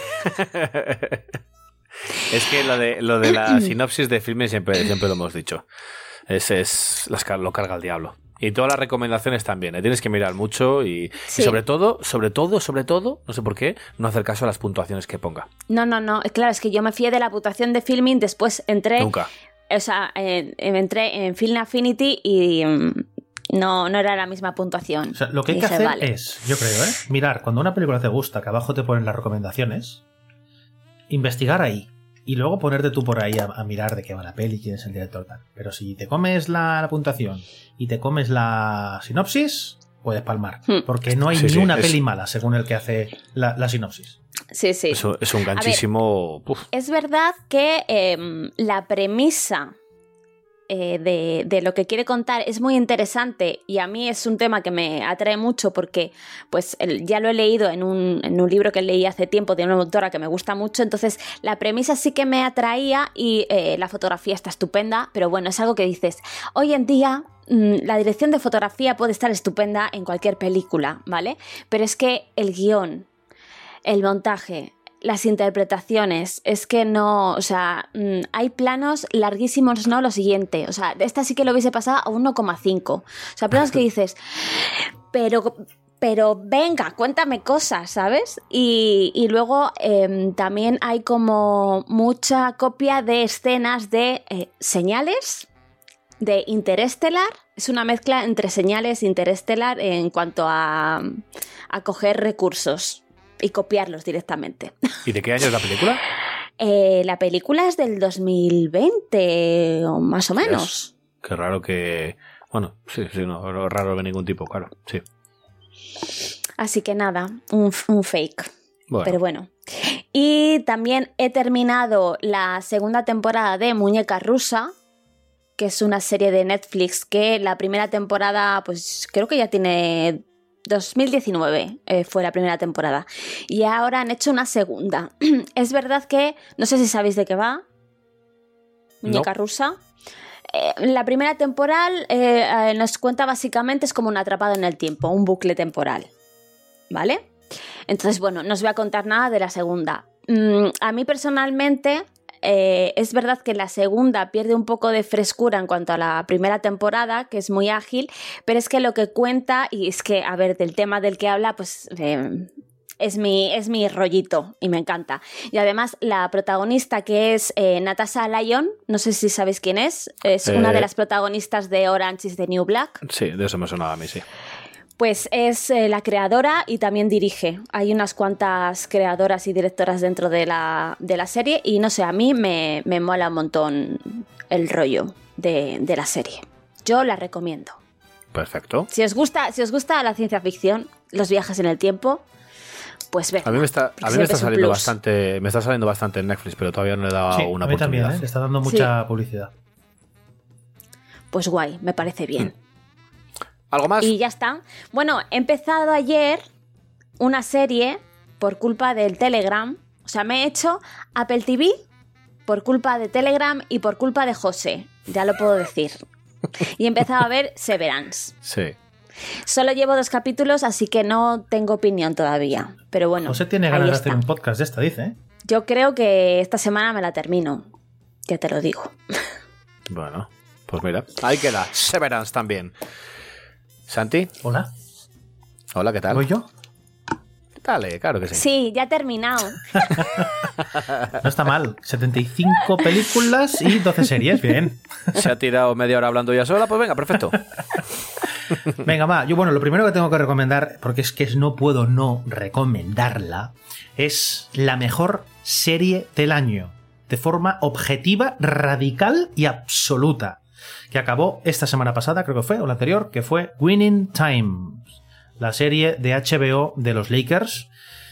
Es que lo de, lo de la sinopsis de filme siempre, siempre lo hemos dicho. Es, es las, car- lo carga el diablo. Y todas las recomendaciones también, ¿eh? Tienes que mirar mucho y, Sí. y sobre todo, sobre todo, sobre todo, no sé por qué, no hacer caso a las puntuaciones que ponga. No, no, no. Claro, es que yo me fié de la puntuación de Filmin, después entré... Nunca. O sea, eh, entré en Film Affinity y mm, no, no era la misma puntuación. O sea, lo que hay Y que dije, hacer vale. es, yo creo, ¿eh? Mirar, cuando una película te gusta, que abajo te ponen las recomendaciones, investigar ahí. Y luego ponerte tú por ahí a, a mirar de qué va la peli, quién es el director, tal. Pero si te comes la, la puntuación y te comes la sinopsis, puedes palmar. Hmm. Porque no hay Sí, ni sí, una es- peli mala, según el que hace la, la sinopsis. Sí, sí. Eso es un ganchísimo. Uf. Es verdad que eh, la premisa eh, de, de lo que quiere contar es muy interesante y a mí es un tema que me atrae mucho porque pues el- ya lo he leído en un, en un libro que leí hace tiempo de una autora que me gusta mucho, entonces la premisa sí que me atraía y eh, la fotografía está estupenda, pero bueno, es algo que dices, hoy en día mm, la dirección de fotografía puede estar estupenda en cualquier película, ¿vale? Pero es que el guión, el montaje, las interpretaciones, es que no, o sea, mmm, hay planos larguísimos, ¿no? Lo siguiente, o sea, esta sí que lo hubiese pasado a uno coma cinco. O sea, planos que dices, pero, pero venga, cuéntame cosas, ¿sabes? Y, y luego eh, también hay como mucha copia de escenas de eh, señales, de Interestelar. Es una mezcla entre señales e Interestelar en cuanto a, a coger recursos y copiarlos directamente. ¿Y de qué año es la película? Eh, la película es del dos mil veinte o más o menos. Es- Qué raro que... Bueno, sí, sí, no, raro de ningún tipo, claro, sí. Así que nada, un, un fake. Bueno. Pero bueno. Y también he terminado la segunda temporada de Muñeca Rusa, que es una serie de Netflix que la primera temporada, pues creo que ya tiene... dos mil diecinueve eh, fue la primera temporada. Y ahora han hecho una segunda. Es verdad que... No sé si sabéis de qué va. Muñeca No. Rusa. Eh, la primera temporada eh, eh, nos cuenta básicamente, es como un atrapado en el tiempo, un bucle temporal. ¿Vale? Entonces, bueno, no os voy a contar nada de la segunda. Mm, a mí personalmente, eh, es verdad que la segunda pierde un poco de frescura en cuanto a la primera temporada, que es muy ágil, pero es que lo que cuenta, y es que, a ver, del tema del que habla, pues... Eh, Es mi, es mi rollito y me encanta. Y además la protagonista, que es eh, Natasha Lyonne, no sé si sabéis quién es, es Eh, una de las protagonistas de Orange is the New Black. Sí, de eso me sonaba a mí, sí. Pues es eh, la creadora y también dirige. Hay unas cuantas creadoras y directoras dentro de la, de la serie y no sé, a mí me, me mola un montón el rollo de, de la serie. Yo la recomiendo. Perfecto. Si os gusta, si os gusta la ciencia ficción, los viajes en el tiempo... Pues ve. A mí me está, a mí me está saliendo bastante, me está saliendo bastante en Netflix, pero todavía no le he dado Sí, una a mí oportunidad. también, ¿eh? Le está dando mucha Sí. publicidad. Pues guay, me parece bien. ¿Algo más? Y ya está. Bueno, he empezado ayer una serie por culpa del Telegram. O sea, me he hecho Apple T V por culpa de Telegram y por culpa de José. Ya lo puedo decir. Y he empezado a ver Severance. Sí. Solo llevo dos capítulos, así que no tengo opinión todavía. Pero bueno, José tiene ahí ganas de está. hacer un podcast de esta, dice, ¿eh? Yo creo que esta semana me la termino. Ya te lo digo. Bueno, pues mira, ahí queda. Severance también. Santi. Hola. Hola, ¿qué tal? ¿Voy yo? Dale, claro que sí. Sí, ya he terminado. No está mal. setenta y cinco películas y doce series. Bien. Se ha tirado media hora hablando ya sola, pues venga, perfecto. Venga, va. Yo, bueno, lo primero que tengo que recomendar, porque es que no puedo no recomendarla, es la mejor serie del año. De forma objetiva, radical y absoluta. Que acabó esta semana pasada, creo que fue, o la anterior, que fue Winning Time. La serie de H B O de los Lakers,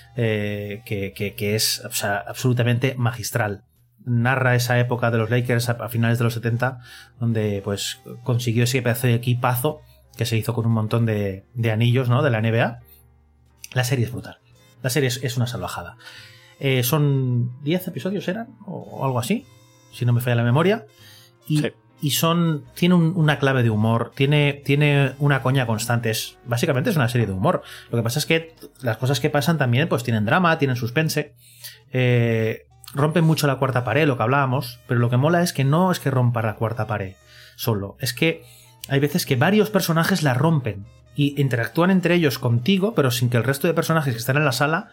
eh, que, que, que es, o sea, absolutamente magistral. Narra esa época de los Lakers a, a finales de los setenta, donde pues consiguió ese pedazo de equipazo que se hizo con un montón de, de anillos, ¿no? De la N B A. La serie es brutal. La serie es, es una salvajada. Eh, son diez episodios, ¿eran? O, o algo así, si no me falla la memoria. Y, sí. y son tiene un, una clave de humor, tiene, tiene una coña constante. Es, básicamente es una serie de humor. Lo que pasa es que las cosas que pasan también pues tienen drama, tienen suspense. Eh, rompen mucho la cuarta pared, lo que hablábamos. Pero lo que mola es que no es que rompa la cuarta pared solo. Es que hay veces que varios personajes la rompen y interactúan entre ellos contigo, pero sin que el resto de personajes que están en la sala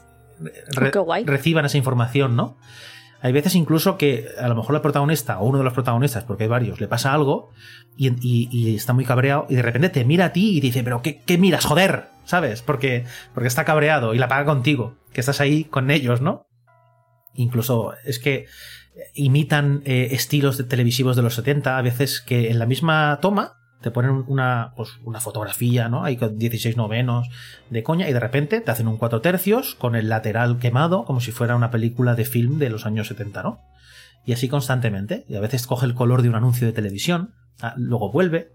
re- Qué guay. reciban esa información, ¿no? Hay veces incluso que a lo mejor la protagonista o uno de los protagonistas, porque hay varios, le pasa algo y, y, y está muy cabreado y de repente te mira a ti y te dice, pero ¿qué, qué miras? ¡Joder! ¿Sabes? Porque, porque está cabreado y la paga contigo, que estás ahí con ellos, ¿no? Incluso es que imitan eh, estilos de televisivos de los setenta, a veces que en la misma toma te ponen una, pues, una fotografía, ¿no? Hay con dieciséis novenos de coña y de repente te hacen un cuatro tercios con el lateral quemado como si fuera una película de film de los años setenta, ¿no? Y así constantemente. Y a veces coge el color de un anuncio de televisión, luego vuelve.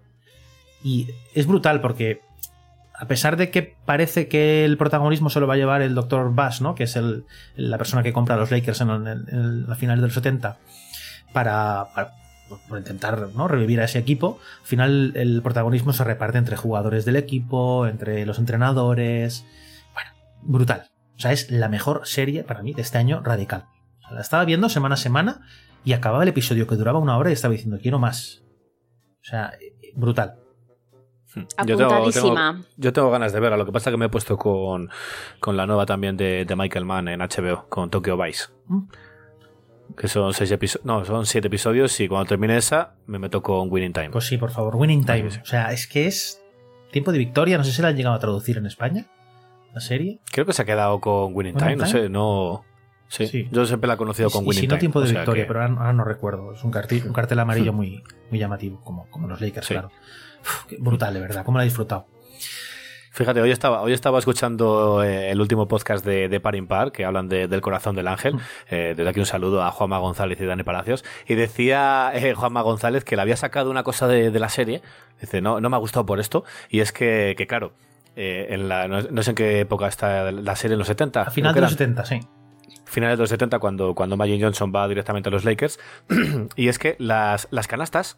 Y es brutal porque a pesar de que parece que el protagonismo se lo va a llevar el doctor Bass, ¿no? Que es el, la persona que compra a los Lakers en, el, en el, a finales de los setenta para, para por intentar, ¿no? revivir a ese equipo, al final el protagonismo se reparte entre jugadores del equipo, entre los entrenadores. Bueno, brutal. O sea, es la mejor serie para mí de este año, radical. O sea, la estaba viendo semana a semana y acababa el episodio que duraba una hora y estaba diciendo quiero más. O sea, brutal. Yo tengo, Apuntadísima. tengo, yo tengo ganas de verla. Lo que pasa es que me he puesto con, con la nueva también de, de Michael Mann en H B O, con Tokyo Vice. ¿Mm? Que son seis episodios. No, son siete episodios y cuando termine esa me meto con Winning Time. Pues sí, por favor, Winning Time. Sí, sí. O sea, es que es Tiempo de Victoria. No sé si la han llegado a traducir en España, la serie. Creo que se ha quedado con Winning, Winning Time, Time. no sé, no... Sí. Sí. Yo siempre la he conocido Y, con y Winning si no, Time. Tiempo de o sea Victoria, que- pero ahora, ahora no recuerdo. Es un cartel, un cartel amarillo muy, muy llamativo, como, como los Lakers, Sí. claro. Uf, qué brutal, de verdad. Cómo la he disfrutado. Fíjate, hoy estaba, hoy estaba escuchando eh, el último podcast de, de Par Impar, que hablan de, del corazón del ángel. Eh, desde aquí un saludo a Juanma González y Dani Palacios. Y decía eh, Juanma González que le había sacado una cosa de, de la serie. Dice, no, no me ha gustado por esto. Y es que, que claro, eh, en la, no, no sé en qué época está la serie, en los setenta. A final de los setenta, sí. Finales de los setenta, cuando, cuando Magic Johnson va directamente a los Lakers. Y es que las, las canastas,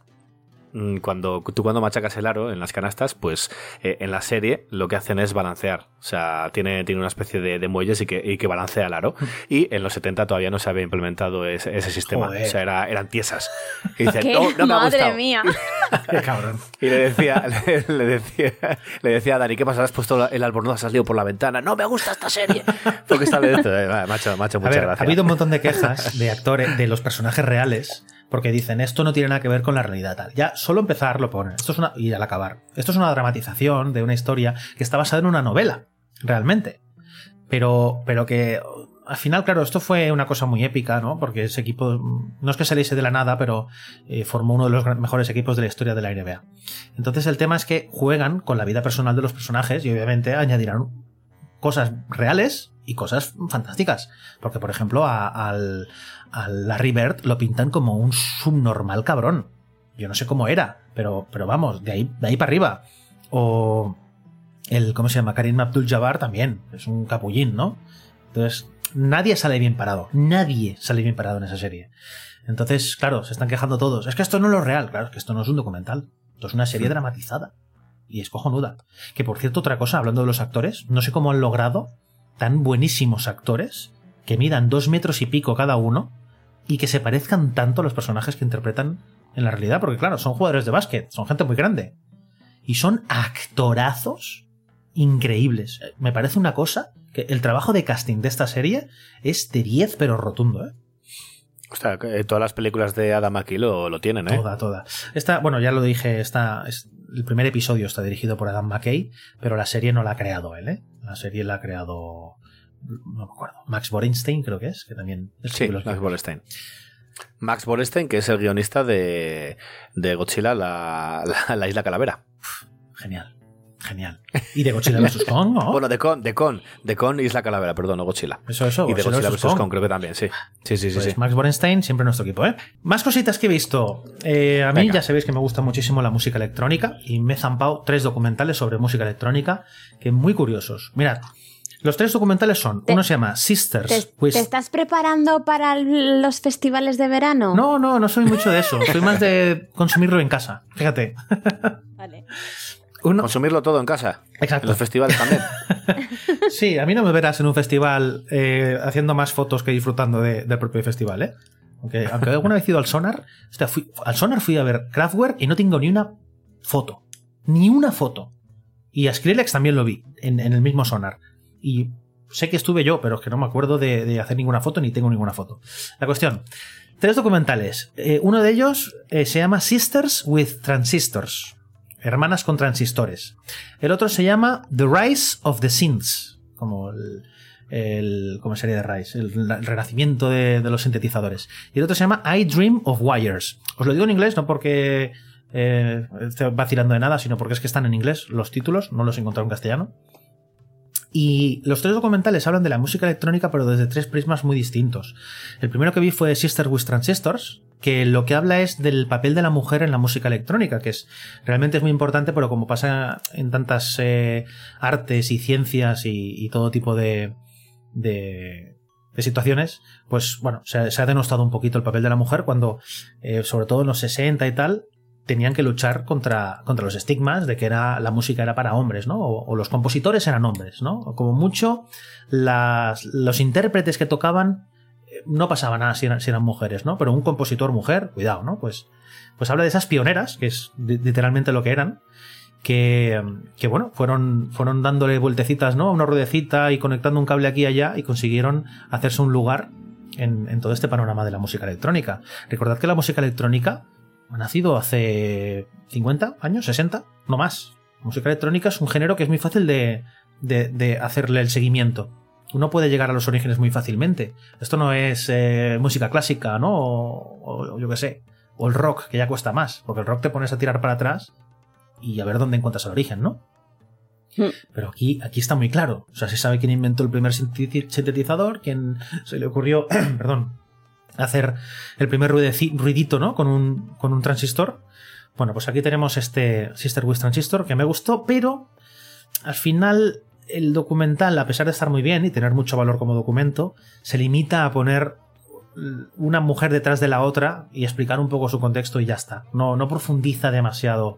cuando tú cuando machacas el aro en las canastas, pues eh, en la serie lo que hacen es balancear. O sea, tiene, tiene una especie de, de muelles y que, y que balancea el aro. Y en los setenta todavía no se había implementado ese, ese sistema. Joder. O sea, era, eran tiesas. Y dicen, ¿Qué? no, no me ha Madre gustado. mía. Qué cabrón. Y le decía, le, le decía, le decía a Dani, ¿qué pasa? ¿Has puesto el albornoz, has salido por la ventana? No me gusta esta serie. Porque está de esto. Eh, macho, macho, muchas a ver, gracias. Ha habido un montón de quejas de actores, de los personajes reales, porque dicen, esto no tiene nada que ver con la realidad tal. Ya, solo empezar lo ponen. Esto es una, y al acabar. Esto es una dramatización de una historia que está basada en una novela, realmente. Pero, pero que al final, claro, esto fue una cosa muy épica, ¿no? Porque ese equipo, no es que saliese de la nada, pero eh, formó uno de los mejores equipos de la historia de la N B A. Entonces el tema es que juegan con la vida personal de los personajes y obviamente añadirán cosas reales y cosas fantásticas. Porque, por ejemplo, a, al, a Larry Bird lo pintan como un subnormal cabrón. Yo no sé cómo era, pero, pero vamos, de ahí, de ahí para arriba. O el, ¿cómo se llama? Karim Abdul-Jabbar también, es un capullín, ¿no? Entonces, nadie sale bien parado. Nadie sale bien parado en esa serie. Entonces, claro, se están quejando todos. Es que esto no es lo real. Claro, es que esto no es un documental. Esto es una serie sí. dramatizada. Y es cojonuda. Que, por cierto, otra cosa, hablando de los actores, no sé cómo han logrado tan buenísimos actores que midan dos metros y pico cada uno y que se parezcan tanto a los personajes que interpretan en la realidad. Porque, claro, son jugadores de básquet, son gente muy grande. Y son actorazos increíbles. Me parece una cosa que el trabajo de casting de esta serie es de diez, pero rotundo, ¿eh? O sea, todas las películas de Adam McKay lo, lo tienen, ¿eh? Toda, toda. Esta, bueno, ya lo dije, esta, es, el primer episodio está dirigido por Adam McKay, pero la serie no la ha creado él, ¿eh? La serie la ha creado, no me acuerdo, Max Borenstein creo que es, que también es sí, Max Borenstein. Max Borenstein, que es el guionista de, de Godzilla, la, la, la Isla Calavera. Uf, genial. Genial. Y de Godzilla versus Kong, ¿no? Bueno, de Kong, de Kong, de Kong Isla Calavera, perdón, no Godzilla. Eso, eso. Y de Godzilla versus Kong. Kong, creo que también, sí. Sí, sí, sí. Pues sí. Max Borenstein, siempre nuestro equipo, ¿eh? Más cositas que he visto. Eh, a mí Venga. Ya sabéis que me gusta muchísimo la música electrónica y me he zampado tres documentales sobre música electrónica que muy curiosos. Mirad, los tres documentales son, te, uno se llama Sisters. Te, with... ¿Te estás preparando para los festivales de verano? No, no, no soy mucho de eso. Soy más de consumirlo en casa. Fíjate. Vale. Uno... Consumirlo todo en casa. Exacto. En los festivales también. Sí, a mí no me verás en un festival eh, haciendo más fotos que disfrutando de, del propio festival, ¿eh? Aunque, aunque alguna vez he ido al Sonar, o sea, fui, al Sonar fui a ver Kraftwerk y no tengo ni una foto. Ni una foto. Y a Skrillex también lo vi, en, en el mismo Sonar. Y sé que estuve yo, pero es que no me acuerdo de, de hacer ninguna foto ni tengo ninguna foto. La cuestión, tres documentales. Eh, uno de ellos eh, se llama Sisters with Transistors. Hermanas con transistores. El otro se llama The Rise of the Synths, como el, el ¿cómo sería de Rise? El, el renacimiento de, de los sintetizadores. Y el otro se llama I Dream of Wires. Os lo digo en inglés, no porque eh, esté vacilando de nada, sino porque es que están en inglés los títulos, no los he encontrado en castellano. Y los tres documentales hablan de la música electrónica, pero desde tres prismas muy distintos. El primero que vi fue Sisters with Transistors, que lo que habla es del papel de la mujer en la música electrónica, que es realmente es muy importante, pero como pasa en tantas eh, artes y ciencias y, y todo tipo de, de, de situaciones, pues bueno, se, se ha denostado un poquito el papel de la mujer cuando, eh, sobre todo en los sesenta y tal, tenían que luchar contra, contra los estigmas de que era, la música era para hombres, ¿no? O, o los compositores eran hombres, ¿no? O como mucho, las, los intérpretes que tocaban no pasaba nada si eran, si eran mujeres, ¿no? Pero un compositor mujer, cuidado, ¿no? Pues, pues habla de esas pioneras, que es literalmente lo que eran, que, que bueno, fueron, fueron dándole vueltecitas, ¿no? A una ruedecita y conectando un cable aquí y allá y consiguieron hacerse un lugar en, en todo este panorama de la música electrónica. Recordad que la música electrónica ha nacido hace cincuenta años, sesenta, no más. La música electrónica es un género que es muy fácil de, de, de hacerle el seguimiento. Uno puede llegar a los orígenes muy fácilmente. Esto no es eh, música clásica, ¿no? O, o yo qué sé. O el rock, que ya cuesta más. Porque el rock te pones a tirar para atrás y a ver dónde encuentras el origen, ¿no? Pero aquí, aquí está muy claro. O sea, se sabe quién inventó el primer sintetizador, quién se le ocurrió, perdón, hacer el primer ruidito, ¿no? Con un, con un transistor. Bueno, pues aquí tenemos este Sister Wish Transistor que me gustó, pero al final el documental, a pesar de estar muy bien y tener mucho valor como documento, se limita a poner una mujer detrás de la otra y explicar un poco su contexto y ya está. No, no profundiza demasiado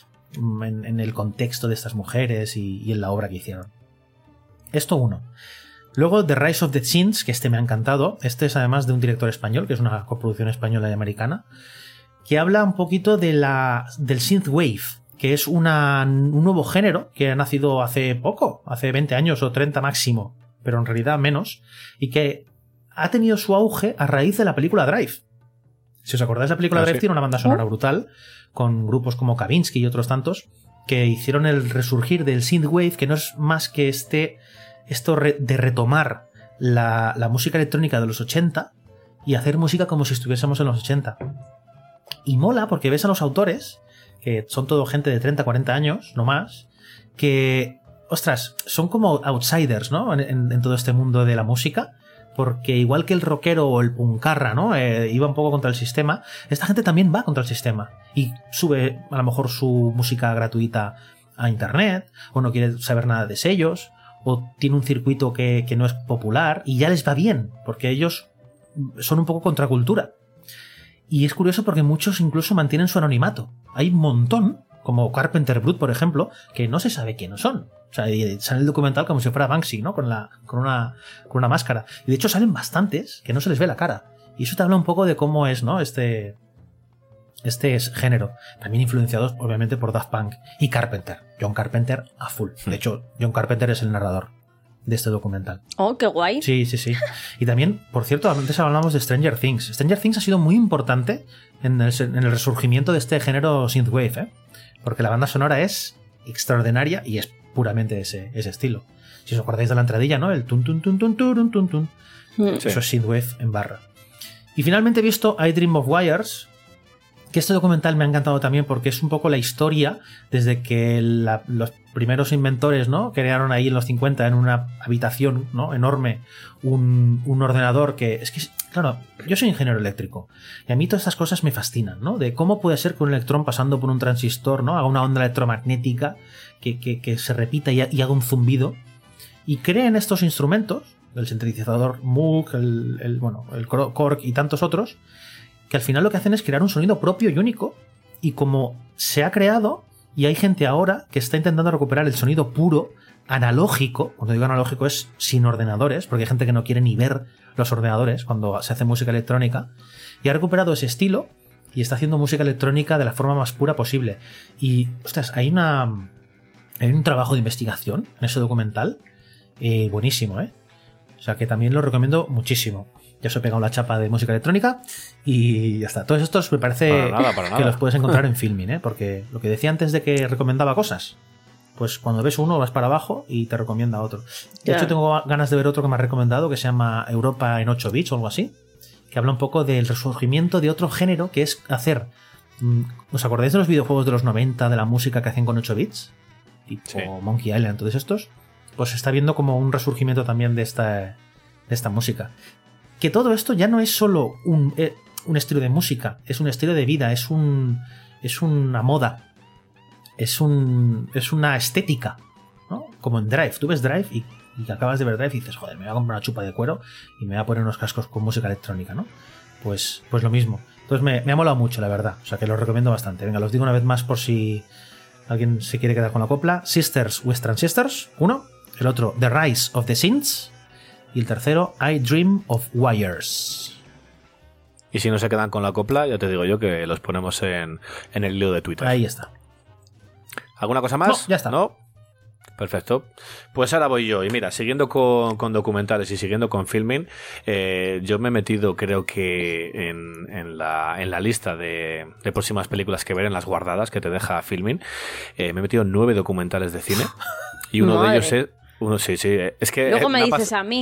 en, en el contexto de estas mujeres y, y en la obra que hicieron. Esto uno. Luego The Rise of the Synths, que este me ha encantado. Este es además de un director español, que es una coproducción española y americana, que habla un poquito de la, del synthwave, que es una, un nuevo género que ha nacido hace poco, hace veinte años o treinta máximo, pero en realidad menos, y que ha tenido su auge a raíz de la película Drive. Si os acordáis, la película ah, Drive sí. tiene una banda sonora brutal, con grupos como Kavinsky y otros tantos, que hicieron el resurgir del synthwave, que no es más que este, esto de retomar la, la música electrónica de los ochenta y hacer música como si estuviésemos en los ochenta. Y mola porque ves a los autores, que son todo gente de treinta, cuarenta años, no más, que, ostras, son como outsiders, ¿no? En, en, en todo este mundo de la música, porque igual que el rockero o el puncarra, ¿no? Eh, iba un poco contra el sistema, esta gente también va contra el sistema y sube a lo mejor su música gratuita a internet, o no quiere saber nada de sellos, o tiene un circuito que, que no es popular y ya les va bien, porque ellos son un poco contracultura. Y es curioso porque muchos incluso mantienen su anonimato. Hay un montón, como Carpenter Brut, por ejemplo, que no se sabe quiénes son. O sea, sale el documental como si fuera Banksy, ¿no? Con, la, con, una, con una máscara. Y de hecho salen bastantes que no se les ve la cara. Y eso te habla un poco de cómo es, ¿no? Este, este es género. También influenciados, obviamente, por Daft Punk y Carpenter. John Carpenter a full. De hecho, John Carpenter es el narrador de este documental. Oh, qué guay. Sí, sí, sí. Y también, por cierto, antes hablamos de Stranger Things. Stranger Things ha sido muy importante en el, en el resurgimiento de este género synthwave, ¿eh? Porque la banda sonora es extraordinaria y es puramente ese, ese estilo. Si os acordáis de la entradilla, ¿no? El tun tun tun tun tun tun tun. Sí. Eso es synthwave en barra. Y finalmente he visto I Dream of Wires, que este documental me ha encantado también porque es un poco la historia desde que la, los primeros inventores, ¿no? Crearon ahí en los cincuenta en una habitación, ¿no? enorme un, un ordenador que... Es que, claro, yo soy ingeniero eléctrico y a mí todas estas cosas me fascinan, ¿no? De cómo puede ser que un electrón pasando por un transistor, ¿no? haga una onda electromagnética que, que, que se repita y, y haga un zumbido, y creen estos instrumentos, el sintetizador Moog, el, el, bueno, el Korg y tantos otros, que al final lo que hacen es crear un sonido propio y único, y como se ha creado, y hay gente ahora que está intentando recuperar el sonido puro, analógico, cuando digo analógico es sin ordenadores, porque hay gente que no quiere ni ver los ordenadores cuando se hace música electrónica, y ha recuperado ese estilo, y está haciendo música electrónica de la forma más pura posible. Y, ostras, hay una hay un trabajo de investigación en ese documental, eh, buenísimo, ¿eh? O sea que también lo recomiendo muchísimo. Ya os he pegado la chapa de música electrónica y ya está. Todos estos me parece para nada, para nada. que los puedes encontrar en Filmin, ¿eh? Porque lo que decía antes de que recomendaba cosas, pues cuando ves uno vas para abajo y te recomienda otro. De yeah. hecho tengo ganas de ver otro que me ha recomendado que se llama Europa en ocho bits o algo así, que habla un poco del resurgimiento de otro género que es hacer... ¿Os acordáis de los videojuegos de los noventa, de la música que hacían con ocho bits? Tipo sí. Monkey Island, todos estos. Pues se está viendo como un resurgimiento también de esta, de esta música. Que todo esto ya no es solo un, eh, un estilo de música, es un estilo de vida, es un es una moda, es un es una estética, ¿no? Como en Drive, tú ves Drive y, y acabas de ver Drive y dices, joder, me voy a comprar una chupa de cuero y me voy a poner unos cascos con música electrónica, ¿no? Pues, pues lo mismo. Entonces me, me ha molado mucho, la verdad, o sea que lo recomiendo bastante. Venga, los digo una vez más por si alguien se quiere quedar con la copla. Sisters with Transistors, uno. El otro, The Rise of the Synths. Y el tercero, I Dream of Wires. Y si no se quedan con la copla, ya te digo yo que los ponemos en, en el hilo de Twitter. Ahí está. ¿Alguna cosa más? No, ya está. ¿No? Perfecto. Pues ahora voy yo. Y mira, siguiendo con, con documentales y siguiendo con Filmin, eh, yo me he metido, creo que en, en, la, en la lista de, de próximas películas que ver, en las guardadas que te deja Filmin, eh, me he metido nueve documentales de cine. Y uno Madre. de ellos es... Uno, sí, sí. Es que Luego me, me dices pas- a mí.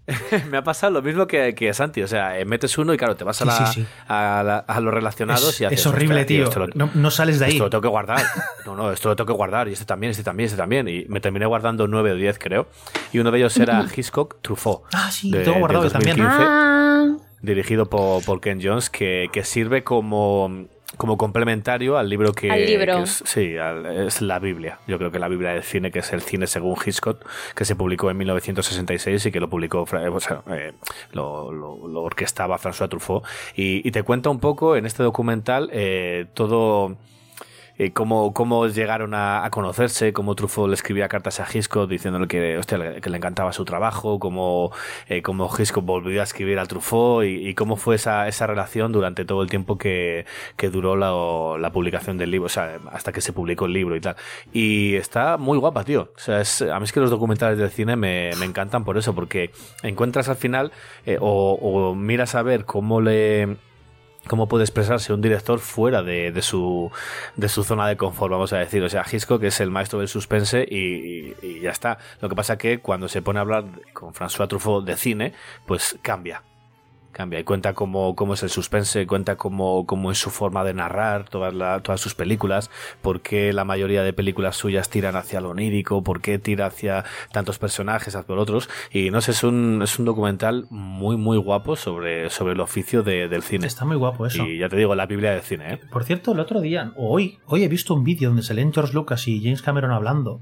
Me ha pasado lo mismo que, que a Santi. O sea, eh, metes uno y claro, te vas a, Sí, la, sí, sí. a, la- a los relacionados Es, y haces, es horrible, "Hostia, tío. esto lo- No, no sales de ahí. Esto lo tengo que guardar. No, no, esto lo tengo que guardar. Y este también, este también, este también. Y me terminé guardando nueve o diez, creo. Y uno de ellos era Hitchcock Truffaut. Ah, sí, de- lo tengo guardado de yo también. dos mil quince. Ah, Dirigido por, por Ken Jones, que, que sirve como, como complementario al libro que, Al libro. que es, sí, al- es la Biblia. Yo creo que la Biblia del cine, que es el cine según Hitchcock, que se publicó en mil novecientos sesenta y seis y que lo publicó, Fra- eh, o sea, eh, lo, lo- lo orquestaba François Truffaut. Y, y te cuenta un poco en este documental eh, todo... eh, cómo, cómo llegaron a, a conocerse, cómo Truffaut le escribía cartas a Hitchcock diciéndole que, hostia, le- que le encantaba su trabajo, cómo, eh, cómo Hitchcock volvió a escribir al Truffaut y, y cómo fue esa, esa relación durante todo el tiempo que, que duró la, la publicación del libro, o sea, hasta que se publicó el libro y tal. Y está muy guapa, tío. O sea, es, a mí es que los documentales del cine me, me encantan por eso, porque encuentras al final eh, o, o miras a ver cómo le... cómo puede expresarse un director fuera de, de su de su zona de confort, vamos a decir. O sea, Hitchcock es el maestro del suspense y, y, y ya está. Lo que pasa que cuando se pone a hablar con François Truffaut de cine, pues cambia. Cambia y cuenta cómo, cómo es el suspense, cuenta cómo, cómo es su forma de narrar todas, la, todas sus películas, por qué la mayoría de películas suyas tiran hacia lo onírico, por qué tira hacia tantos personajes, hacia otros. Y no sé, es un, es un documental muy, muy guapo sobre, sobre el oficio de, del cine. Está muy guapo eso. Y ya te digo, la Biblia del cine, ¿eh? Por cierto, el otro día, o hoy, hoy he visto un vídeo donde se leen George Lucas y James Cameron hablando.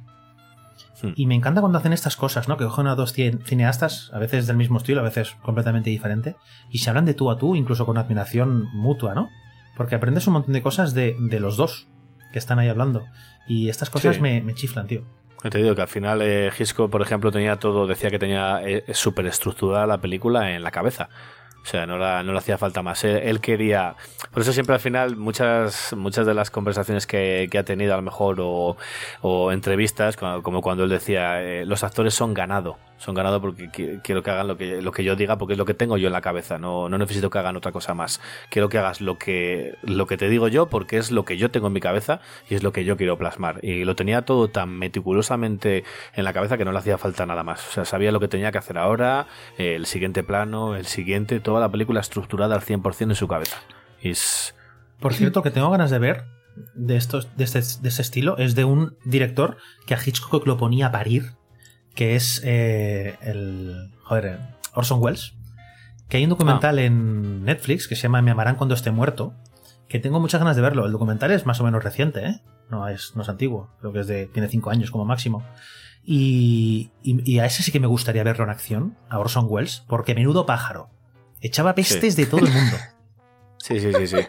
Hmm. Y me encanta cuando hacen estas cosas, ¿no? Que cogen a dos cien- cineastas, a veces del mismo estilo, a veces completamente diferente, y se hablan de tú a tú, incluso con admiración mutua, ¿no? Porque aprendes un montón de cosas de, de los dos que están ahí hablando. Y estas cosas Sí. me, me chiflan, tío. Te digo que al final eh, Hitchcock, por ejemplo, tenía todo, decía que tenía eh, súper estructurada la película en la cabeza. O sea, no, la, no le hacía falta más. Él, él quería... Por eso siempre al final muchas muchas de las conversaciones que, que ha tenido a lo mejor o, o entrevistas, como, como cuando él decía, eh, los actores son ganado. Son ganado porque qui- quiero que hagan lo que, lo que yo diga porque es lo que tengo yo en la cabeza. No, no necesito que hagan otra cosa más. Quiero que hagas lo que, lo que te digo yo porque es lo que yo tengo en mi cabeza y es lo que yo quiero plasmar. Y lo tenía todo tan meticulosamente en la cabeza que no le hacía falta nada más. O sea, sabía lo que tenía que hacer ahora, eh, el siguiente plano, el siguiente, toda la película estructurada al cien por ciento en su cabeza. Y es... Por cierto, que tengo ganas de ver de estos de este, de ese estilo es de un director que a Hitchcock lo ponía a parir, que es eh, el joder, Orson Welles, que hay un documental Ah. en Netflix que se llama Me amarán cuando esté muerto, que tengo muchas ganas de verlo. El documental es más o menos reciente, ¿eh? No es, no es antiguo, creo que es de, tiene cinco años como máximo. Y, y, y a ese sí que me gustaría verlo en acción, a Orson Welles, porque menudo pájaro. Echaba pestes Sí. de todo el mundo. Sí, sí, sí, sí.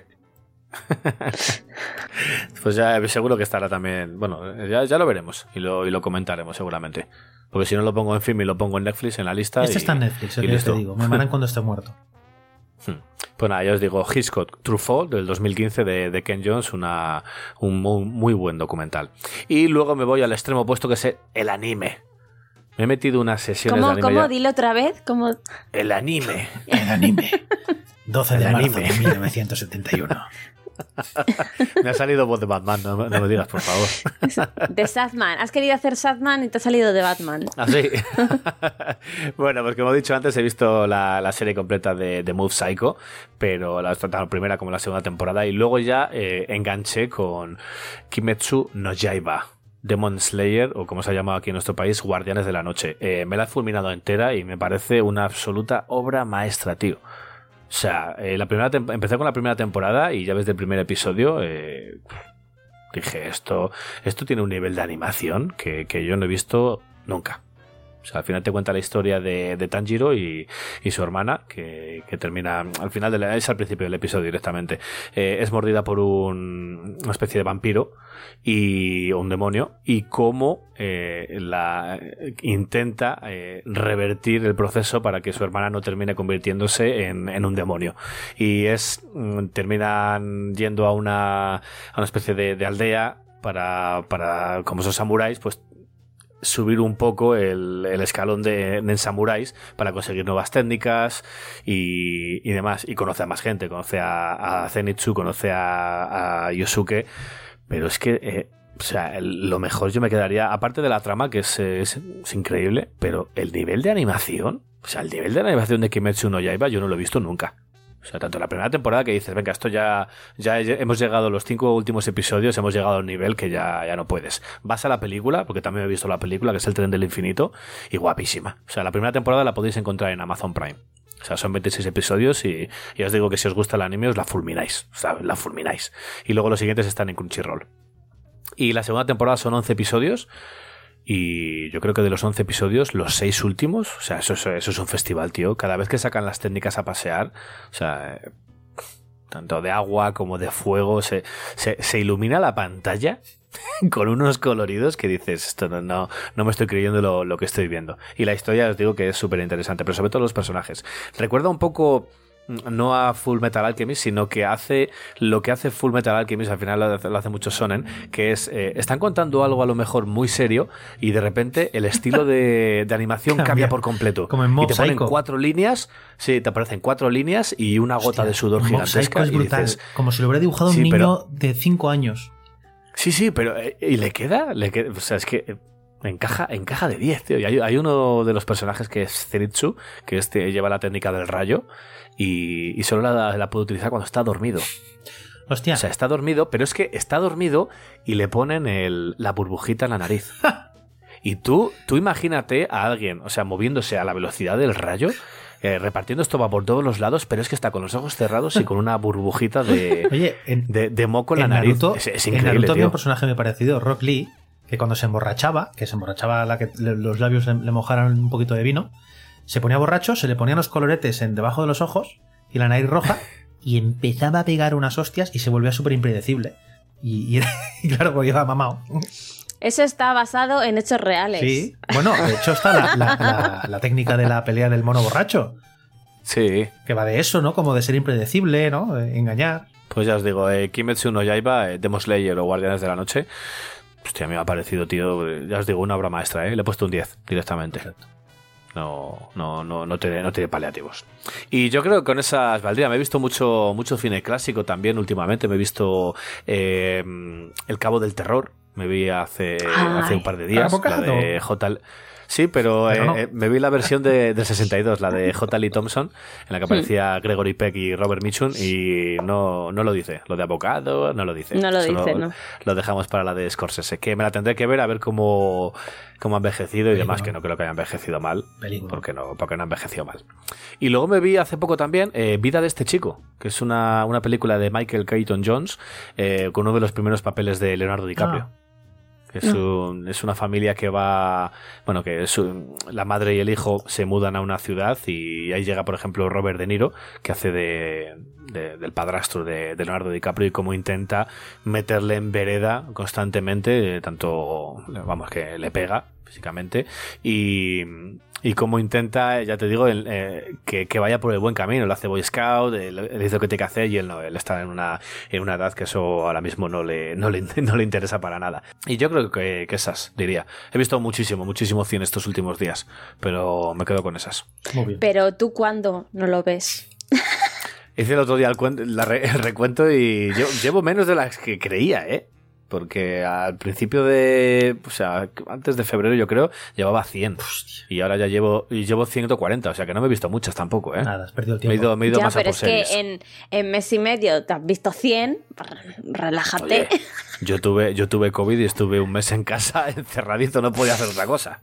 Pues ya seguro que estará también. Bueno, ya, ya lo veremos y lo, y lo comentaremos seguramente. Porque si no lo pongo en film y lo pongo en Netflix en la lista. Este y, está en Netflix, el y que yo listo. te digo. Me amarán cuando esté muerto. Pues nada, ya os digo, Hitchcock Truffaut del dos mil quince de, de Ken Jones, una, un muy, muy buen documental. Y luego me voy al extremo opuesto que es el anime. Me he metido unas sesiones ¿Cómo, de anime. ¿cómo? ya. Dilo otra vez. ¿Cómo? El anime. El anime. doce de El marzo anime. de mil novecientos setenta y uno. Me ha salido voz de Batman, no, no me digas, por favor. De Sadman. Has querido hacer Sadman y te ha salido de Batman. ¿Ah, sí? Bueno, pues como he dicho antes, he visto la, la serie completa de, de Mob Psycho, pero la, tanto la primera como la segunda temporada, y luego ya eh, enganché con Kimetsu no Yaiba, Demon Slayer, o como se ha llamado aquí en nuestro país, Guardianes de la Noche. Eh, me la he fulminado entera y me parece una absoluta obra maestra, tío. O sea, eh, la primera tem- empecé con la primera temporada y ya ves del primer episodio, eh, dije, esto, esto tiene un nivel de animación que, que yo no he visto nunca. O sea, al final te cuenta la historia de, de Tanjiro y, y su hermana, que, que termina al final, de la, es al principio del episodio directamente. Eh, es mordida por un, una especie de vampiro y un demonio, y cómo eh, la intenta eh, revertir el proceso para que su hermana no termine convirtiéndose en, en un demonio. Y es mm, terminan yendo a una, a una especie de, de aldea para, para, como son samuráis, pues subir un poco el, el escalón de, de samuráis para conseguir nuevas técnicas y, y demás, y conoce a más gente, conoce a, a Zenitsu, conoce a, a Yosuke, pero es que eh, o sea, el- lo mejor yo me quedaría, aparte de la trama que es, es, es increíble, pero el nivel de animación, O sea, el nivel de animación de Kimetsu no Yaiba yo no lo he visto nunca. O sea, tanto en la primera temporada que dices, venga, esto ya, ya hemos llegado a los cinco últimos episodios, hemos llegado a un nivel que ya, ya no puedes. Vas a la película, porque también he visto la película, que es El Tren del Infinito, y guapísima. O sea, la primera temporada la podéis encontrar en Amazon Prime. O sea, son veintiséis episodios y, y os digo que si os gusta el anime os la fulmináis. O sea, la fulmináis. Y luego los siguientes están en Crunchyroll. Y la segunda temporada son once episodios. Y yo creo que de los once episodios, los seis últimos, o sea, eso, eso, eso es un festival, tío. Cada vez que sacan las técnicas a pasear, o sea, eh, tanto de agua como de fuego, se, se, se ilumina la pantalla con unos coloridos que dices, esto no, no, no me estoy creyendo lo, lo que estoy viendo. Y la historia os digo que es súper interesante, pero sobre todo los personajes. Recuerda un poco, no a Full Metal Alchemist, sino que hace lo que hace Full Metal Alchemist, al final lo hace, lo hace mucho Shonen, que es, eh, están contando algo a lo mejor muy serio y de repente el estilo de, de animación cambia, cambia por completo. Como en Mob y te ponen Psycho. cuatro líneas, sí, te aparecen cuatro líneas y una gota Hostia, de sudor Mob gigantesca. Psycho es brutal, y dices, como si lo hubiera dibujado sí, un niño pero, de cinco años. Sí, sí, pero eh, ¿y le queda? Le queda, o sea, es que... Eh, Encaja, encaja de diez, tío. Y hay, hay uno de los personajes que es Zenitsu, que este lleva la técnica del rayo y, y solo la, la puede utilizar cuando está dormido. Hostia. O sea, está dormido, pero es que está dormido y le ponen el, la burbujita en la nariz. Y tú, tú imagínate a alguien, o sea, moviéndose a la velocidad del rayo, eh, repartiendo esto va por todos los lados, pero es que está con los ojos cerrados y con una burbujita de, Oye, en, de, de moco en, en la nariz. Naruto, es, es en increíble, Naruto había tío. un personaje muy parecido, Rock Lee, que cuando se emborrachaba, que se emborrachaba la que le, los labios le, le mojaran un poquito de vino, se ponía borracho, se le ponían los coloretes en debajo de los ojos y la nariz roja y empezaba a pegar unas hostias y se volvía súper impredecible. Y, y, y claro, porque iba mamado. Eso está basado en hechos reales. Sí, bueno, de hecho está la, la, la, la técnica de la pelea del mono borracho. Sí. Que va de eso, ¿no? Como de ser impredecible, ¿no? De engañar. Pues ya os digo, eh, Kimetsu no Yaiba, eh, Demon Slayer o Guardianes de la Noche. Hostia, me ha parecido, tío, ya os digo, una obra maestra, ¿eh? Le he puesto un diez directamente. No, no, no, no tiene, no tiene paliativos. Y yo creo que con esas valdría. Me he visto mucho, mucho cine clásico también últimamente. Me he visto eh, El Cabo del Terror. Me vi hace, hace un par de días. La de J. Sí, pero, pero no. eh, me vi la versión de, del sesenta y dos, la de J. Lee Thompson, en la que aparecía sí. Gregory Peck y Robert Mitchum, y no, no lo dice. Lo de abogado no lo dice. No lo Solo dice, no. Lo dejamos para la de Scorsese, que me la tendré que ver a ver cómo, cómo ha envejecido y Película. demás, que no creo que haya envejecido mal. Porque no, porque no ha envejecido mal. Y luego me vi hace poco también eh, Vida de este chico, que es una, una película de Michael Keaton Jones, eh, con uno de los primeros papeles de Leonardo DiCaprio. Ah. Es, un, es una familia que va, bueno, que es un, la madre y el hijo se mudan a una ciudad y ahí llega, por ejemplo, Robert De Niro, que hace de, de del padrastro de, de Leonardo DiCaprio, y cómo intenta meterle en vereda constantemente, tanto, vamos, que le pega físicamente, y, y cómo intenta, ya te digo, el, eh, que, que vaya por el buen camino. Lo hace Boy Scout, él, él dice lo que tiene que hacer y él no, él está en una, en una edad que eso ahora mismo no le, no le, no le interesa para nada. Y yo creo que, que esas, diría. He visto muchísimo, muchísimo cine estos últimos días, pero me quedo con esas. Muy bien. Pero tú, ¿cuándo no lo ves? Hice el otro día el, cuento, la re, el recuento y llevo, llevo menos de las que creía, ¿eh? Porque al principio de... O sea, antes de febrero yo creo, llevaba cien. Hostia. Y ahora ya llevo y llevo ciento cuarenta. O sea, que no me he visto muchas tampoco, ¿eh? Nada, has perdido el tiempo. Me he ido, me he ido ya, más pero a por es series. que en, en mes y medio te has visto cien. Relájate. Oye, yo tuve, yo tuve COVID y estuve un mes en casa encerradito. No podía hacer otra cosa.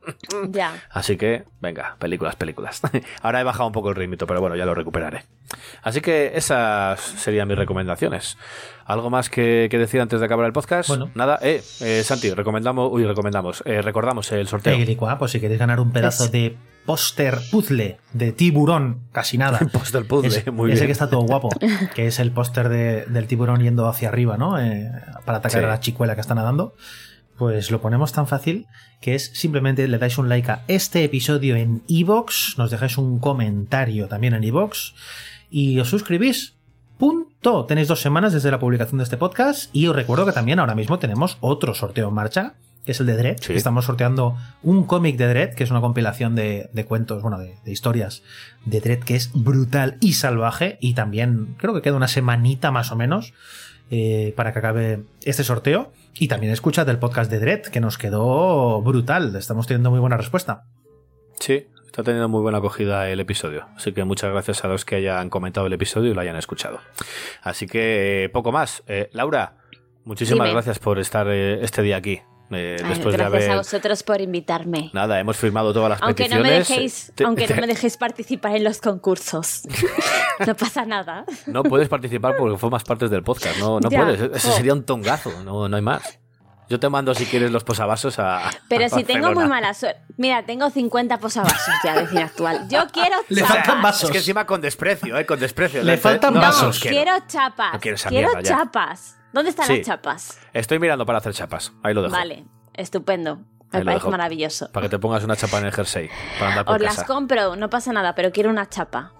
Ya. Así que, venga, películas, películas. Ahora he bajado un poco el ritmo, pero bueno, ya lo recuperaré. Así que esas serían mis recomendaciones. ¿Algo más que, que decir antes de acabar el podcast? Bueno. Nada, eh, eh Santi, recomendamos, uy, recomendamos, eh, recordamos el sorteo. Eh, pues si queréis ganar un pedazo es... de póster puzzle de tiburón, casi nada. Póster puzzle, es, muy ese bien. Que está todo guapo, que es el póster de, del tiburón yendo hacia arriba, ¿no? Eh, para atacar sí. a la chicuela que está nadando. Pues lo ponemos tan fácil que es simplemente le dais un like a este episodio en iVoox, nos dejáis un comentario también en iVoox y os suscribís. Punto. Tenéis dos semanas desde la publicación de este podcast y os recuerdo que también ahora mismo tenemos otro sorteo en marcha, que es el de Dredd. Sí. Estamos sorteando un cómic de Dredd, que es una compilación de, de cuentos, bueno, de, de historias de Dredd que es brutal y salvaje, y también creo que queda una semanita más o menos Eh, para que acabe este sorteo. Y también escuchad el podcast de Dredd, que nos quedó brutal. Estamos teniendo muy buena respuesta. Sí, Está teniendo muy buena acogida el episodio. Así que muchas gracias a los que hayan comentado el episodio y lo hayan escuchado. Así que eh, poco más. Eh, Laura, muchísimas Dime. gracias por estar eh, este día aquí. Eh, Ay, después gracias de haber... a vosotros por invitarme. Nada, hemos firmado todas las Aunque peticiones. no me dejéis, Te- aunque te- no me dejéis participar en los concursos. No pasa nada. No puedes participar porque formas parte del podcast. No, no Ya. puedes. Eso Oh. sería un tongazo. No, no hay más. Yo te mando si quieres los posavasos a. Pero a si tengo Barcelona. muy mala suerte. Mira, tengo cincuenta posavasos ya de cine actual. Yo quiero Le chapas. faltan vasos. Es que encima con desprecio, ¿eh? Con desprecio. Le faltan no, vasos. No, Quiero quiero. chapas. No quiero esa quiero mierda ya. chapas. ¿Dónde están Sí. las chapas? Estoy mirando para hacer chapas. Ahí lo dejo. Vale, estupendo. Me Ahí lo parece dejo. maravilloso. Para que te pongas una chapa en el jersey. Para andar por Os las casa. compro, no pasa nada, pero quiero una chapa.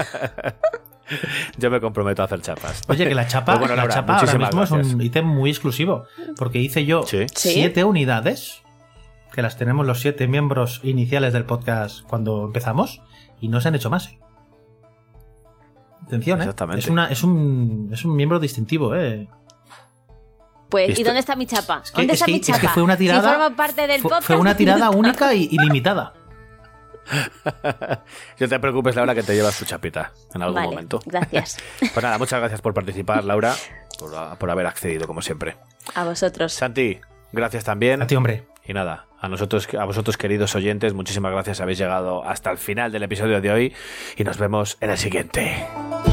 Yo me comprometo a hacer chapas. Oye, que la chapa, Pues bueno, la Laura, chapa ahora muchísimas mismo es gracias. un ítem muy exclusivo. Porque hice yo Sí. ¿Sí? siete unidades, que las tenemos los siete miembros iniciales del podcast cuando empezamos, y no se han hecho más. ¿eh? Atención, ¿eh? Exactamente. Es, una, es, un, es un miembro distintivo, ¿eh? Pues, Esto- ¿y dónde está mi chapa? Es que- ¿Dónde es está que- mi es que chapa? fue una tirada- Si formo parte del Fue, podcast. fue una tirada ¿dónde está? única y ilimitada. No te preocupes, Laura, que te llevas tu chapita en algún Vale, momento. gracias. Pues nada, muchas gracias por participar, Laura, por, por haber accedido, como siempre. A vosotros. Santi, gracias también. A ti, hombre. Y nada, a nosotros, a vosotros, queridos oyentes, muchísimas gracias. Habéis llegado hasta el final del episodio de hoy y nos vemos en el siguiente.